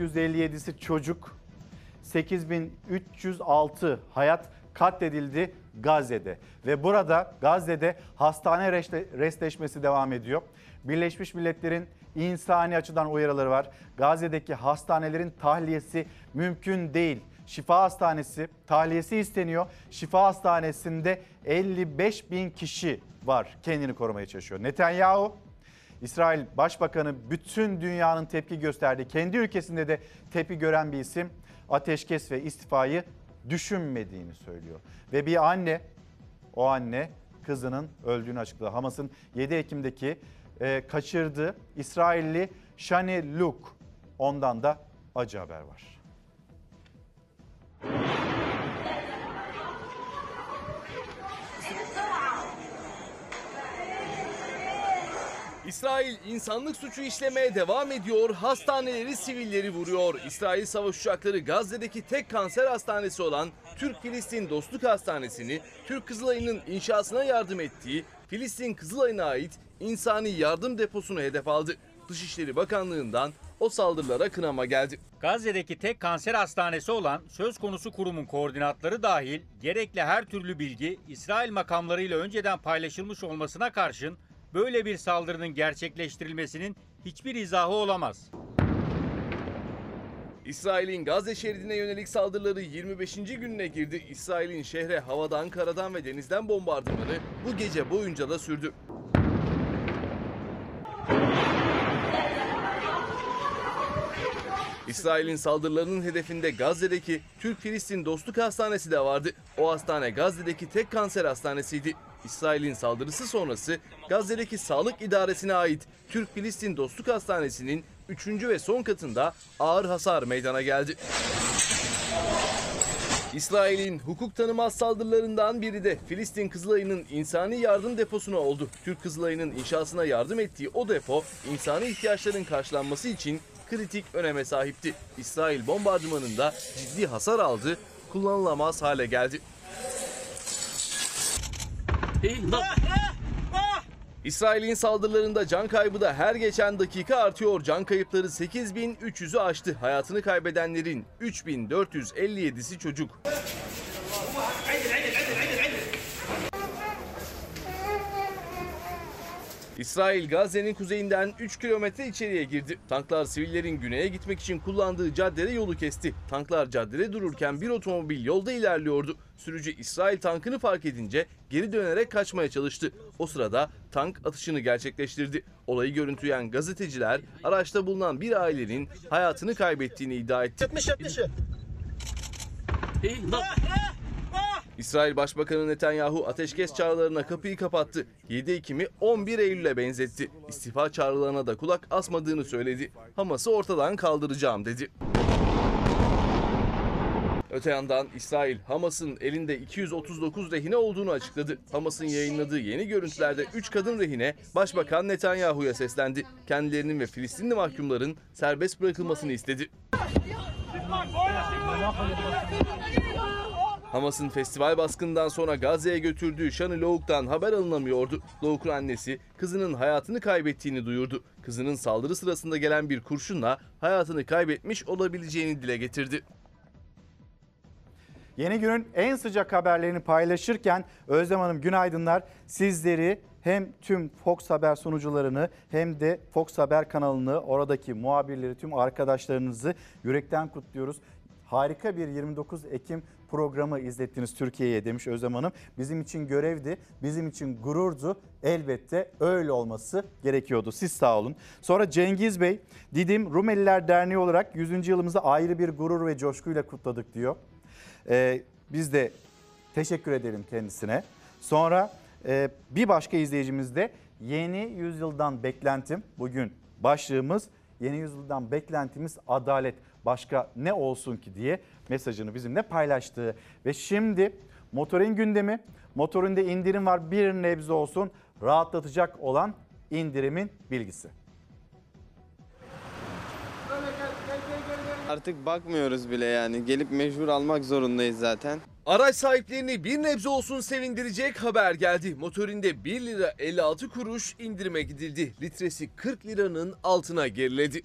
3457'si çocuk, 8306 hayat katledildi. Gazze'de ve burada Gazze'de hastane restleşmesi devam ediyor. Birleşmiş Milletler'in insani açıdan uyarıları var. Gazze'deki hastanelerin tahliyesi mümkün değil. Şifa Hastanesi tahliyesi isteniyor. Şifa Hastanesi'nde 55.000 kişi var kendini korumaya çalışıyor. Netanyahu, İsrail Başbakanı bütün dünyanın tepki gösterdiği, kendi ülkesinde de tepki gören bir isim, ateşkes ve istifayı düşünmediğini söylüyor. Ve bir anne, o anne kızının öldüğünü açıkladı. Hamas'ın 7 Ekim'deki kaçırdığı İsrailli Shani Luk, ondan da acı haber var. İsrail insanlık suçu işlemeye devam ediyor, hastaneleri sivilleri vuruyor. İsrail savaş uçakları Gazze'deki tek kanser hastanesi olan Türk-Filistin Dostluk Hastanesi'ni Türk Kızılayı'nın inşasına yardım ettiği Filistin Kızılayı'na ait insani yardım deposunu hedef aldı. Dışişleri Bakanlığı'ndan o saldırılara kınama geldi. Gazze'deki tek kanser hastanesi olan söz konusu kurumun koordinatları dahil gerekli her türlü bilgi İsrail makamlarıyla önceden paylaşılmış olmasına karşın böyle bir saldırının gerçekleştirilmesinin hiçbir izahı olamaz. İsrail'in Gazze şeridine yönelik saldırıları 25. gününe girdi. İsrail'in şehre havadan, karadan ve denizden bombardımanı bu gece boyunca da sürdü. İsrail'in saldırılarının hedefinde Gazze'deki Türk-Filistin Dostluk Hastanesi de vardı. O hastane Gazze'deki tek kanser hastanesiydi. İsrail'in saldırısı sonrası Gazze'deki Sağlık İdaresi'ne ait Türk-Filistin Dostluk Hastanesi'nin 3. ve son katında ağır hasar meydana geldi. İsrail'in hukuk tanımaz saldırılarından biri de Filistin Kızılayı'nın insani yardım deposuna oldu. Türk Kızılayı'nın inşasına yardım ettiği o depo insani ihtiyaçların karşılanması için kritik öneme sahipti. İsrail bombardımanında ciddi hasar aldı, kullanılamaz hale geldi. İsrail'in saldırılarında can kaybı da her geçen dakika artıyor. Can kayıpları 8.300'ü aştı. Hayatını kaybedenlerin 3.457'si çocuk. İsrail Gazze'nin kuzeyinden 3 kilometre içeriye girdi. Tanklar sivillerin güneye gitmek için kullandığı caddede yolu kesti. Tanklar caddede dururken bir otomobil yolda ilerliyordu. Sürücü İsrail tankını fark edince geri dönerek kaçmaya çalıştı. O sırada tank atışını gerçekleştirdi. Olayı görüntüleyen gazeteciler araçta bulunan bir ailenin hayatını kaybettiğini iddia etti. İsrail Başbakanı Netanyahu ateşkes çağrılarına kapıyı kapattı. 7 Ekim'i 11 Eylül'e benzetti. İstifa çağrılarına da kulak asmadığını söyledi. Hamas'ı ortadan kaldıracağım dedi. Öte yandan İsrail, Hamas'ın elinde 239 rehine olduğunu açıkladı. Hamas'ın yayınladığı yeni görüntülerde 3 kadın rehine Başbakan Netanyahu'ya seslendi. Kendilerinin ve Filistinli mahkumların serbest bırakılmasını istedi. Hamas'ın festival baskından sonra Gazze'ye götürdüğü Shani Louk'tan haber alınamıyordu. Louk'un annesi kızının hayatını kaybettiğini duyurdu. Kızının saldırı sırasında gelen bir kurşunla hayatını kaybetmiş olabileceğini dile getirdi. Yeni günün en sıcak haberlerini paylaşırken Özlem Hanım günaydınlar. Sizleri hem tüm Fox Haber sunucularını hem de Fox Haber kanalını, oradaki muhabirleri, tüm arkadaşlarınızı yürekten kutluyoruz. Harika bir 29 Ekim programı izlettiniz Türkiye'ye demiş Özlem Hanım. Bizim için görevdi, bizim için gururdu. Elbette öyle olması gerekiyordu. Siz sağ olun. Sonra Cengiz Bey, Didim Rumeliler Derneği olarak 100. yılımızı ayrı bir gurur ve coşkuyla kutladık diyor. Biz de teşekkür edelim kendisine. Sonra bir başka izleyicimiz de yeni yüzyıldan beklentim, bugün başlığımız yeni yüzyıldan beklentimiz adalet, başka ne olsun ki diye mesajını bizimle paylaştı. Ve şimdi motorin gündemi, motorinde indirim var, bir nebze olsun rahatlatacak olan indirimin bilgisi. Artık bakmıyoruz bile yani. Gelip mecbur almak zorundayız zaten. Araç sahiplerini bir nebze olsun sevindirecek haber geldi. Motorinde 1 lira 56 kuruş indirime gidildi. Litresi 40 liranın altına geriledi.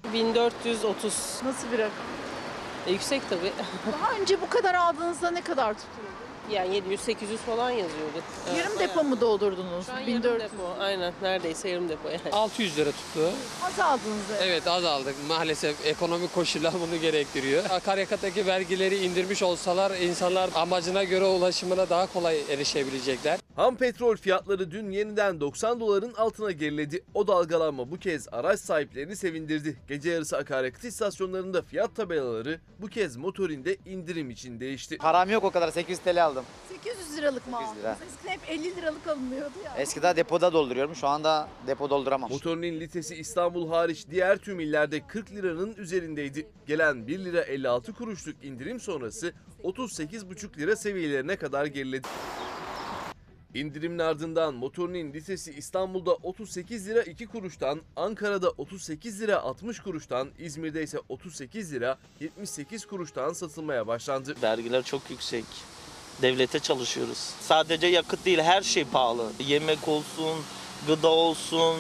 1430. Nasıl bir rakam? Yüksek tabii. Daha önce bu kadar aldığınızda ne kadar tutuyordu? Yani 700-800 falan yazıyordu. Yarım depo mu doldurdunuz? Şu an yarım depo. Aynen, neredeyse yarım depo yani. 600 lira tuttu. Azaldınız. Evet, az aldık. Maalesef ekonomik koşullar bunu gerektiriyor. Akaryakıttaki vergileri indirmiş olsalar insanlar amacına göre ulaşımına daha kolay erişebilecekler. Ham petrol fiyatları dün yeniden 90 doların altına geriledi. O dalgalanma bu kez araç sahiplerini sevindirdi. Gece yarısı akaryakıt istasyonlarında fiyat tabelaları bu kez motorinde indirim için değişti. Param yok o kadar, 800 TL aldım. 800 liralık mı aldınız? lira. Eskiden hep 50 liralık alınıyordu ya. Eskiden depoda dolduruyorum, şu anda depo dolduramam. Motorinin litesi İstanbul hariç diğer tüm illerde 40 liranın üzerindeydi. Gelen 1 lira 56 kuruşluk indirim sonrası 38,5 lira seviyelerine kadar geriledi. İndirimin ardından motorinin litesi İstanbul'da 38 lira 2 kuruştan, Ankara'da 38 lira 60 kuruştan, İzmir'de ise 38 lira 78 kuruştan satılmaya başlandı. Vergiler çok yüksek. Devlete çalışıyoruz. Sadece yakıt değil, her şey pahalı. Yemek olsun, gıda olsun.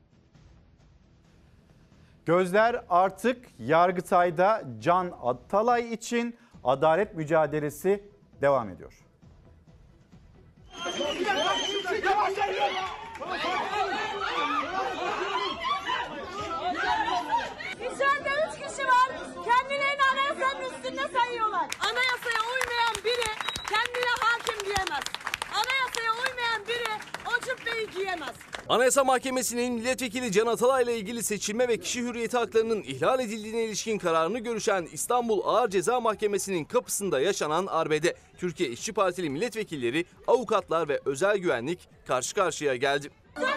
Gözler artık Yargıtay'da Can Atalay için adalet mücadelesi devam ediyor. İçeride 3 kişi var. Kendilerini anayasanın üstünde sayıyorlar. Anayasaya uymayan biri kendine hakim diyemez. Anayasaya uymayan biri o cübbeyi giyemez. Anayasa Mahkemesi'nin milletvekili Can Atalay ile ilgili seçilme ve kişi hürriyeti haklarının ihlal edildiğine ilişkin kararını görüşen İstanbul Ağır Ceza Mahkemesi'nin kapısında yaşanan arbede Türkiye İşçi Partili milletvekilleri, avukatlar ve özel güvenlik karşı karşıya geldi.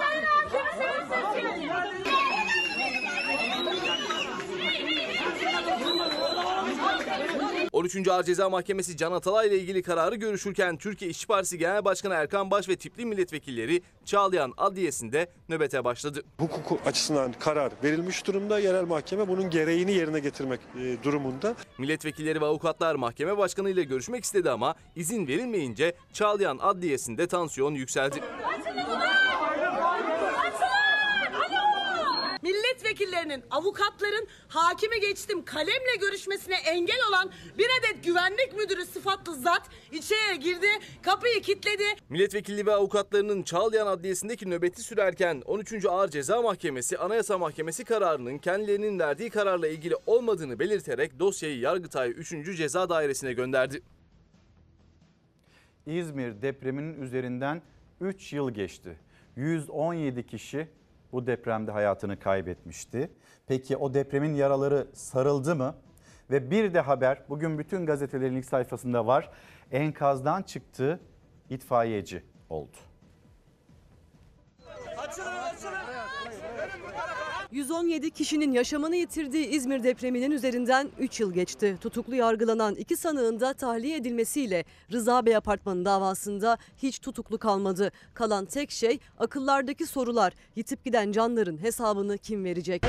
13. Ağır Ceza Mahkemesi Can Atalay ile ilgili kararı görüşürken Türkiye İşçi Partisi Genel Başkanı Erkan Baş ve tipli milletvekilleri Çağlayan Adliyesi'nde nöbete başladı. Hukuk açısından karar verilmiş durumda. Yerel mahkeme bunun gereğini yerine getirmek durumunda. Milletvekilleri ve avukatlar mahkeme başkanı ile görüşmek istedi ama izin verilmeyince Çağlayan Adliyesi'nde tansiyon yükseldi. Milletvekillerinin, avukatların hakime geçtim kalemle görüşmesine engel olan bir adet güvenlik müdürü sıfatlı zat içeriye girdi, kapıyı kilitledi. Milletvekilleri ve avukatlarının Çağlayan Adliyesi'ndeki nöbeti sürerken 13. Ağır Ceza Mahkemesi Anayasa Mahkemesi kararının kendilerinin verdiği kararla ilgili olmadığını belirterek dosyayı Yargıtay 3. Ceza Dairesi'ne gönderdi. İzmir depreminin üzerinden 3 yıl geçti. 117 kişi bu depremde hayatını kaybetmişti. Peki o depremin yaraları sarıldı mı? Ve bir de haber, bugün bütün gazetelerin ilk sayfasında var. Enkazdan çıktı, itfaiyeci oldu. 117 kişinin yaşamını yitirdiği İzmir depreminin üzerinden 3 yıl geçti. Tutuklu yargılanan 2 sanığın da tahliye edilmesiyle Rıza Bey Apartmanı davasında hiç tutuklu kalmadı. Kalan tek şey akıllardaki sorular. Yitip giden canların hesabını kim verecek?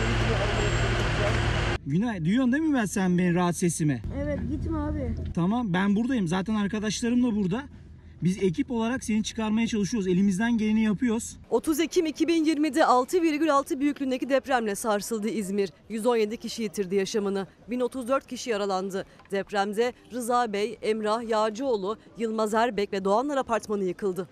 Günay, duyuyorsun değil mi ben sen beni rahat sesimi? Evet, gitme abi. Tamam, ben buradayım. Zaten arkadaşlarım da burada. Biz ekip olarak seni çıkarmaya çalışıyoruz. Elimizden geleni yapıyoruz. 30 Ekim 2020'de 6,6 büyüklüğündeki depremle sarsıldı İzmir. 117 kişi yitirdi yaşamını. 1034 kişi yaralandı. Depremde Rıza Bey, Emrah Yağcıoğlu, Yılmaz Erbek ve Doğanlar Apartmanı yıkıldı.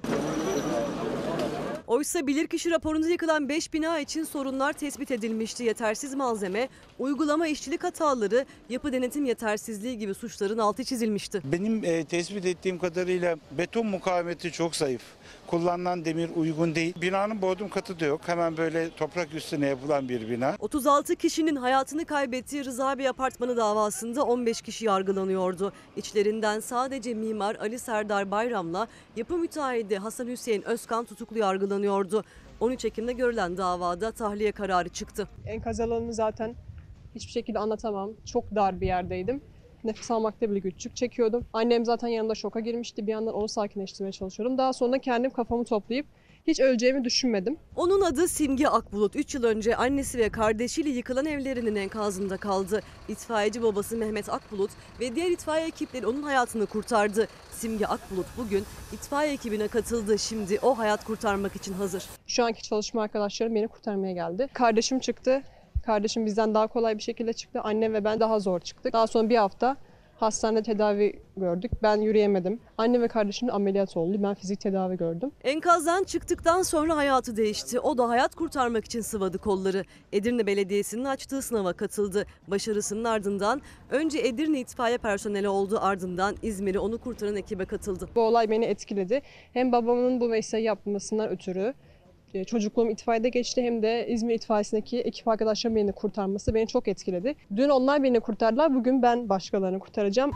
Oysa bilirkişi raporunda yıkılan 5 bina için sorunlar tespit edilmişti. Yetersiz malzeme, uygulama işçilik hataları, yapı denetim yetersizliği gibi suçların altı çizilmişti. Benim tespit ettiğim kadarıyla beton mukavemeti çok zayıf. Kullanılan demir uygun değil. Binanın bodrum katı da yok. Hemen böyle toprak üstüne yapılan bir bina. 36 kişinin hayatını kaybettiği Rıza Bey Apartmanı davasında 15 kişi yargılanıyordu. İçlerinden sadece mimar Ali Serdar Bayram'la yapı müteahhidi Hasan Hüseyin Özkan tutuklu yargılanıyordu. 13 Ekim'de görülen davada tahliye kararı çıktı. Enkaz alanını zaten hiçbir şekilde anlatamam. Çok dar bir yerdeydim. Nefes almakta bile güçlük çekiyordum. Annem zaten yanında şoka girmişti. Bir yandan onu sakinleştirmeye çalışıyordum. Daha sonra kendim kafamı toplayıp hiç öleceğimi düşünmedim. Onun adı Simge Akbulut. 3 yıl önce annesi ve kardeşiyle yıkılan evlerinin enkazında kaldı. İtfaiyeci babası Mehmet Akbulut ve diğer itfaiye ekipleri onun hayatını kurtardı. Simge Akbulut bugün itfaiye ekibine katıldı. Şimdi o hayat kurtarmak için hazır. Şu anki çalışma arkadaşlarım beni kurtarmaya geldi. Kardeşim çıktı. Kardeşim bizden daha kolay bir şekilde çıktı. Annem ve ben daha zor çıktık. Daha sonra bir hafta Hastanede tedavi gördük. Ben yürüyemedim. Annem ve kardeşimin ameliyat oldu. Ben fizik tedavi gördüm. Enkazdan çıktıktan sonra hayatı değişti. O da hayat kurtarmak için sıvadı kolları. Edirne Belediyesi'nin açtığı sınava katıldı. Başarısının ardından önce Edirne itfaiye personeli oldu, ardından İzmir'i onu kurtaran ekibe katıldı. Bu olay beni etkiledi. Hem babamın bu mesleği yapmasından ötürü çocukluğum itfaiyede geçti, hem de İzmir itfaiyesindeki ekip arkadaşlarım beni kurtarması beni çok etkiledi. Dün onlar beni kurtardılar, bugün ben başkalarını kurtaracağım.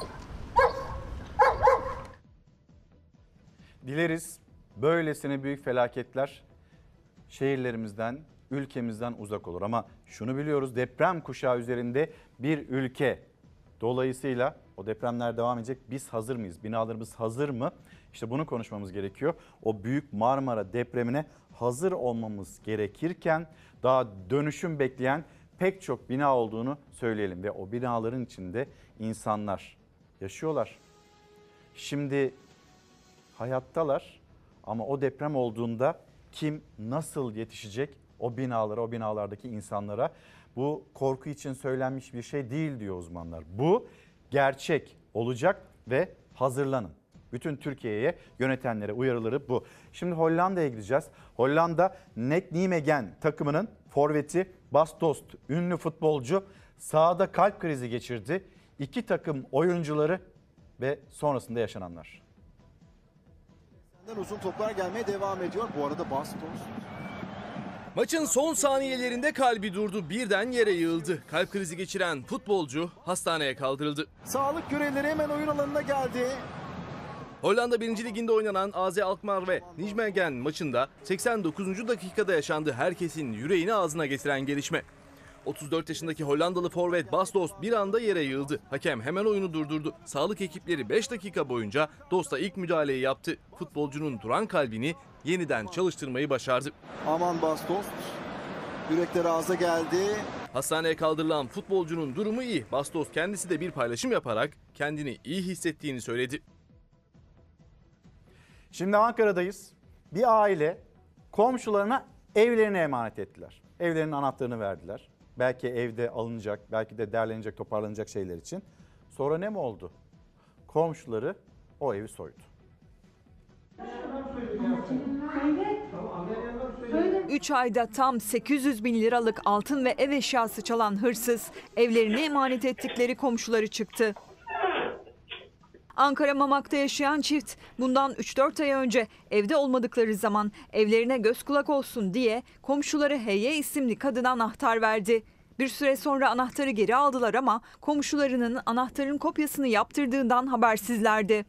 Dileriz böylesine büyük felaketler şehirlerimizden, ülkemizden uzak olur. Ama şunu biliyoruz, deprem kuşağı üzerinde bir ülke. Dolayısıyla o depremler devam edecek. Biz hazır mıyız? Binalarımız hazır mı? İşte bunu konuşmamız gerekiyor. O büyük Marmara depremine hazır olmamız gerekirken daha dönüşüm bekleyen pek çok bina olduğunu söyleyelim. Ve o binaların içinde insanlar yaşıyorlar. Şimdi hayattalar ama o deprem olduğunda kim nasıl yetişecek o binalara, o binalardaki insanlara? Bu korku için söylenmiş bir şey değil diyor uzmanlar. Bu gerçek olacak ve hazırlanın. Bütün Türkiye'ye, yönetenlere uyarıları bu. Şimdi Hollanda'ya gideceğiz. Hollanda Nek Nijmegen takımının forveti Bas Dost, ünlü futbolcu, sahada kalp krizi geçirdi. İki takım oyuncuları ve sonrasında yaşananlar. Uzun toplar gelmeye devam ediyor. Bu arada Bas Dost. Maçın son saniyelerinde kalbi durdu, birden yere yığıldı. Kalp krizi geçiren futbolcu hastaneye kaldırıldı. Sağlık görevlileri hemen oyun alanına geldi. Hollanda 1. Liginde oynanan AZ Alkmaar ve Nijmegen maçında 89. dakikada yaşandı herkesin yüreğini ağzına getiren gelişme. 34 yaşındaki Hollandalı forvet Bas Dost bir anda yere yığıldı. Hakem hemen oyunu durdurdu. Sağlık ekipleri 5 dakika boyunca Dost'a ilk müdahaleyi yaptı. Futbolcunun duran kalbini yeniden çalıştırmayı başardı. Aman Bas Dost, yürekleri ağza geldi. Hastaneye kaldırılan futbolcunun durumu iyi. Bas Dost kendisi de bir paylaşım yaparak kendini iyi hissettiğini söyledi. Şimdi Ankara'dayız. Bir aile komşularına evlerini emanet ettiler. Evlerinin anahtarını verdiler. Belki evde alınacak, belki de derlenecek, toparlanacak şeyler için. Sonra ne mi oldu? Komşuları o evi soydu. 3 ayda tam 800 bin liralık altın ve ev eşyası çalan hırsız evlerine emanet ettikleri komşuları çıktı. Ankara Mamak'ta yaşayan çift bundan 3-4 ay önce evde olmadıkları zaman evlerine göz kulak olsun diye komşuları Heye isimli kadına anahtar verdi. Bir süre sonra anahtarı geri aldılar ama komşularının anahtarın kopyasını yaptırdığından habersizlerdi.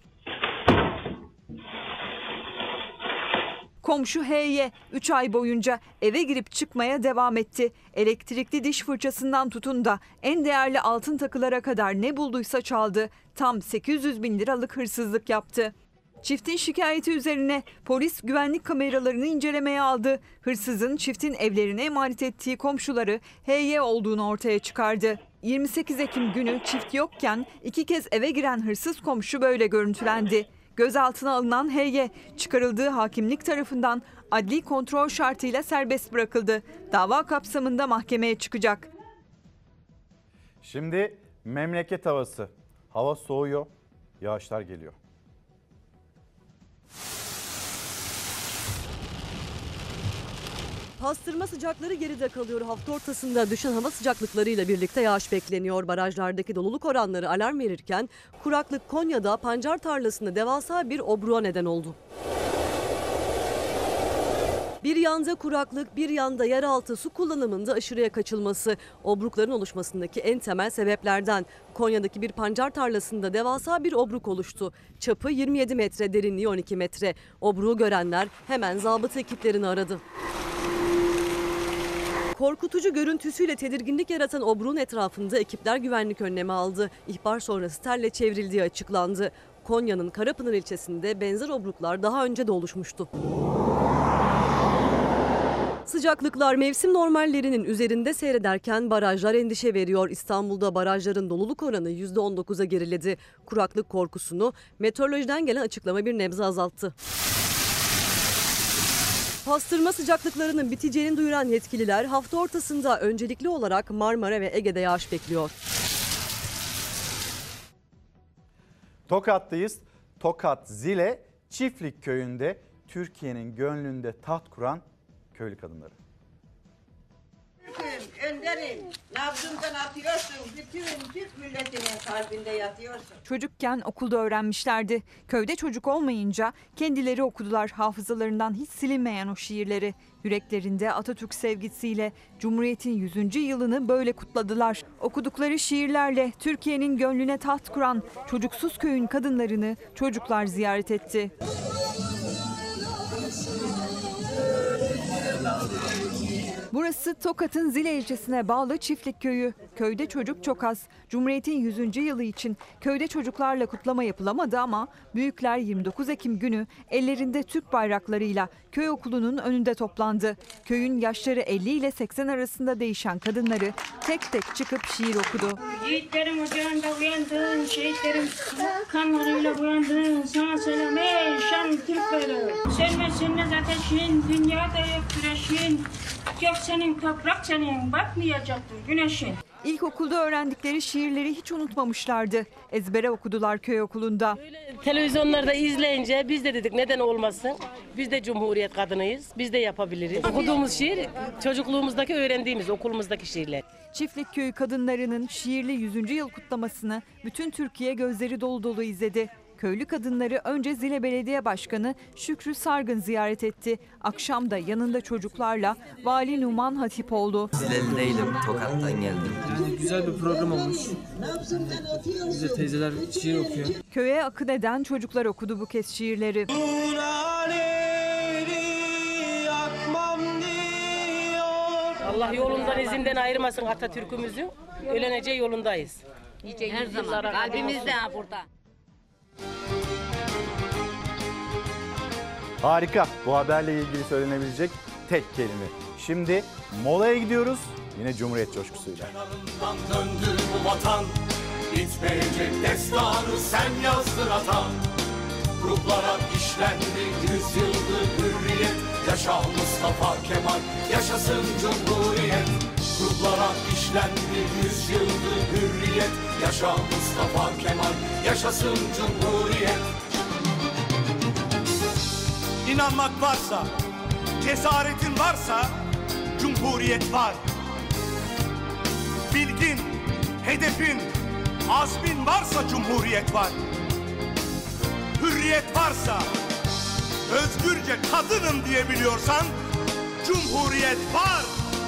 Komşu H'ye 3 ay boyunca eve girip çıkmaya devam etti. Elektrikli diş fırçasından tutun da en değerli altın takılara kadar ne bulduysa çaldı. Tam 800 bin liralık hırsızlık yaptı. Çiftin şikayeti üzerine polis güvenlik kameralarını incelemeye aldı. Hırsızın çiftin evlerine emanet ettiği komşuları H'ye olduğunu ortaya çıkardı. 28 Ekim günü çift yokken 2 kez eve giren hırsız komşu böyle görüntülendi. Gözaltına alınan H'ye çıkarıldığı hakimlik tarafından adli kontrol şartıyla serbest bırakıldı. Dava kapsamında mahkemeye çıkacak. Şimdi memleket havası. Hava soğuyor, yağışlar geliyor. Pastırma sıcakları geride kalıyor. Hafta ortasında düşen hava sıcaklıklarıyla birlikte yağış bekleniyor. Barajlardaki doluluk oranları alarm verirken kuraklık Konya'da pancar tarlasında devasa bir obruğa neden oldu. Bir yanda kuraklık, bir yanda yeraltı su kullanımında aşırıya kaçılması obrukların oluşmasındaki en temel sebeplerden. Konya'daki bir pancar tarlasında devasa bir obruk oluştu. Çapı 27 metre, derinliği 12 metre. Obruğu görenler hemen zabıta ekiplerini aradı. Korkutucu görüntüsüyle tedirginlik yaratan obruğun etrafında ekipler güvenlik önlemi aldı. İhbar sonrası terle çevrildiği açıklandı. Konya'nın Karapınar ilçesinde benzer obruklar daha önce de oluşmuştu. Sıcaklıklar mevsim normallerinin üzerinde seyrederken barajlar endişe veriyor. İstanbul'da barajların doluluk oranı %19'a geriledi. Kuraklık korkusunu meteorolojiden gelen açıklama bir nebze azalttı. Pastırma sıcaklıklarının biteceğini duyuran yetkililer hafta ortasında öncelikli olarak Marmara ve Ege'de yağış bekliyor. Tokat'tayız. Tokat Zile Çiftlik Köyü'nde Türkiye'nin gönlünde taht kuran köylü kadınları. Önderim, nabzından atıyorsun, bütün Türk milletinin kalbinde yatıyorsun. Çocukken okulda öğrenmişlerdi. Köyde çocuk olmayınca kendileri okudular hafızalarından hiç silinmeyen o şiirleri. Yüreklerinde Atatürk sevgisiyle Cumhuriyet'in 100. yılını böyle kutladılar. Okudukları şiirlerle Türkiye'nin gönlüne taht kuran çocuksuz köyün kadınlarını çocuklar ziyaret etti. Burası Tokat'ın Zile ilçesine bağlı Çiftlik Köyü. Köyde çocuk çok az. Cumhuriyet'in 100. yılı için köyde çocuklarla kutlama yapılamadı ama büyükler 29 Ekim günü ellerinde Türk bayraklarıyla köy okulunun önünde toplandı. Köyün yaşları 50 ile 80 arasında değişen kadınları tek tek çıkıp şiir okudu. Yiğitlerim ocağında uyandın, şehitlerim kanlarıyla uyandın. Sana selam ey şan Türkleri. Sönmez ateşin, dünyada yok güneşin. Gök senin, toprak senin, batmayacaktır güneşin. İlkokulda öğrendikleri şiirleri hiç unutmamışlardı. Ezbere okudular köy okulunda. Televizyonlarda izleyince biz de dedik neden olmasın? Biz de Cumhuriyet kadınıyız, biz de yapabiliriz. Okuduğumuz şiir çocukluğumuzdaki öğrendiğimiz okulumuzdaki şiirler. Çiftlik Köyü kadınlarının şiirli 100. yıl kutlamasını bütün Türkiye gözleri dolu dolu izledi. Köylü kadınları önce Zile Belediye Başkanı Şükrü Sargın ziyaret etti. Akşam da yanında çocuklarla Vali Numan Hatipoğlu. Zileli değilim, Tokat'tan geldim. Yani güzel bir program olmuş. Bize teyzeler şiir okuyor. Köye akın eden çocuklar okudu bu kez şiirleri. Allah yolundan izinden ayırmasın Atatürk'ümüzü. Ölenece yolundayız. Her zaman kalbimizde burada. Harika. Bu haberle ilgili söylenebilecek tek kelime. Şimdi molaya gidiyoruz. Yine Cumhuriyet coşkusuyla. Kenarından döndü bu vatan, bitmeyecek destanı sen yazdır atan. Ruhlara işlendi yüzyıldır hürriyet, yaşa Mustafa Kemal, yaşasın Cumhuriyet. Ruhlara işlendi yüzyıldır hürriyet, yaşa Mustafa Kemal, yaşasın Cumhuriyet. İnanmak varsa, cesaretin varsa Cumhuriyet var. Bilgin, hedefin, azmin varsa Cumhuriyet var. Hürriyet varsa, özgürce kadınım diyebiliyorsan Cumhuriyet var.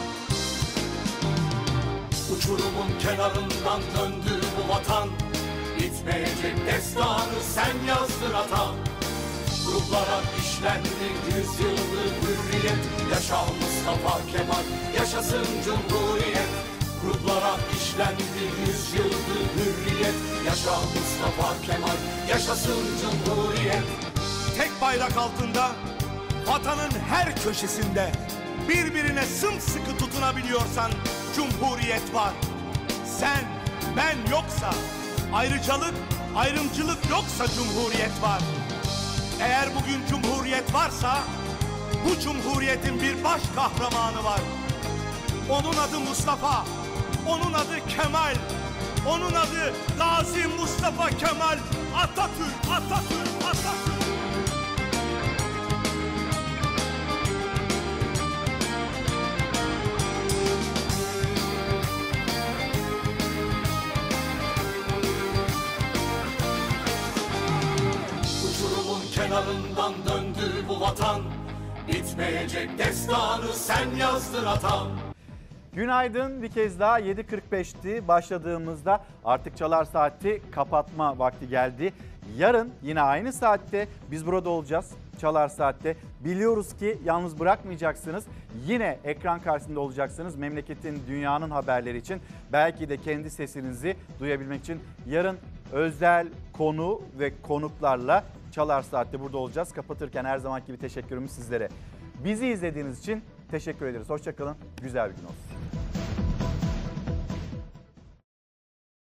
Uçurumun kenarından döndü bu vatan, bitmeyecek destanı sen yazdır atan. Ruhlara işlendi yüzyıldır hürriyet, yaşa Mustafa Kemal, yaşasın Cumhuriyet. Ruhlara işlendi yüzyıldır hürriyet, yaşa Mustafa Kemal, yaşasın Cumhuriyet. Tek bayrak altında, vatanın her köşesinde birbirine sımsıkı tutunabiliyorsan Cumhuriyet var. Sen, ben yoksa, ayrıcalık, ayrımcılık yoksa Cumhuriyet var. Eğer bugün Cumhuriyet varsa, bu Cumhuriyet'in bir baş kahramanı var. Onun adı Mustafa, onun adı Kemal, onun adı Gazi Mustafa Kemal Atatürk, Atatürk, Atatürk. Kenarından döndü bu vatan, bitmeyecek destanı sen yazdır atan. Günaydın, bir kez daha 7.45'ti başladığımızda, artık Çalar Saati kapatma vakti geldi. Yarın yine aynı saatte biz burada olacağız. Çalar Saat'te biliyoruz ki yalnız bırakmayacaksınız. Yine ekran karşısında olacaksınız memleketin, dünyanın haberleri için. Belki de kendi sesinizi duyabilmek için yarın özel konu ve konuklarla Çalar Saat'te burada olacağız. Kapatırken her zamanki gibi teşekkürümüz sizlere. Bizi izlediğiniz için teşekkür ederiz. Hoşça kalın. Güzel bir gün olsun.